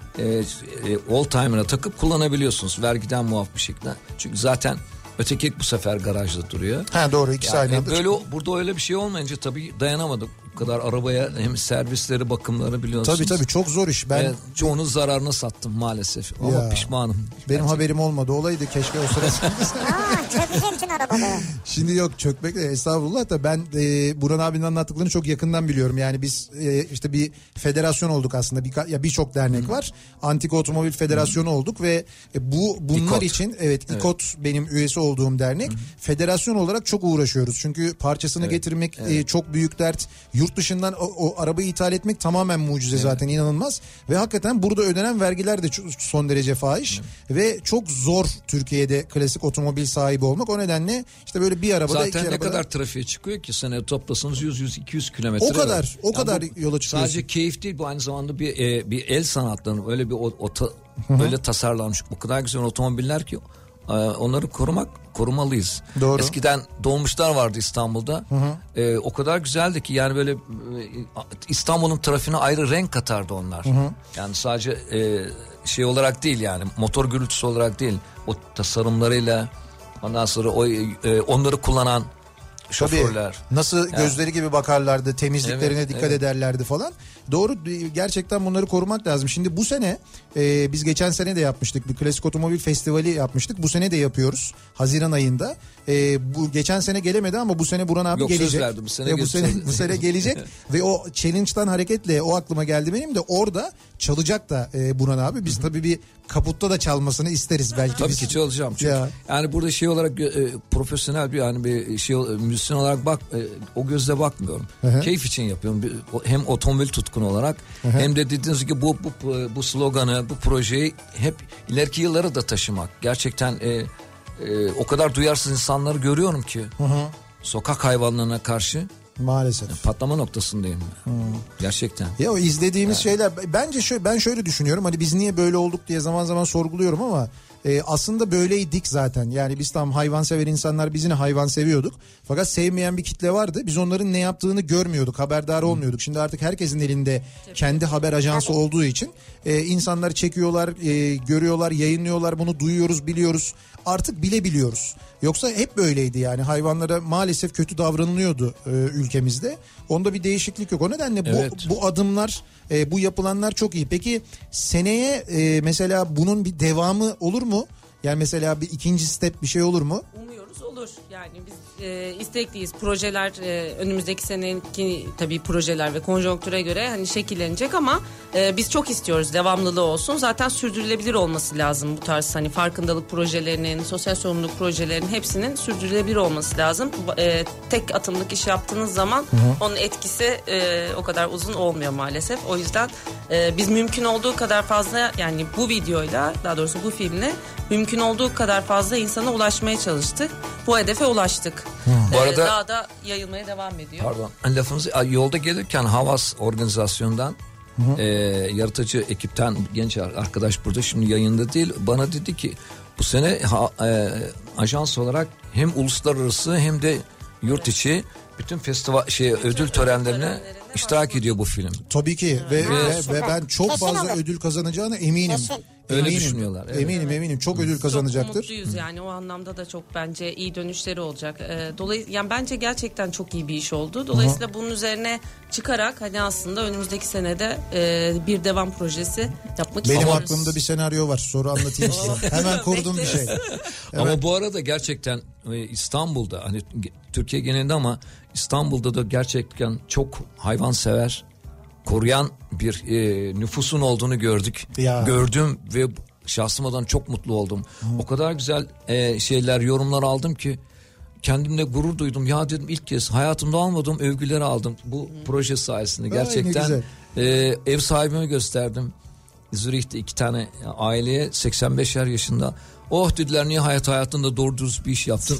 old timer'a takıp kullanabiliyorsunuz vergiden muaf bir şekilde. Çünkü zaten öteki bu sefer garajda duruyor. Ha doğru, ikisi aynı anda. Böyle burada öyle bir şey olmayınca tabii dayanamadım. Bu kadar arabaya hem servisleri, bakımları biliyorsunuz. Tabii çok zor iş. Ben çoğunun zararını sattım maalesef. Ama pişmanım. Benim haberim olmadı. Olaydı keşke o sırada. Çökeceksin arabaları. Şimdi yok çökmek de estağfurullah da ben Burhan abinin anlattıklarını çok yakından biliyorum. Yani biz işte bir federasyon olduk aslında. Birçok dernek var. Antika Otomobil Federasyonu olduk ve bunlar İKOT. için İKOT benim üyesi olduğum dernek. Federasyon olarak çok uğraşıyoruz. Çünkü parçasını getirmek çok büyük dert. Yurt dışından o arabayı ithal etmek tamamen mucize zaten, inanılmaz. Ve hakikaten burada ödenen vergiler de son derece fahiş. Ve çok zor Türkiye'de klasik otomobil sahibi olmak. O nedenle işte böyle bir arabada zaten iki arabada. Zaten ne kadar trafiğe çıkıyor ki seneye toplasanız 100-200 kilometre. O kadar yola çıkıyorsun. Sadece keyif değil, bu aynı zamanda bir el sanatlarının öyle bir öyle tasarlanmış. Bu kadar güzel otomobiller ki onları korumalıyız. Doğru. Eskiden dolmuşlar vardı İstanbul'da. O kadar güzeldi ki yani böyle İstanbul'un trafiğine ayrı renk katardı onlar. Yani sadece şey olarak değil, yani motor gürültüsü olarak değil, o tasarımlarıyla, ondan sonra onları kullanan şoförler. Tabii, nasıl gözleri gibi bakarlardı, temizliklerine dikkat ederlerdi falan. Doğru, gerçekten bunları korumak lazım. Şimdi bu sene biz geçen sene de yapmıştık, bir klasik otomobil festivali yapmıştık. Bu sene de yapıyoruz Haziran ayında. Bu geçen sene gelemedi ama bu sene Burhan abi gelecek. Söz verdi, bu sene gelecek ve o challenge'dan hareketle o aklıma geldi benim de, orada çalacak da Burhan abi. Biz tabii bir kaputta da çalmasını isteriz belki. Tabii ki çalacağım. Çünkü yani burada şey olarak profesyonel bir şey müzisyen olarak o gözle bakmıyorum. Keyif için yapıyorum. Hem otomobil tutkunu olarak hem de dediğiniz gibi bu sloganı, bu projeyi hep ileriki yıllara da taşımak. Gerçekten o kadar duyarsız insanları görüyorum ki sokak hayvanlarına karşı. Maalesef. Patlama noktasındayım. Gerçekten. Ya o izlediğimiz şeyler, bence ben şöyle düşünüyorum. Hani biz niye böyle olduk diye zaman zaman sorguluyorum ama aslında böyleydik zaten. Yani biz tam hayvansever insanlar, biz yine hayvan seviyorduk. Fakat sevmeyen bir kitle vardı. Biz onların ne yaptığını görmüyorduk, haberdar olmuyorduk. Şimdi artık herkesin elinde kendi haber ajansı olduğu için insanlar çekiyorlar, görüyorlar, yayınlıyorlar. Bunu duyuyoruz, biliyoruz. Artık bilebiliyoruz. Yoksa hep böyleydi yani, hayvanlara maalesef kötü davranılıyordu ülkemizde. Onda bir değişiklik yok. O nedenle bu adımlar, bu yapılanlar çok iyi. Peki seneye mesela bunun bir devamı olur mu? Yani mesela bir ikinci step bir şey olur mu? Umuyoruz olur. Yani biz istekliyiz. Projeler önümüzdeki seneki tabii projeler ve konjonktüre göre hani şekillenecek ama biz çok istiyoruz devamlılığı olsun. Zaten sürdürülebilir olması lazım bu tarz hani farkındalık projelerinin, sosyal sorumluluk projelerinin hepsinin sürdürülebilir olması lazım. Tek atımlık iş yaptığınız zaman onun etkisi o kadar uzun olmuyor maalesef. O yüzden biz mümkün olduğu kadar fazla, yani bu videoyla, daha doğrusu bu filmle mümkün olduğu kadar fazla insana ulaşmaya çalıştık. Bu hedefe ulaştık. Bu arada daha da yayılmaya devam ediyor. Pardon, lafınızı yolda gelirken Havas organizasyondan yaratıcı ekipten genç arkadaş burada şimdi yayında değil, bana dedi ki bu sene ajans olarak hem uluslararası hem de yurt içi bütün festival ödül törenlerine iştirak ediyor bu film. Tabii ki ve ben çok fazla ödül kazanacağına eminim. Öyle düşünüyorlar. Evet. Eminim çok ödül kazanacaktır. Çok mutluyuz yani, o anlamda da çok bence iyi dönüşleri olacak. Yani bence gerçekten çok iyi bir iş oldu. Dolayısıyla bunun üzerine çıkarak hani aslında önümüzdeki senede bir devam projesi yapmak istiyoruz. Benim aklımda bir senaryo var. Sonra anlatayım size. Hemen kurdum bir şey. Evet. Ama bu arada gerçekten İstanbul'da, hani Türkiye genelinde ama İstanbul'da da gerçekten çok hayvansever, koruyan bir nüfusun olduğunu gördüm ve şahsımadan çok mutlu oldum. O kadar güzel yorumlar aldım ki kendimle gurur duydum. Ya dedim, ilk kez hayatımda almadığım övgüleri aldım bu proje sayesinde. Gerçekten ev sahibime gösterdim. Zürih'te 2 tane aileye, 85'er yaşında. Oh dediler, niye hayatında doğru dürüst bir iş yaptın?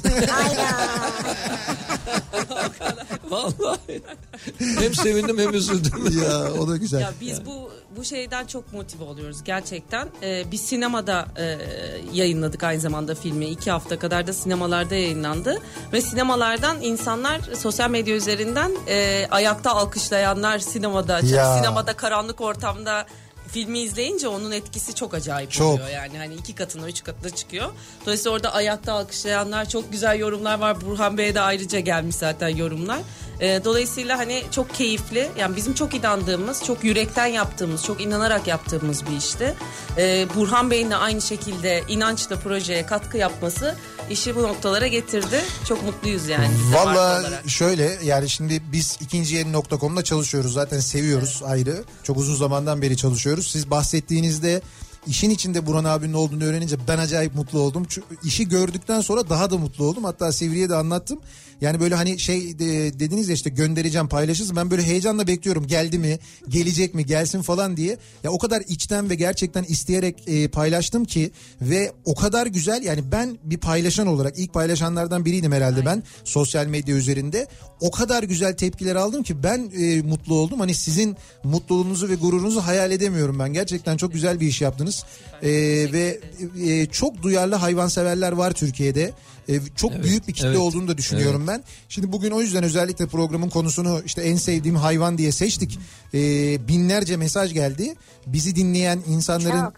Vallahi hem sevindim hem üzüldüm. Ya o da güzel. Ya biz bu şeyden çok motive oluyoruz gerçekten. Biz sinemada yayınladık aynı zamanda filmi. 2 hafta kadar da sinemalarda yayınlandı. Ve sinemalardan insanlar sosyal medya üzerinden ayakta alkışlayanlar sinemada. Sinemada karanlık ortamda filmi izleyince onun etkisi çok acayip oluyor. Yani hani 2 katına 3 katına çıkıyor. Dolayısıyla orada ayakta alkışlayanlar, çok güzel yorumlar var. Burhan Bey'e de ayrıca gelmiş zaten yorumlar. Dolayısıyla hani çok keyifli. Yani bizim çok inandığımız, çok yürekten yaptığımız, çok inanarak yaptığımız bir işti. Burhan Bey'in de aynı şekilde inançla projeye katkı yapması işi bu noktalara getirdi. Çok mutluyuz yani. Valla şöyle, yani şimdi biz ikinciyeni.com'da çalışıyoruz. Zaten seviyoruz ayrı. Çok uzun zamandan beri çalışıyoruz. Siz bahsettiğinizde işin içinde Burhan abinin olduğunu öğrenince ben acayip mutlu oldum. İşi gördükten sonra daha da mutlu oldum. Hatta Sivri'ye de anlattım. Yani böyle hani dediniz ya, işte göndereceğim, paylaşırız. Ben böyle heyecanla bekliyorum. Geldi mi? Gelecek mi? Gelsin falan diye. Ya o kadar içten ve gerçekten isteyerek paylaştım ki ve o kadar güzel, yani ben bir paylaşan olarak ilk paylaşanlardan biriydim herhalde ben sosyal medya üzerinde. O kadar güzel tepkiler aldım ki ben mutlu oldum. Hani sizin mutluluğunuzu ve gururunuzu hayal edemiyorum ben. Gerçekten çok güzel bir iş yaptınız. Ve çok duyarlı hayvanseverler var Türkiye'de. Çok büyük bir kitle olduğunu da düşünüyorum ben. Şimdi bugün o yüzden özellikle programın konusunu işte en sevdiğim hayvan diye seçtik. Binlerce mesaj geldi. Bizi dinleyen insanların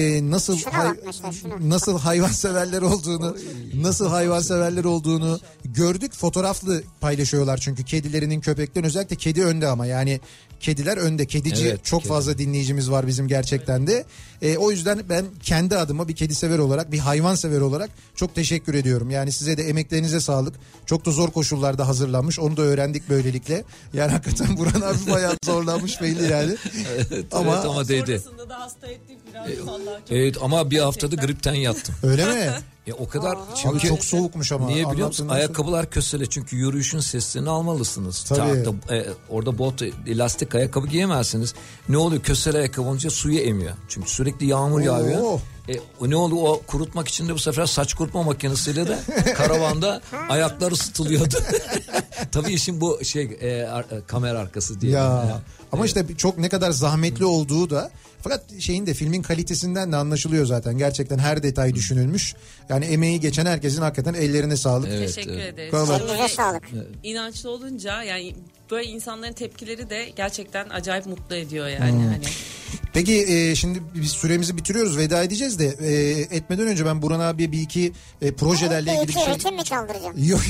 nasıl hayvanseverler olduğunu gördük. Fotoğraflı paylaşıyorlar çünkü kedilerinin, köpeklerin, özellikle kedi önde ama yani kediler önde. Kedici çok fazla dinleyicimiz var bizim gerçekten de. O yüzden ben kendi adıma bir kedi sever olarak, bir hayvan sever olarak çok teşekkür ediyorum. Yani size de emeklerinize sağlık. Çok da zor koşullarda hazırlanmış. Onu da öğrendik böylelikle. Yani hakikaten Burhan abi bayağı zorlanmış belli yani. ama değdi. Sonrasında da hasta ettik biraz. Evet ama bir haftada gripten yattım. Öyle mi? O kadar çünkü çok soğukmuş ama. Niye biliyor musun? Ayakkabılar kösele, çünkü yürüyüşün seslerini almalısınız. Tabii. Orada bot, elastik ayakkabı giyemezsiniz. Ne oluyor? Kösele ayakkabı olunca suyu emiyor. Çünkü sürekli yağmur yağıyor. Ne oluyor? O kurutmak için de bu sefer saç kurutma makinesiyle de karavanda ayaklar ısıtılıyordu. Tabii işin bu kamera arkası diye. Ama işte çok ne kadar zahmetli olduğu da, fakat filmin kalitesinden de anlaşılıyor zaten. Gerçekten her detay düşünülmüş. Yani emeği geçen herkesin hakikaten ellerine sağlık. Teşekkür ederiz. Elinize sağlık. İnançlı olunca yani böyle insanların tepkileri de gerçekten acayip mutlu ediyor yani. Hani. Peki şimdi biz süremizi bitiriyoruz, veda edeceğiz de etmeden önce ben Burhan abiye bir iki projelerle ilgili bir şey... Ritim mi çaldıracağım? Yok.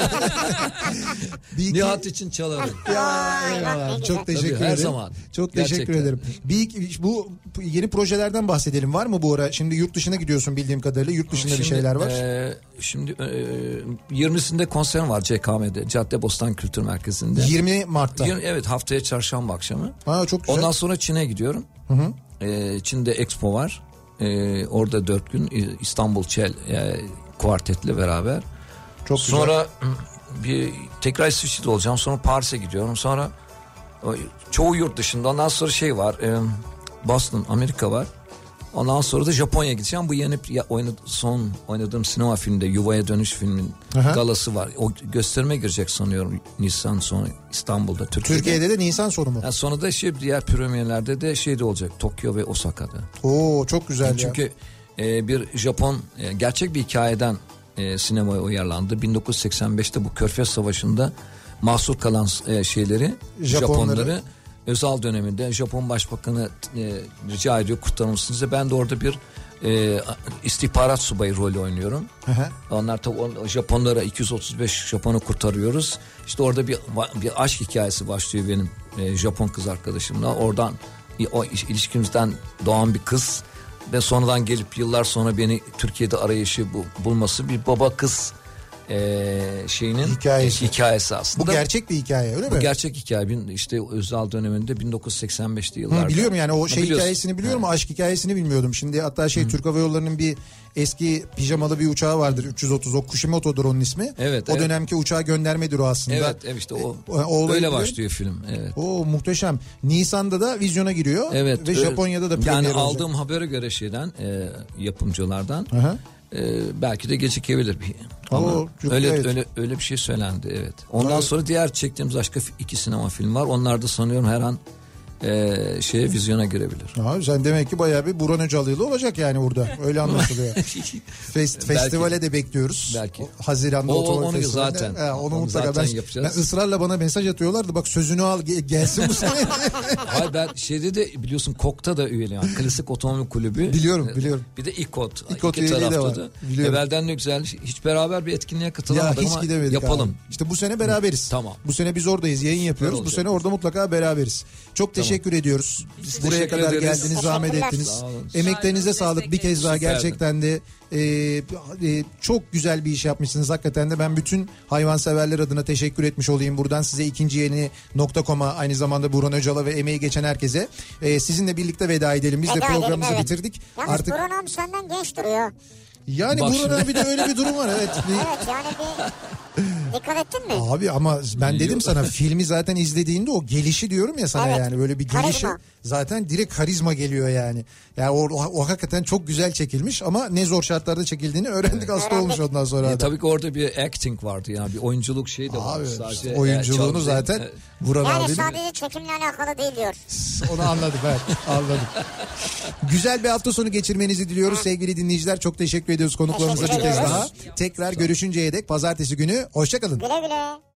Nihat için çalarım. Çok teşekkür ederim. Her zaman. Çok teşekkür ederim. Bu yeni projelerden bahsedelim. Var mı bu ara? Şimdi yurt dışına gidiyorsun bildiğim kadarıyla. Yurt dışında bir şeyler var. Şimdi 20'sinde konserim var CKM'de. Caddebostan Kültür Merkezi'nde. 20 Mart'ta. Evet, haftaya çarşamba akşamı. Çok güzel. Ondan sonra Çin'e gidiyorum. Çin'de Expo var. Orada 4 gün İstanbul Çel kuartetle beraber. Çok güzel. Sonra tekrar İsviçre'de olacağım. Sonra Paris'e gidiyorum. Sonra çoğu yurt dışında. Ondan sonra var. Boston, Amerika var. Ondan sonra da Japonya'ya gideceğim. Bu yeni son oynadığım sinema filminde Yuvaya Dönüş filmin galası var. O gösterime girecek sanıyorum Nisan sonu İstanbul'da, Türkiye'de de Nisan sonu mu? Yani sonra da diğer premierlerde de olacak, Tokyo ve Osaka'da. Çok güzel. Çünkü bir Japon gerçek bir hikayeden sinemaya uyarlandı. 1985'te bu Körfez Savaşı'nda mahsur kalan Japonları Özal döneminde Japon Başbakanı rica ediyor kurtarır mısınız diye. Ben de orada bir istihbarat subayı rolü oynuyorum. Onlar tabii Japonlara 235 Japon'u kurtarıyoruz. İşte orada bir aşk hikayesi başlıyor benim Japon kız arkadaşımla. Oradan o ilişkimizden doğan bir kız ve sonradan gelip yıllar sonra beni Türkiye'de arayışı bulması bir baba kız şeyinin hikayesi aslında. Bu gerçek bir hikaye öyle mi? Bu gerçek hikaye. İşte Özal döneminde 1985'li yıllarda. Biliyorum yani o hikayesini biliyorum, aşk hikayesini bilmiyordum. Şimdi hatta Türk Hava Yolları'nın bir eski pijamalı bir uçağı vardır 330, o Kushimoto'dur onun ismi. Evet. O dönemki uçağı göndermedir o aslında. Evet işte o öyle başlıyor film. Evet. O muhteşem. Nisan'da da vizyona giriyor. Evet. Ve Japonya'da da premier olacak. Yani aldığım habere göre yapımcılardan. Belki de gecikebilir. Ama öyle bir şey söylendi, evet. Ondan sonra diğer çektiğimiz başka 2 sinema film var. Onlar da sanıyorum her an vizyona girebilir. Sen demek ki bayağı bir Burhan Öcalı'yla olacak yani burada. Öyle anlaşılıyor. Festivale de bekliyoruz. Belki. Haziran'da Otomobil Festivali'nde. Zaten. Onu mutlaka yapacağız. Ben ısrarla bana mesaj atıyorlardı. Bak sözünü al gelsin bu sene. Hayır, ben de biliyorsun KOK'ta da üyeli. Yani Klasik Otomobil Kulübü. Biliyorum. Bir de İKOT. İKOT üyeliği de var. Evvelden ne güzel. Hiç beraber bir etkinliğe katılamadık ama yapalım. Abi. İşte bu sene beraberiz. Tamam. Bu sene biz oradayız. Yayın yapıyoruz. Bu sene orada mutlaka beraberiz. Çok teşekkür ediyoruz. Buraya kadar geldiniz, zahmet ettiniz. Emeklerinize sağlık bir kez daha, gerçekten de çok güzel bir iş yapmışsınız hakikaten de. Ben bütün hayvanseverler adına teşekkür etmiş olayım buradan size. ikinciyeni.com'a, aynı zamanda Burhan Öcal'a ve emeği geçen herkese. Sizinle birlikte veda edelim. Biz de programımızı bitirdik. Yalnız artık Burhan abi senden genç duruyor. Yani Burhan abi de öyle bir durum var, evet. Evet yani dikkat ettin mi? Abi ama ben dedim sana, filmi zaten izlediğinde o gelişi diyorum ya sana, yani böyle bir gelişi zaten direkt karizma geliyor yani. Yani o hakikaten çok güzel çekilmiş ama ne zor şartlarda çekildiğini öğrendik, hasta olmuş ondan sonra. Tabii ki orada bir acting vardı yani, bir oyunculuk şeyi de var. Abi, sadece oyunculuğunu zaten Burhan abi. Yani sadece çekimle alakalı değil diyor. Onu anladım, evet, anladım. Güzel bir hafta sonu geçirmenizi diliyoruz sevgili dinleyiciler. Çok teşekkür ediyoruz konuklarımıza bir kez daha. Tekrar görüşünceye dek pazartesi günü hoşça kalın. Güle güle.